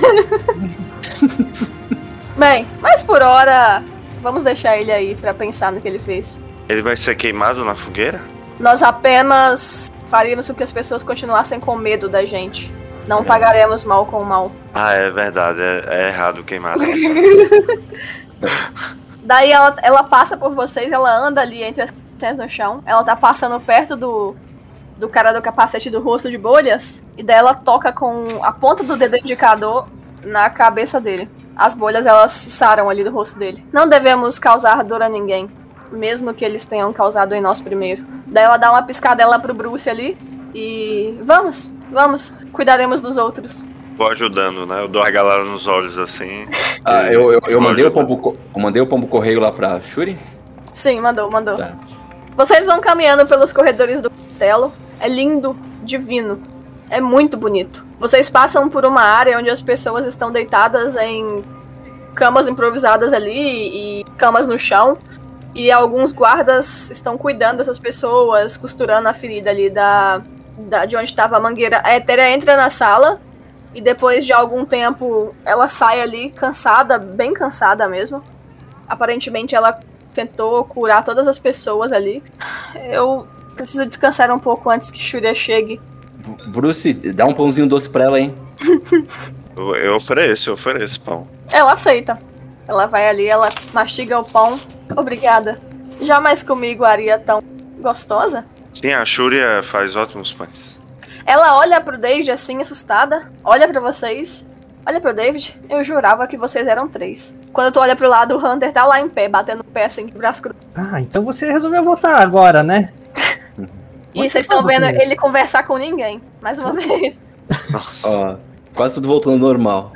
Bem, mas por hora, vamos deixar ele aí pra pensar no que ele fez. Ele vai ser queimado na fogueira? Nós apenas faríamos com que as pessoas continuassem com medo da gente. Não pagaremos mal com mal. Ah, é verdade. É errado queimar as pessoas. Daí ela passa por vocês, ela anda ali entre as peças no chão. Ela tá passando perto do cara do capacete do rosto de bolhas. E daí ela toca com a ponta do dedo indicador na cabeça dele. As bolhas, elas se saram ali do rosto dele. Não devemos causar dor a ninguém, mesmo que eles tenham causado em nós primeiro. Daí ela dá uma piscadela pro Bruce ali. E vamos, cuidaremos dos outros. Vou ajudando, né? Eu dou a galera nos olhos assim. Eu mandei o pombo correio lá pra Shuri? Sim, mandou. Tá. Vocês vão caminhando pelos corredores do castelo. É lindo, divino. É muito bonito. Vocês passam por uma área onde as pessoas estão deitadas em camas improvisadas ali e camas no chão. E alguns guardas estão cuidando dessas pessoas, costurando a ferida ali de onde estava a mangueira. A Etéria entra na sala e depois de algum tempo ela sai ali cansada, bem cansada mesmo. Aparentemente ela tentou curar todas as pessoas ali. Eu preciso descansar um pouco antes que Shúria chegue. Bruce, dá um pãozinho doce pra ela, hein? Eu ofereço pão. Ela aceita. Ela vai ali, ela mastiga o pão. Obrigada. Jamais comigo aria tão gostosa. Sim, a Shúria faz ótimos pães. Ela olha pro David assim, assustada. Olha pra vocês. Olha pro David. Eu jurava que vocês eram 3. Quando tu olha pro lado, o Hunter tá lá em pé, batendo o pé assim, de braço cruzado. Ah, então você resolveu votar agora, né? E vocês estão vendo ele conversar com ninguém. Mais uma vez. Nossa. Ó, quase tudo voltando ao normal.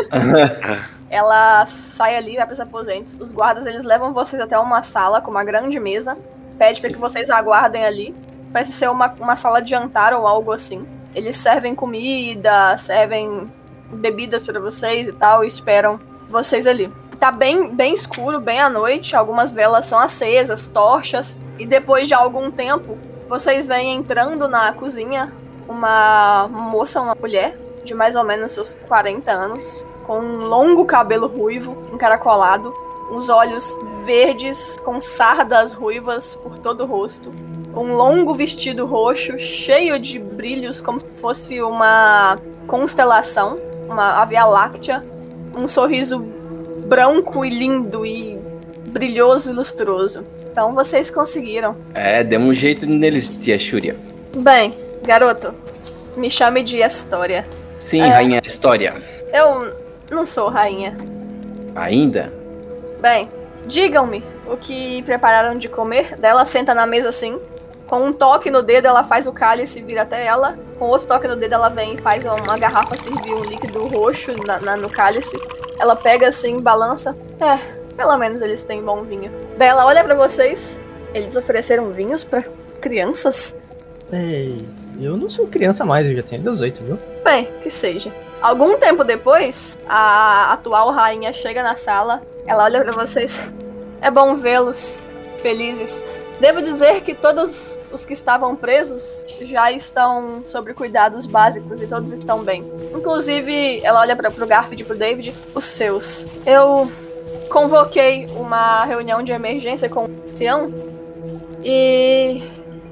Ela sai ali, vai pros aposentos. Os guardas, eles levam vocês até uma sala com uma grande mesa. Pede pra que vocês aguardem ali. Parece ser uma sala de jantar ou algo assim. Eles servem comida, servem bebidas pra vocês e tal, e esperam vocês ali. Tá bem escuro, bem à noite. Algumas velas são acesas, tochas. E depois de algum tempo, vocês veem entrando na cozinha uma moça, uma mulher, de mais ou menos seus 40 anos, com um longo cabelo ruivo, encaracolado, uns olhos verdes com sardas ruivas por todo o rosto, um longo vestido roxo, cheio de brilhos, como se fosse uma constelação, a Via Láctea, um sorriso branco e lindo e brilhoso e lustroso. Então vocês conseguiram. Demos um jeito neles, tia Shúria. Bem, garoto, me chame de História. Sim, rainha História. Eu não sou rainha. Ainda? Bem, digam-me o que prepararam de comer. Daí ela senta na mesa assim. Com um toque no dedo, ela faz o cálice vir até ela. Com outro toque no dedo, ela vem e faz uma garrafa servir um líquido roxo no cálice. Ela pega assim, balança. Pelo menos eles têm bom vinho. Daí ela olha pra vocês. Eles ofereceram vinhos pra crianças? Ei, eu não sou criança mais, eu já tenho 18, viu? Bem, que seja. Algum tempo depois, a atual rainha chega na sala. Ela olha pra vocês. É bom vê-los felizes. Devo dizer que todos os que estavam presos já estão sob cuidados básicos e todos estão bem. Inclusive, ela olha pro Garfield e pro David, os seus. Eu convoquei uma reunião de emergência com o ancião e...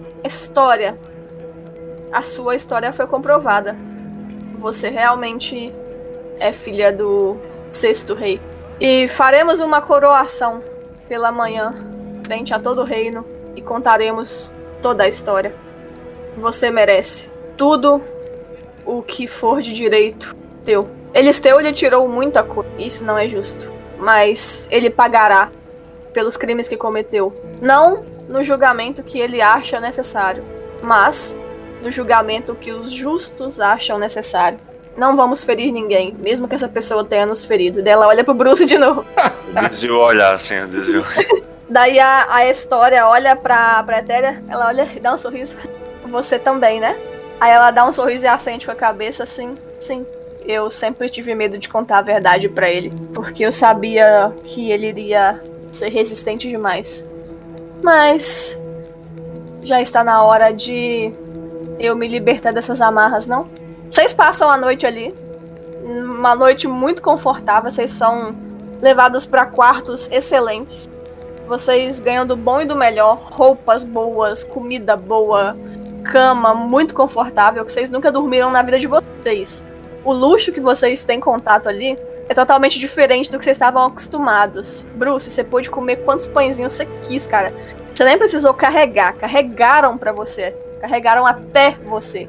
A sua história foi comprovada. Você realmente é filha do 6º rei. E faremos uma coroação pela manhã, frente a todo o reino, e contaremos toda a história. Você merece tudo o que for de direito teu. Elisteu lhe tirou muita coisa, isso não é justo. Mas ele pagará pelos crimes que cometeu. Não no julgamento que ele acha necessário, mas no julgamento que os justos acham necessário. Não vamos ferir ninguém, mesmo que essa pessoa tenha nos ferido. Daí ela olha pro Bruce de novo. Desvio o olhar, assim, desvio. Daí a História olha pra Etéria, ela olha e dá um sorriso. Você também, né? Aí ela dá um sorriso e assente com a cabeça assim. Sim, eu sempre tive medo de contar a verdade pra ele, porque eu sabia que ele iria ser resistente demais. Mas já está na hora de eu me libertar dessas amarras, não? Vocês passam a noite ali, uma noite muito confortável, vocês são levados para quartos excelentes. Vocês ganham do bom e do melhor, roupas boas, comida boa, cama muito confortável, que vocês nunca dormiram na vida de vocês. O luxo que vocês têm contato ali é totalmente diferente do que vocês estavam acostumados. Bruce, você pôde comer quantos pãezinhos você quis, cara. Você nem precisou carregar, carregaram pra você. Carregaram até você.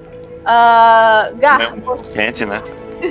Gar, Quente, né?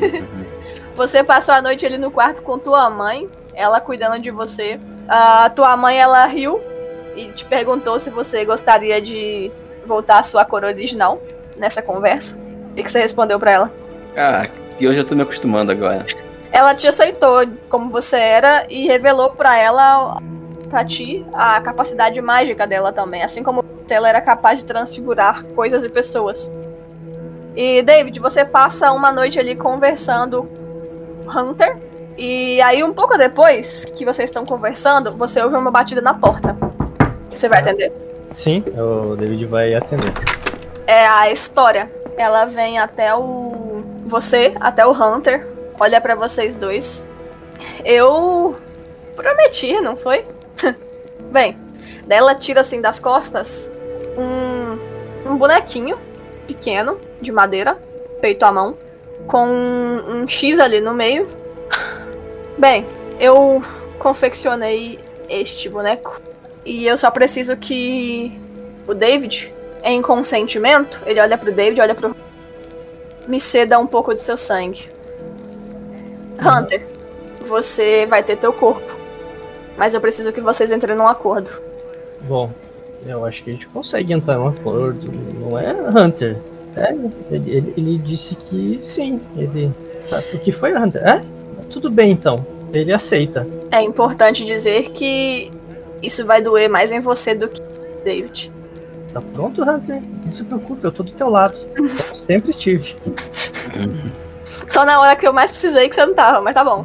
Você passou a noite ali no quarto com tua mãe, ela cuidando de você. Tua mãe, ela riu e te perguntou se você gostaria de voltar à sua cor original nessa conversa. O que você respondeu pra ela? E hoje eu tô me acostumando agora. Ela te aceitou como você era e revelou pra ti a capacidade mágica dela também. Assim como ela era capaz de transfigurar coisas e pessoas. E David, você passa uma noite ali conversando com Hunter. E aí um pouco depois que vocês estão conversando, você ouve uma batida na porta. Você vai atender? Sim, o David vai atender. É a História. Ela vem até até o Hunter. Olha pra vocês dois. Eu prometi, não foi? Bem, daí ela tira assim das costas um bonequinho pequeno, de madeira, feito à mão, com um X ali no meio. Bem, eu confeccionei este boneco e eu só preciso que o David em consentimento, ele olha pro David, olha pro... Me ceda um pouco do seu sangue. Hunter, você vai ter teu corpo. Mas eu preciso que vocês entrem num acordo. Bom, eu acho que a gente consegue entrar num acordo. Não é, Hunter? Ele disse que sim. O que foi, Hunter? Tudo bem, então. Ele aceita. É importante dizer que isso vai doer mais em você do que David. Tá pronto, Hunter? Não se preocupe, eu tô do teu lado. Eu sempre estive. Só na hora que eu mais precisei que você não tava, mas tá bom.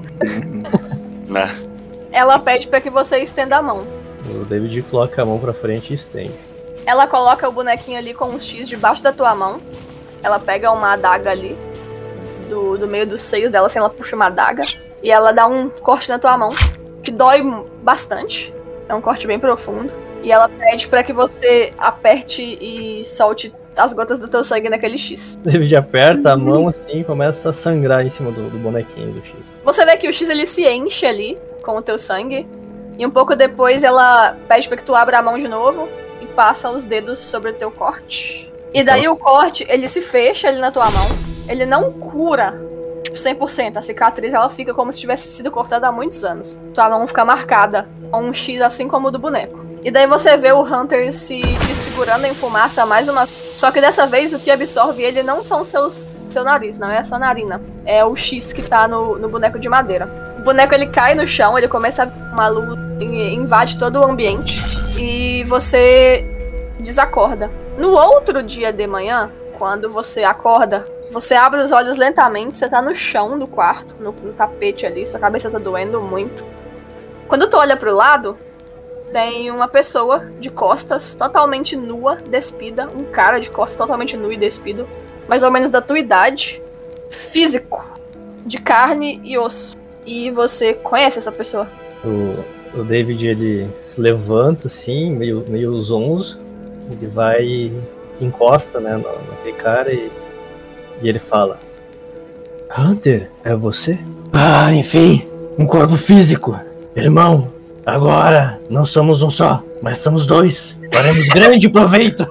Ela pede pra que você estenda a mão. O David coloca a mão pra frente e estende. Ela coloca o bonequinho ali com um X debaixo da tua mão. Ela pega uma adaga ali do meio dos seios dela, assim, ela puxa uma adaga. E ela dá um corte na tua mão, que dói bastante. É um corte bem profundo. E ela pede pra que você aperte e solte as gotas do teu sangue naquele X. David aperta a mão assim e começa a sangrar em cima do bonequinho do X. Você vê que o X ele se enche ali com o teu sangue. E um pouco depois ela pede pra que tu abra a mão de novo e passa os dedos sobre o teu corte. E daí o corte, ele se fecha ali na tua mão. Ele não cura, tipo, 100%. A cicatriz, ela fica como se tivesse sido cortada há muitos anos. Tua mão fica marcada com um X assim como o do boneco. E daí você vê o Hunter se desfigurando em fumaça mais uma vez. Só que dessa vez o que absorve ele não são seu nariz, não é a sua narina. É o X que tá no boneco de madeira. O boneco ele cai no chão, ele começa a uma luz, invade todo o ambiente. E você desacorda. No outro dia de manhã, quando você acorda, você abre os olhos lentamente, você tá no chão do quarto, no tapete ali, sua cabeça tá doendo muito. Quando tu olha pro lado, tem uma pessoa de costas, totalmente nua, despida. Um cara de costas totalmente nu e despido. Mais ou menos da tua idade. Físico. De carne e osso. E você conhece essa pessoa? O David, ele se levanta assim, meio zonzo. Ele vai, encosta, né, naquele cara e ele fala: Hunter, é você? Ah, enfim, um corpo físico. Irmão, agora não somos um só, mas somos dois. Faremos grande proveito.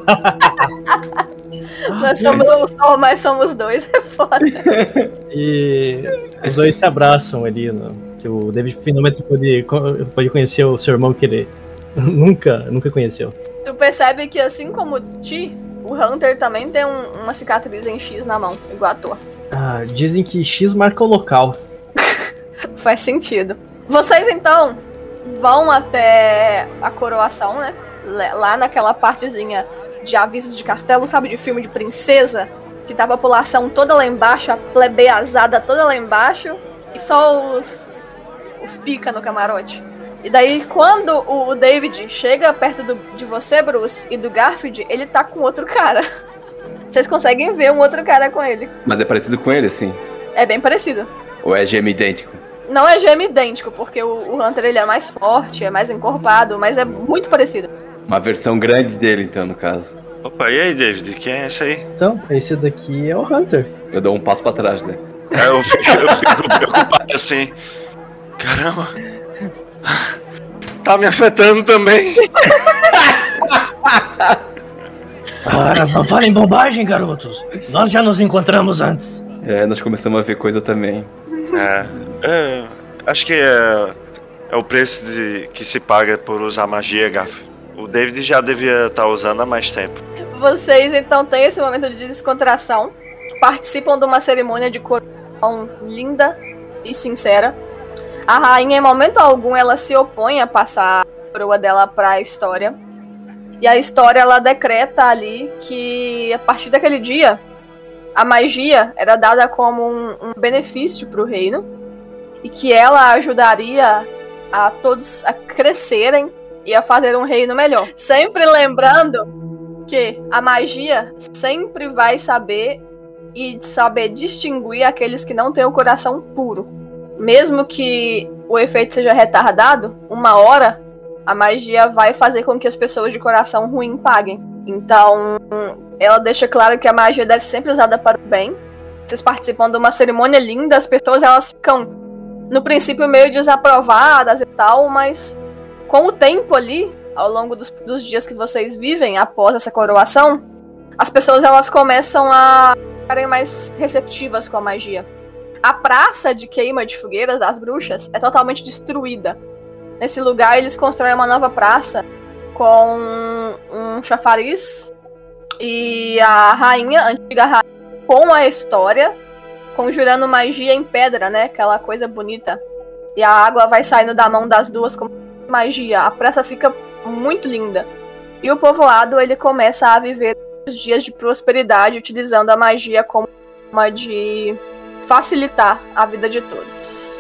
Nós somos um só, mas somos dois. É foda. E os dois se abraçam ali, que o David finalmente pode conhecer o seu irmão que ele nunca conheceu. Tu percebe que assim como Ti, o Hunter também tem uma cicatriz em X na mão, igual a tua. Ah, dizem que X marca o local. Faz sentido. Vocês então vão até a coroação, né? Lá naquela partezinha de avisos de castelo, sabe, de filme de princesa? Que tá a população toda lá embaixo, a plebeazada toda lá embaixo, e só os pica no camarote. E daí, quando o David chega perto de você, Bruce, e do Garfield, ele tá com outro cara. Vocês conseguem ver um outro cara com ele. Mas é parecido com ele, assim? É bem parecido. Ou é gêmeo idêntico? Não é gêmeo idêntico, porque o Hunter ele é mais forte, é mais encorpado, mas é muito parecido. Uma versão grande dele, então, no caso. Opa, e aí, David? Quem é esse aí? Então, esse daqui é o Hunter. Eu dou um passo pra trás, né? Eu fico preocupado assim. Caramba. Tá me afetando também. Ah, não falem bobagem, garotos. Nós já nos encontramos antes. É, nós começamos a ver coisa também. Acho que é o preço que se paga por usar magia, Gaf. O David já devia estar usando há mais tempo. Vocês então têm esse momento de descontração, participam de uma cerimônia de coroação linda e sincera. A rainha, em momento algum, ela se opõe a passar a coroa dela para a história. E a história, ela decreta ali que, a partir daquele dia, a magia era dada como um benefício para o reino. E que ela ajudaria a todos a crescerem e a fazer um reino melhor. Sempre lembrando que a magia sempre vai saber distinguir aqueles que não têm o coração puro. Mesmo que o efeito seja retardado, uma hora a magia vai fazer com que as pessoas de coração ruim paguem. Então, ela deixa claro que a magia deve ser sempre usada para o bem. Vocês participam de uma cerimônia linda, as pessoas elas ficam, no princípio, meio desaprovadas e tal, mas com o tempo ali, ao longo dos dias que vocês vivem após essa coroação, as pessoas elas começam a ficarem mais receptivas com a magia. A praça de queima de fogueiras das bruxas é totalmente destruída. Nesse lugar eles constroem uma nova praça com um chafariz e a antiga rainha, com a história, conjurando magia em pedra, né? Aquela coisa bonita. E a água vai saindo da mão das duas como magia. A praça fica muito linda. E o povoado ele começa a viver os dias de prosperidade, utilizando a magia como forma de facilitar a vida de todos.